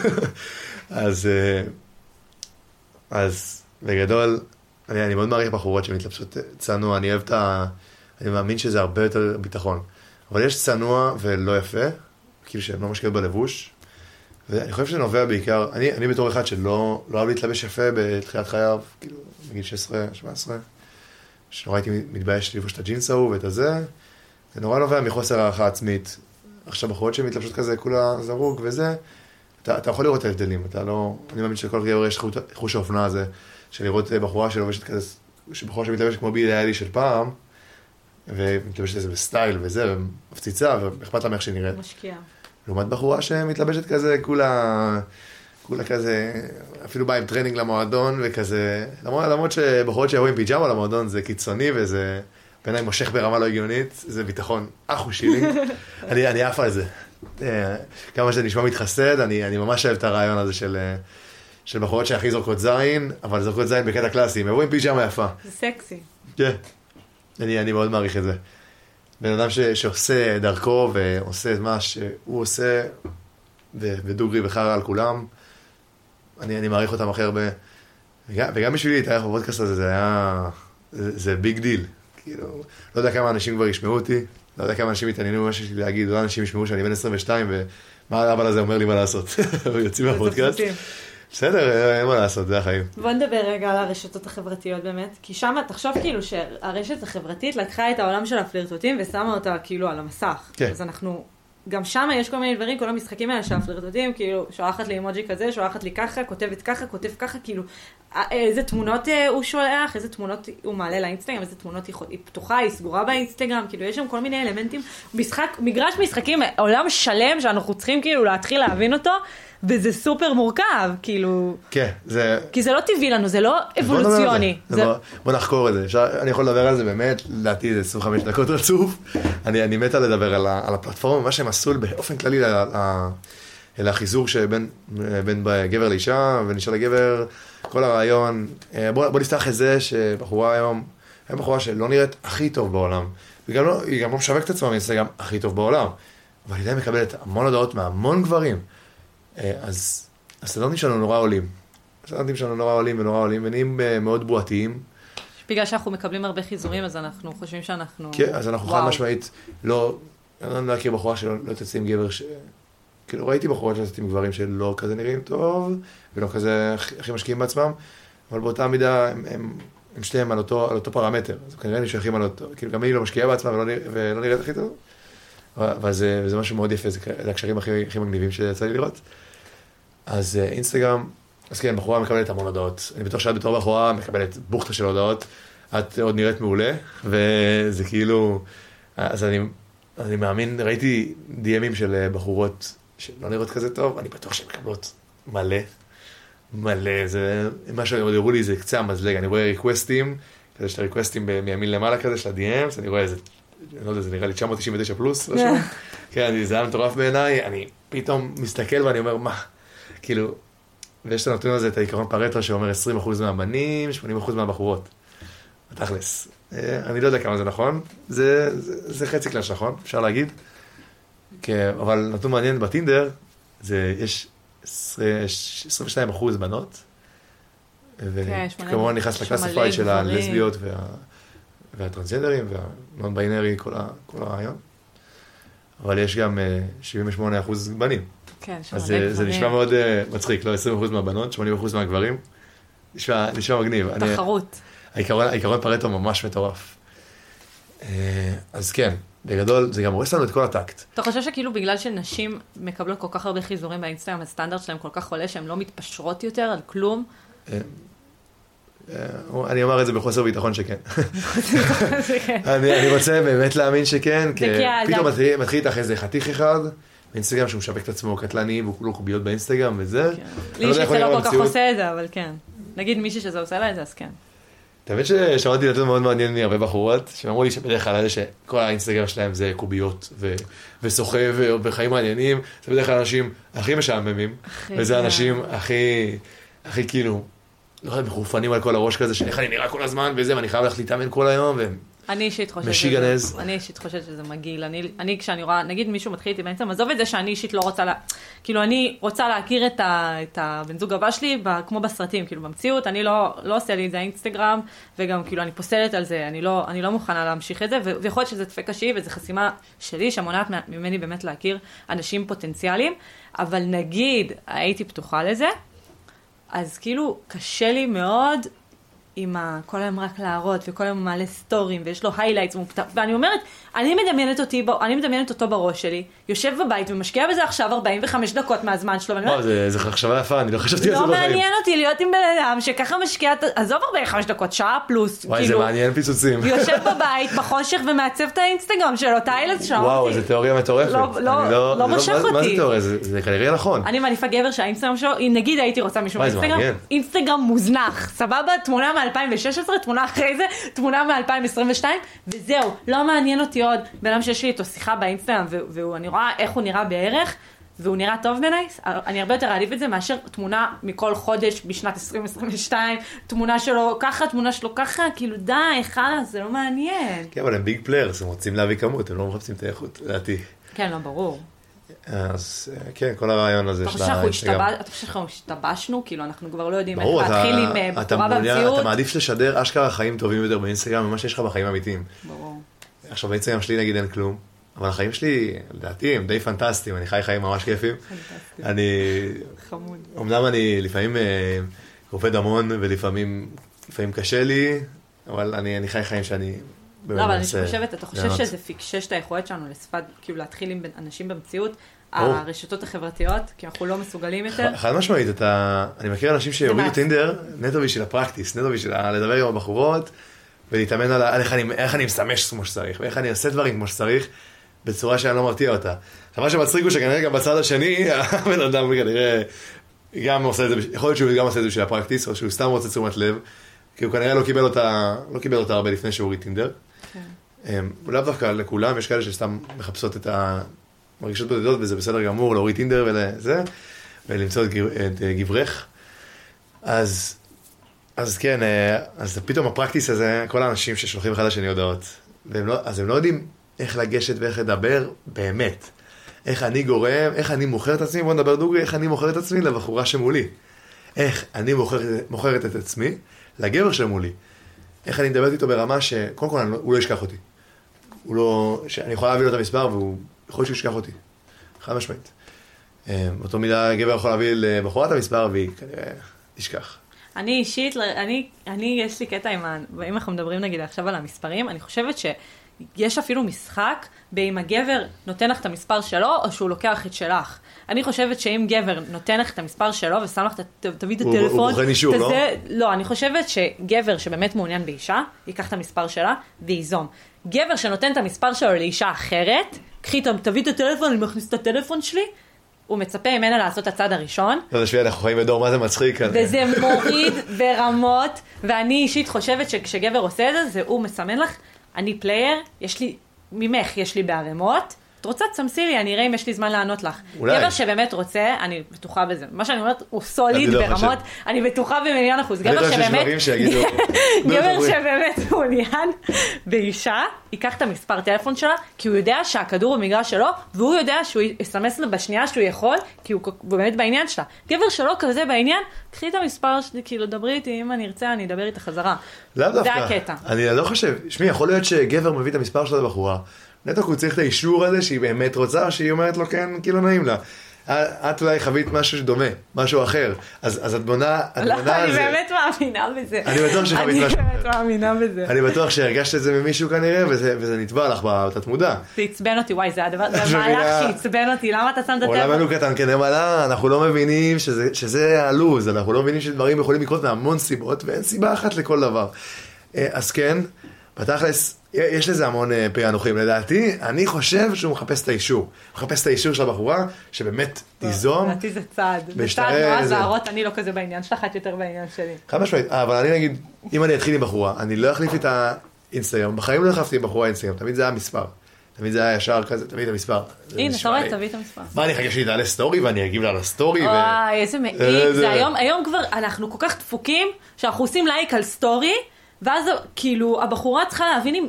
[SPEAKER 2] אז בגדול, אני מאוד מעריך בחורות שמתלבשות צנוע, אני מאמין שזה הרבה יותר ביטחון. אבל יש צנוע ולא יפה, כאילו שהן לא משקיעות בלבוש, ואני חושב שזה נובע בעיקר, אני בתור אחד שלא אוהב להתלבש יפה בתחילת חייו, כאילו, בגיל 16, 17, שנורא הייתי מתבייש לבוש את הג'ינס ההוא ואת הזה, זה נורא נובע מחוסר הערכה עצמית. עכשיו בחורות שמתלבשות כזה כולה זרוק וזה, אתה יכול לראות את ההבדלים, אני מאמין שלכל גבר יש חוש האופנה הזה, של לראות בחורה שלובשת כזה, שבחורה שמתלבשת כמו בילי אייליש של פעם, ומתלבשת איזה בסטייל וזה, ומפציצה, ואכפת לה מאיך שהיא נראית.
[SPEAKER 1] משקיעה.
[SPEAKER 2] לעומת בחורה שמתלבשת כזה, כולה כזה, אפילו באה עם טרנינג למועדון וכזה, למרות שבחורות שיבואו עם פיג'מה למועדון זה קיצוני וזה בעיניי מושך ברמה לא הגיונית, זה ביטחון אחו שלי, אני עף על זה. כמה שזה נשמע מתחסד, אני ממש אוהב את הרעיון הזה של בחורות שהכי זורקות זין, אבל זורקות זין בקטע קלאסי, הם יבואו עם פיג'מה יפה.
[SPEAKER 1] זה סקסי.
[SPEAKER 2] כן, אני מאוד מעריך את זה. בן אדם שעושה דרכו ועושה את מה שהוא עושה, ודוגרי וחרא על כולם, אני מעריך אותם הכי הרבה. וגם בשבילי, את הפודקאסט הזה, זה ביג דיל. כאילו, לא יודע כמה אנשים כבר ישמעו אותי, לא יודע כמה אנשים יתעניינו במה שיש לי להגיד, לא אנשים ישמעו שאני בן 22, ומה האבל הזה אומר לי מה לעשות. יוצאים מהפודקאסט. בסדר, אין מה לעשות, זה החיים.
[SPEAKER 1] בוא נדבר רגע על הרשתות החברתיות באמת, כי שם תחשוב כאילו שהרשת החברתית לקחה את העולם של הפלירטוטים ושמה אותה כאילו על המסך.
[SPEAKER 2] כן.
[SPEAKER 1] אז אנחנו, גם שם יש כל מיני דברים, כל המשחקים האלה של הפלירטוטים, כאילו שולחת לי אימוג'י כזה, שולחת לי ככה, כותבת ככה, כותב ככה, כאילו איזה תמונות הוא שולח, איזה תמונות הוא מעלה לאינסטגרם, איזה תמונות היא פתוחה, היא סגורה באינסטגרם, כאילו יש שם כל מיני אלמנטים, מגרש משחקים, עולם שלם שאנחנו צריכים כאילו להתחיל להבין אותו, וזה סופר מורכב, כאילו...
[SPEAKER 2] כן, זה...
[SPEAKER 1] כי זה לא טבעי לנו, זה לא אבולוציוני.
[SPEAKER 2] בוא נחקור את זה, אני יכול לדבר על זה באמת, לדעתי זה 25 דקות רצוף, אני מת על לדבר על הפלטפורמה, מה שהם עשו באופן כללי לחיזור שבין גבר לאישה, בין אישה לגבר, כל הרעיון, בוא נפתח את זה שבחורה היום, היא בחורה שלא נראית הכי טוב בעולם, היא גם לא משווק את עצמה מאינסטגרם הכי טוב בעולם, אבל היא די מקבלת המון הודעות מהמון גברים, אז הסטנדרטים שלנו נורא עולים. הסטנדרטים שלנו נורא עולים ונהיים מאוד בועתיים.
[SPEAKER 1] בגלל שאנחנו מקבלים הרבה חיזורים, אז אנחנו חושבים שאנחנו...
[SPEAKER 2] כן, אז אנחנו חד משמעית לא להכיר בחורה שלא תצא עם גבר ש... כאילו ראיתי בחורות שיוצאות עם גברים שלא כזה נראים טוב, ולא כזה הכי משקיעים בעצמם, אבל באותה מידה הם שתיהם על אותו פרמטר. אז כנראה הם שייכים על אותו, כאילו גם היא לא משקיעה בעצמה ולא נראית הכי טוב. אבל זה משהו מאוד יפה, זה הקשרים הכי מגניבים שיצא לי לראות. אז אינסטגרם, אז כן, בחורה מקבלת המון הודעות. אני בטוח שאת בתור בחורה מקבלת בוכטה של הודעות, את עוד נראית מעולה, וזה כאילו, אז אני מאמין, ראיתי DM'ים של בחורות שלא נראות כזה טוב, אני בטוח שהן מקבלות מלא, זה, מה שעוד הראו לי זה קצה המזלג, אני רואה ריקווסטים, כזה של ריקווסטים מימין למעלה כזה של ה-DMs, אני רואה איזה, אני לא יודע, זה נראה לי 999 פלוס, כן, זה היה מטורף בעיניי, אני פתאום מסתכל ואני אומר, מה, כאילו, ויש את הנתון הזה, את העיקרון פרטו שאומר 20% מהבנים, 80% מהבחורות, בתכלס. אני לא יודע כמה זה נכון, זה חצי כלל שנכון, אפשר להגיד, אבל נתון מעניין בטינדר, יש 22% בנות, וכמובן נכנס לקלאסיפיי של הלסביות והטרנסג'נדרים והנון ביינרי, כל הרעיון. אבל יש גם 78% בנים. אז זה נשמע מאוד מצחיק, לא 20% מהבנות, 80% מהגברים. נשמע מגניב.
[SPEAKER 1] תחרות.
[SPEAKER 2] העיקרון פרטו ממש מטורף. אז כן, בגדול, זה גם הורס לנו את כל הטקט.
[SPEAKER 1] אתה חושב שכאילו בגלל שנשים מקבלות כל כך הרבה חיזורים באינסטגרם, הסטנדרט שלהם כל כך עולה, שהן לא מתפשרות יותר על כלום?
[SPEAKER 2] אני אומר את זה בחוסר ביטחון שכן. אני רוצה באמת להאמין שכן, כי פתאום מתחיל איתך איזה חתיך אחד, באינסטגרם שהוא משווק את עצמו קטלני, והוא כולו קוביות באינסטגרם וזה.
[SPEAKER 1] לי שזה לא כל כך עושה את זה, אבל כן. נגיד מישהי שזה עושה לה את זה, אז כן.
[SPEAKER 2] תמיד ששמעתי נתון מאוד מעניין מהרבה בחורות, שאמרו לי שבדרך כלל שכל האינסטגרם שלהם זה קוביות וסוחב וחיים מעניינים, זה בדרך כלל אנשים הכי משעממים, וזה האנשים הכי כאילו, לא יודע, מחופנים על כל הראש כזה, שאיך אני נראה כל הזמן וזה, ואני חייב לך להתאמן כל היום,
[SPEAKER 1] אני אישית חושבת שזה מגעיל. אני כשאני רואה, נגיד מישהו מתחיל איתי באמצע, עזוב את זה שאני אישית לא רוצה כאילו אני רוצה להכיר את הבן זוג הבא שלי, כמו בסרטים, כאילו במציאות, אני לא עושה לי את זה האינסטגרם, וגם כאילו אני פוסלת על זה, אני לא מוכנה להמשיך את זה, ויכול להיות שזה דפק קשי, וזו חסימה שלי, שמונעת ממני באמת להכיר אנשים פוטנציאליים, אבל נגיד, הייתי פתוחה לזה, אז כאילו קשה לי מאוד, עם כל היום רק להראות, וכל היום מעלה סטורים, ויש לו היילייטס, ואני אומרת, אני מדמיינת אותו בראש שלי, יושב בבית ומשקיע בזה עכשיו 45 דקות מהזמן שלו,
[SPEAKER 2] זה חשבה יפה, אני לא חשבתי על זה בחיים.
[SPEAKER 1] לא מעניין אותי להיות עם בן אדם שככה משקיע, עזוב 45 דקות, שעה פלוס,
[SPEAKER 2] וואי, זה מעניין פיצוצים.
[SPEAKER 1] יושב בבית בחושך ומעצב את האינסטגרם שלו, את היילייטס שלו.
[SPEAKER 2] וואו, זו תיאוריה מטורפת.
[SPEAKER 1] לא מושך אותי.
[SPEAKER 2] מה זה תיאוריה? זה כנראה נכון.
[SPEAKER 1] אני מעדיפה גבר שהאינסטגרם שלו, אם נגיד הייתי רוצה מישהו באינסטגרם, אינסטגרם מוזנח, סבבה, תמונה מ-2016, תמונה אחרי זה, תמונה מ-2022, וזהו, לא מעניין אותי עוד, בנם שיש לי איתו שיחה באינסטגרם, ואני רואה איך הוא נראה בערך, והוא נראה טוב בעיניי, אני הרבה יותר אעדיף את זה, מאשר תמונה מכל חודש בשנת 2022, תמונה שלו ככה, תמונה שלו ככה, כאילו די, חלאס, זה לא מעניין.
[SPEAKER 2] כן, אבל הם ביג פליירס, הם רוצים להביא כמות, הם לא מחפשים את האיכות, לדעתי.
[SPEAKER 1] כן, לא, ברור.
[SPEAKER 2] אז כן, כל הרעיון הזה של האינסטגרם.
[SPEAKER 1] אתה חושב שאנחנו השתבשנו? כאילו, אנחנו כבר לא יודעים איך להתחיל עם בחורה במציאות.
[SPEAKER 2] אתה מעדיף לשדר אשכרה חיים טובים יותר באינסטגרם, ממה שיש לך בחיים אמיתיים.
[SPEAKER 1] ברור.
[SPEAKER 2] עכשיו, באינסטגרם שלי נגיד אין כלום, אבל החיים שלי, לדעתי, הם די פנטסטיים, אני חי חיים ממש כיפים.
[SPEAKER 1] חמוד.
[SPEAKER 2] אמנם אני לפעמים עובד המון, ולפעמים קשה לי, אבל אני חי חיים שאני...
[SPEAKER 1] לא, אבל אני חושבת, אתה חושב שזה פיקשש את היכולת שלנו לשפת, כאילו להתחיל עם אנשים במציאות, הרשתות החברתיות, כי אנחנו לא מסוגלים יותר.
[SPEAKER 2] חד משמעית, אני מכיר אנשים שהורידו טינדר, נטו בשביל הפרקטיס, נטו בשביל לדבר עם הבחורות, ולהתאמן על איך אני מסמש כמו שצריך, ואיך אני עושה דברים כמו שצריך, בצורה שאני לא מרתיע אותה. מה שמצחיק הוא שכנראה גם בצד השני, הבן אדם כנראה גם עושה את זה, יכול להיות שהוא גם עושה את זה בשביל הפרקטיס, או שהוא סתם רוצה תשומת לב, כי הוא כנראה לא קיבל אותה הרבה לפני שהוא הוריד טינדר. לאו דווקא לכולם, יש כאלה שסתם מחפשות את המרגישות בודדות, וזה בסדר גמור, להוריד טינדר ולזה, ולמצוא את גברך. אז כן, אז פתאום הפרקטיס הזה, כל האנשים ששולחים אחד לשני הודעות, אז הם לא יודעים איך לגשת ואיך לדבר באמת. איך אני גורם, איך אני מוכר את עצמי, בוא נדבר דוגרי, איך אני מוכר את עצמי לבחורה שמולי. איך אני מוכרת את עצמי לגבר שמולי. איך אני מדברת איתו ברמה שקודם כל הוא לא ישכח אותי. שאני יכולה להביא לו את המספר והוא יכול שהוא ישכח אותי. חד משמעית. באותו מידה גבר יכול להביא לבחורה את המספר והיא כנראה תשכח.
[SPEAKER 1] אני אישית, יש לי קטע אם אנחנו מדברים נגיד עכשיו על המספרים, אני חושבת שיש אפילו משחק באם הגבר נותן לך את המספר שלו או שהוא לוקח את שלך. אני חושבת שאם גבר נותן לך את המספר שלו ושם לך תביא את הטלפון,
[SPEAKER 2] הוא בוחן אישור, לא?
[SPEAKER 1] לא, אני חושבת שגבר שבאמת מעוניין באישה, ייקח את המספר שלה ויזום. גבר שנותן את המספר שלו לאישה אחרת, תביא את הטלפון, אני מכניס את הטלפון שלי, הוא מצפה ממנה לעשות את הצד הראשון.
[SPEAKER 2] לא, תשמעי, אנחנו חיים בדור, מה זה מצחיק?
[SPEAKER 1] וזה מוריד ברמות, ואני אישית חושבת שכשגבר עושה את זה, הוא מסמן לך, אני פלייר, ממך יש לי בערימות, את רוצה תסמסי לי, אני אראה אם יש לי זמן לענות לך. גבר שבאמת רוצה, אני בטוחה בזה. מה שאני אומרת, הוא סוליד ברמות, אני בטוחה במיליון אחוז. גבר שבאמת מעוניין באישה, ייקח את המספר טלפון שלה, כי הוא יודע שהכדור במגרש שלו, והוא יודע שהוא יסמס לה בשנייה שהוא יכול, כי הוא באמת בעניין שלה. גבר שלא כזה בעניין, קחי את המספר שלי, כאילו דברי איתי, אם אני ארצה, אני אדבר איתה חזרה.
[SPEAKER 2] לא דווקא.
[SPEAKER 1] זה הקטע.
[SPEAKER 2] אני לא חושב, שמי, יכול להיות שגבר מביא את המספר שלה לבחורה, נטו הוא צריך את האישור הזה שהיא באמת רוצה, או שהיא אומרת לו כן, כאילו נעים לה. את אולי חווית משהו שדומה, משהו אחר. אז את בונה על זה.
[SPEAKER 1] לא, אני באמת מאמינה בזה.
[SPEAKER 2] אני בטוח שחווית משהו.
[SPEAKER 1] אני באמת מאמינה בזה.
[SPEAKER 2] אני בטוח שהרגשת את זה ממישהו כנראה, וזה נטבע לך בתת מודע.
[SPEAKER 1] זה עצבן אותי, וואי, זה המהלך שעצבן אותי, למה אתה שם את הטבע?
[SPEAKER 2] עולם לנו קטן כנמלה, אנחנו לא מבינים שזה הלוז, אנחנו לא מבינים שדברים יכולים לקרות מהמון סיבות, ואין סיבה אחת לכל דבר. אז כן, בתכלס, יש לזה המון פענוחים. לדעתי, אני חושב שהוא מחפש את האישור. הוא מחפש את האישור של הבחורה, שבאמת תיזום.
[SPEAKER 1] לדעתי זה צעד. זה צעד נועד להראות, אני לא כזה בעניין שלך, את יותר בעניין שלי.
[SPEAKER 2] חד משמעית. אבל אני נגיד, אם אני אתחיל עם בחורה, אני לא אחליף את האינסטגרם. בחיים לא החלפתי עם בחורה אינסטגרם. תמיד זה היה מספר. תמיד זה היה ישר כזה, תמיד המספר.
[SPEAKER 1] הנה, אתה רואה, תביא את המספר.
[SPEAKER 2] מה, אני חושב שהיא תעלה סטורי ואני אגיב לה על הסטורי?
[SPEAKER 1] וואי, איזה מעיק. היום כבר אנחנו כל כך דפוקים, שאנחנו עושים לייק על סטורי, ואז כאילו הבחורה צריכה להבין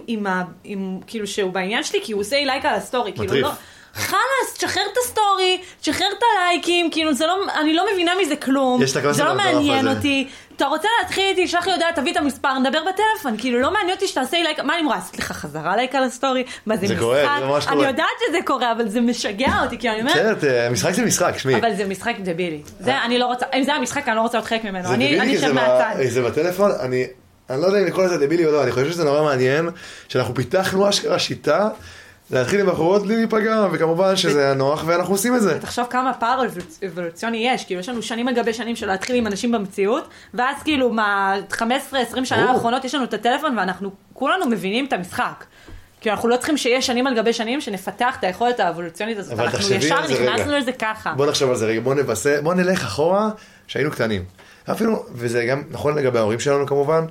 [SPEAKER 1] עם כאילו שהוא בעניין שלי, כי הוא עושה לייק על הסטורי, כאילו לא, חלס, תשחרר את הסטורי, תשחרר את הלייקים, כאילו זה לא, אני לא מבינה מזה כלום, זה לא מעניין אותי, אתה רוצה להתחיל איתי, שלח לי יודעת, תביא את המספר, נדבר בטלפון, כאילו לא מעניין אותי שתעשה לייק, מה אני אמרה, עשית לך חזרה לייק על הסטורי, מה זה משחק, אני יודעת שזה קורה, אבל זה משגע אותי, כי אני אומרת,
[SPEAKER 2] משחק זה משחק, שמי.
[SPEAKER 1] אבל זה משחק דבילי, זה אני לא רוצה, אם זה המשחק אני לא רוצה להיות חלק ממנו, אני שם מהצד.
[SPEAKER 2] זה בטלפון, אני לא יודע אם לקרוא לזה דבילי או לא, אני חושב שזה נורא מעניין, שאנחנו פיתחנו אשכרה שיטה להתחיל עם בחורות בלי להיפגע, וכמובן שזה נוח ואנחנו עושים את זה.
[SPEAKER 1] תחשוב כמה פער אבולוציוני יש, כאילו יש לנו שנים על גבי שנים של להתחיל עם אנשים במציאות, ואז כאילו מה 15-20 שנה האחרונות יש לנו את הטלפון ואנחנו כולנו מבינים את המשחק. כי אנחנו לא צריכים שיש שנים על גבי שנים שנפתח את היכולת האבולוציונית הזאת, אנחנו ישר נכנסנו לזה ככה.
[SPEAKER 2] בוא נחשוב על זה רגע, בוא נלך אחורה שהיינו קטנים. אפילו, וזה גם נכון לגבי ההורים שלנו כמובן,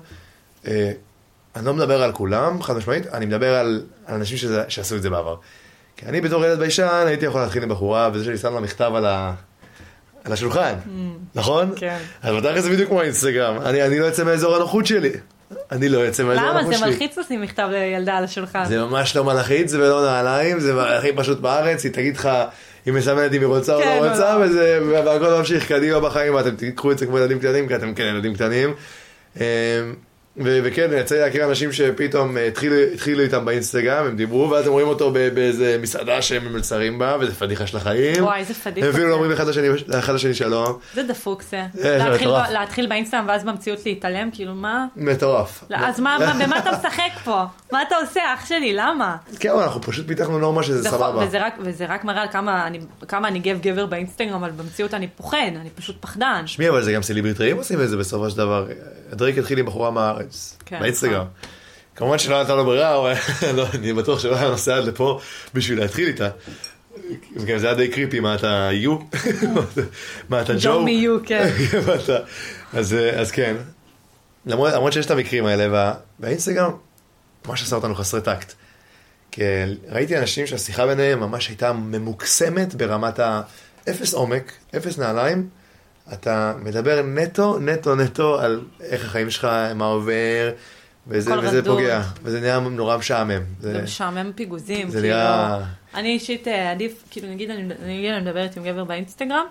[SPEAKER 2] אני לא מדבר על כולם, חד משמעית, אני מדבר על אנשים שעשו את זה בעבר. כי אני בתור ילד ביישן הייתי יכול להתחיל עם בחורה, וזה שאני שם לה מכתב על השולחן, נכון?
[SPEAKER 1] כן.
[SPEAKER 2] אז בטח זה בדיוק כמו האינסטגרם, אני לא יוצא מאזור הנוחות שלי. אני לא יוצא מאזור הנוחות שלי.
[SPEAKER 1] למה? זה מלחיץ לשים מכתב לילדה על השולחן.
[SPEAKER 2] זה ממש לא מלחיץ ולא נעליים, זה הכי פשוט בארץ, היא תגיד לך, היא מסמנת אם היא רוצה או לא רוצה, והכל ממשיך קדימה בחיים, ואתם תיקחו את זה כמו ילדים קטנים, כי אתם כן ילדים קטנים. וכן, יצא לי להכיר אנשים שפתאום התחילו איתם באינסטגרם, הם דיברו, ואז הם רואים אותו באיזה מסעדה שהם מלצרים בה, וזה פדיחה של החיים.
[SPEAKER 1] וואי, איזה פדיחה.
[SPEAKER 2] הם אפילו לא אומרים לאחד השני שלום.
[SPEAKER 1] זה דפוק זה. להתחיל באינסטגרם ואז במציאות להתעלם, כאילו מה?
[SPEAKER 2] מטורף.
[SPEAKER 1] אז במה אתה משחק פה? מה אתה עושה, אח שלי? למה?
[SPEAKER 2] כן, אנחנו פשוט פיתחנו נורמה שזה סבבה.
[SPEAKER 1] וזה רק מראה על כמה אני גבר באינסטגרם, אבל במציאות אני פוחד, אני פשוט פחדן.
[SPEAKER 2] שמי, אבל זה גם סלבריטאים עושים את זה בסופו של דבר. דרייק התחיל עם בחורה מהארץ, באינסטגרם. כמובן שלא הייתה לו ברירה, אני בטוח שלא היה נוסע עד לפה בשביל להתחיל איתה. זה היה די קריפי, מה אתה יו? מה אתה ג'ו?
[SPEAKER 1] ג'ו מיו, כן.
[SPEAKER 2] אז כן. למרות שיש את המקרים האלה, והאינסטגרם ממש עשה אותנו חסרי טקט. כי ראיתי אנשים שהשיחה ביניהם ממש הייתה ממוקסמת ברמת האפס עומק, אפס נעליים. אתה מדבר נטו על איך החיים שלך, מה עובר, וזה פוגע, וזה נראה נורא משעמם.
[SPEAKER 1] זה משעמם פיגוזים,
[SPEAKER 2] זה נראה...
[SPEAKER 1] אני אישית עדיף, כאילו נגיד אני מדברת עם גבר באינסטגרם,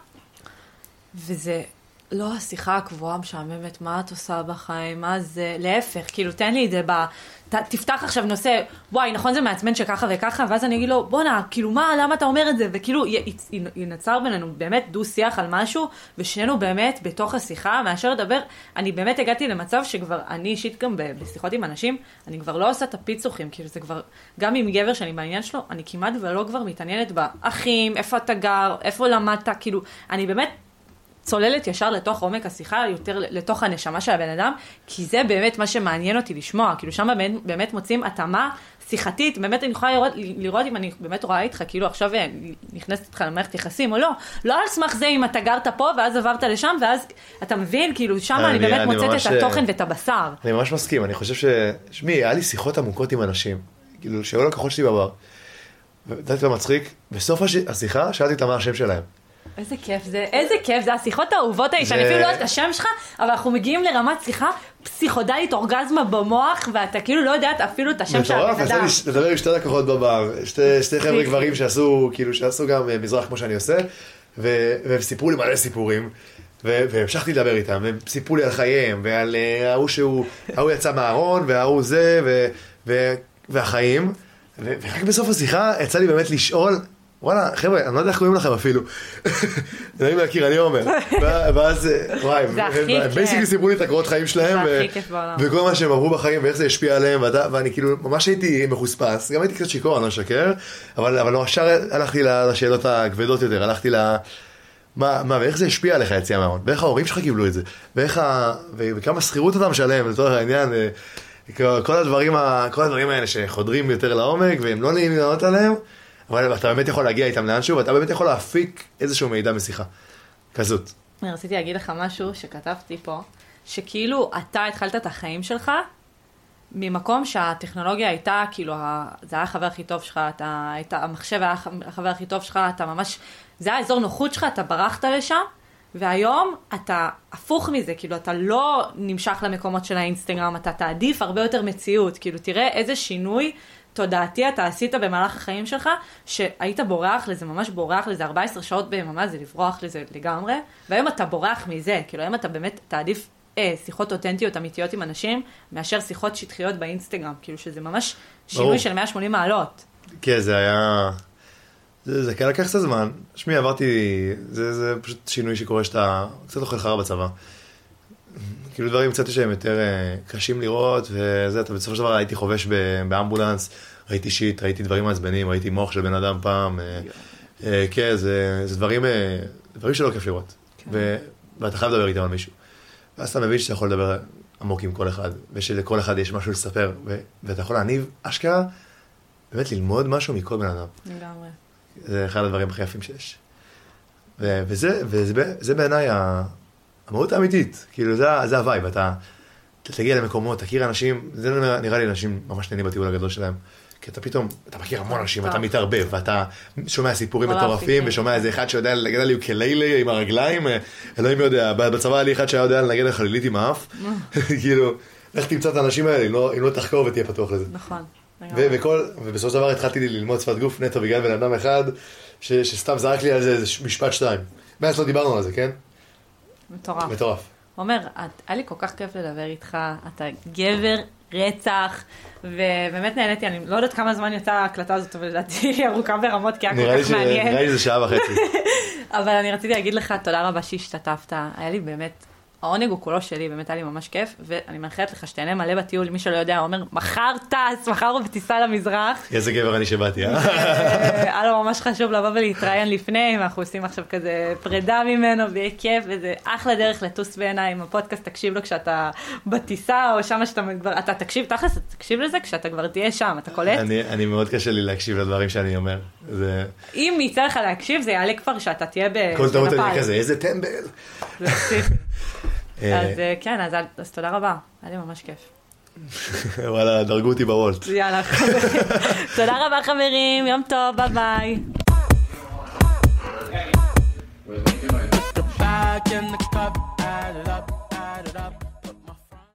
[SPEAKER 1] וזה לא השיחה הקבועה משעממת, מה את עושה בחיים, מה זה, להפך, כאילו תן לי את זה תפתח עכשיו נושא, וואי, נכון זה מעצבן שככה וככה, ואז אני אגיד לו, בונה, כאילו מה, למה אתה אומר את זה? וכאילו ינצר בינינו באמת דו שיח על משהו, ושנינו באמת בתוך השיחה, מאשר לדבר, אני באמת הגעתי למצב שכבר, אני אישית גם בשיחות עם אנשים, אני כבר לא עושה את הפיצוחים, כאילו זה כבר, גם עם גבר שאני בעניין שלו, אני כמעט ולא כבר מתעניינת באחים, איפה אתה גר, איפה למדת, כאילו, אני באמת צוללת ישר לתוך עומק השיחה, יותר לתוך הנשמה של הבן אדם, כי זה באמת מה שמעניין אותי לשמוע, כאילו שם באמת מוצאים התאמה שיחתית, באמת אני יכולה לראות אם אני באמת רואה איתך, כאילו עכשיו נכנסת איתך למערכת יחסים או לא, לא על סמך זה אם אתה גרת פה ואז עברת לשם, ואז אתה מבין, כאילו שם אני באמת מוצאת את התוכן ואת הבשר.
[SPEAKER 2] אני ממש מסכים, אני חושב שמי, היה לי שיחות עמוקות עם אנשים, כאילו שהיו לקוחות שלי בבר, ודעתי לו מצחיק, בסוף השיחה שאלתי אותם מה השם שלהם.
[SPEAKER 1] איזה כיף זה, זה השיחות האהובות האלה, שאני אפילו לא יודעת את השם שלך, אבל אנחנו מגיעים לרמת שיחה פסיכודלית, אורגזמה במוח, ואתה כאילו לא יודעת אפילו את השם של הבן אדם.
[SPEAKER 2] מטורף, יצא לי לדבר עם שתי לקוחות בבר, שתי חבר'ה גברים שעשו גם מזרח כמו שאני עושה, והם סיפרו לי מלא סיפורים, והמשכתי לדבר איתם, והם סיפרו לי על חייהם, ועל ההוא יצא מהארון, וההוא זה, והחיים, ורק בסוף השיחה יצא לי באמת לשאול, וואלה, חבר'ה, אני לא יודע איך קוראים לכם אפילו. אני להכיר, אני אומר. ואז, וואי, בייסיקלי סיפרו לי את הקורות חיים שלהם, וכל מה שהם עברו בחיים, ואיך זה השפיע עליהם, ואני כאילו, ממש הייתי מחוספס, גם הייתי קצת שיקור, אני לא אשקר, אבל לא, השאר הלכתי לשאלות הכבדות יותר, הלכתי ואיך זה השפיע עליך יציאה מהארון, ואיך ההורים שלך קיבלו את זה, וכמה שכירות אתה משלם, לצורך העניין, כל הדברים האלה שחודרים יותר לעומק, והם לא נעים לענות עליהם, אבל אתה באמת יכול להגיע איתם לאנשהו, ואתה באמת יכול להפיק איזשהו מידע משיחה. כזאת.
[SPEAKER 1] אני רציתי להגיד לך משהו שכתבתי פה, שכאילו אתה התחלת את החיים שלך, ממקום שהטכנולוגיה הייתה, כאילו, זה היה החבר הכי טוב שלך, המחשב היה החבר הכי טוב שלך, אתה ממש, זה היה אזור נוחות שלך, אתה ברחת לשם, והיום אתה הפוך מזה, כאילו אתה לא נמשך למקומות של האינסטגרם, אתה תעדיף הרבה יותר מציאות, כאילו תראה איזה שינוי תודעתי אתה עשית במהלך החיים שלך, שהיית בורח לזה, ממש בורח לזה 14 שעות ביממה, זה לברוח לזה לגמרי, והיום אתה בורח מזה, כאילו היום אתה באמת תעדיף שיחות אותנטיות אמיתיות עם אנשים, מאשר שיחות שטחיות באינסטגרם, כאילו שזה ממש שינוי של 180 מעלות.
[SPEAKER 2] כן, זה היה... זה כן לקח קצת זמן. שמי, עברתי... זה פשוט שינוי שקורה שאתה קצת אוכל חרא בצבא. כאילו דברים קצת שהם יותר קשים לראות, וזה, אתה בסופו של דבר הייתי חובש באמבולנס, ראיתי שיט, ראיתי דברים מעצבנים, ראיתי מוח של בן אדם פעם. כן, זה דברים שלא כיף לראות. ואתה חייב לדבר איתם על מישהו. ואז אתה מבין שאתה יכול לדבר עמוק עם כל אחד, ושלכל אחד יש משהו לספר, ואתה יכול להניב אשכרה, באמת ללמוד משהו מכל בן אדם.
[SPEAKER 1] לגמרי.
[SPEAKER 2] זה אחד הדברים הכי יפים שיש. וזה בעיניי המהות האמיתית, כאילו זה הווייב, אתה תגיע למקומות, תכיר אנשים, זה נראה לי אנשים ממש נהנים בטיול הגדול שלהם, כי אתה פתאום, אתה מכיר המון אנשים, אתה מתערבב, ואתה שומע סיפורים מטורפים, ושומע איזה אחד שיודע לנגד על יוקללה עם הרגליים, אלוהים יודע, בצבא היה לי אחד שהיה יודע לנגד על חלילית עם האף, כאילו, איך תמצא את האנשים האלה, אם לא תחקור ותהיה פתוח לזה.
[SPEAKER 1] נכון.
[SPEAKER 2] ובסופו של דבר התחלתי ללמוד שפת גוף נטו בגלל בן אדם אחד, שסתם זרק לי על זה איזה משפט 2. מאז לא דיברנו על זה, כן?
[SPEAKER 1] מטורף.
[SPEAKER 2] מטורף.
[SPEAKER 1] אומר, היה לי כל כך כיף לדבר איתך, אתה גבר רצח, ובאמת נהניתי, אני לא יודעת כמה זמן יצאה ההקלטה הזאת, אבל לדעתי ארוכה ברמות, כי היה כל כך מעניין.
[SPEAKER 2] נראה לי זה שעה וחצי.
[SPEAKER 1] אבל אני רציתי להגיד לך תודה רבה שהשתתפת, היה לי באמת, העונג הוא כולו שלי, באמת היה לי ממש כיף, ואני מאחלת לך שתהנה מלא בטיול, מי שלא יודע, אומר, מחר טס, מחר הוא בטיסה למזרח.
[SPEAKER 2] איזה גבר אני שבאתי,
[SPEAKER 1] היה לו ממש חשוב לבוא ולהתראיין לפני, ואנחנו עושים עכשיו כזה פרידה ממנו, ויהיה כיף, וזה אחלה דרך לטוס בעיניים, הפודקאסט תקשיב לו כשאתה בטיסה, או שמה שאתה כבר, אתה תקשיב, תכלס, תקשיב לזה כשאתה כבר תהיה שם, אתה קולט?
[SPEAKER 2] אני מאוד קשה לי להקשיב לדברים שאני אומר.
[SPEAKER 1] אם יצא לך להקשיב, זה יעלה כבר שאתה תהיה
[SPEAKER 2] כל טעות אני כזה, איזה טמבל.
[SPEAKER 1] אז כן, אז תודה רבה, היה לי ממש כיף.
[SPEAKER 2] וואלה, דרגו אותי בוולט.
[SPEAKER 1] יאללה, תודה רבה חברים, יום טוב, ביי ביי. Back in the cup, add it up, add it up.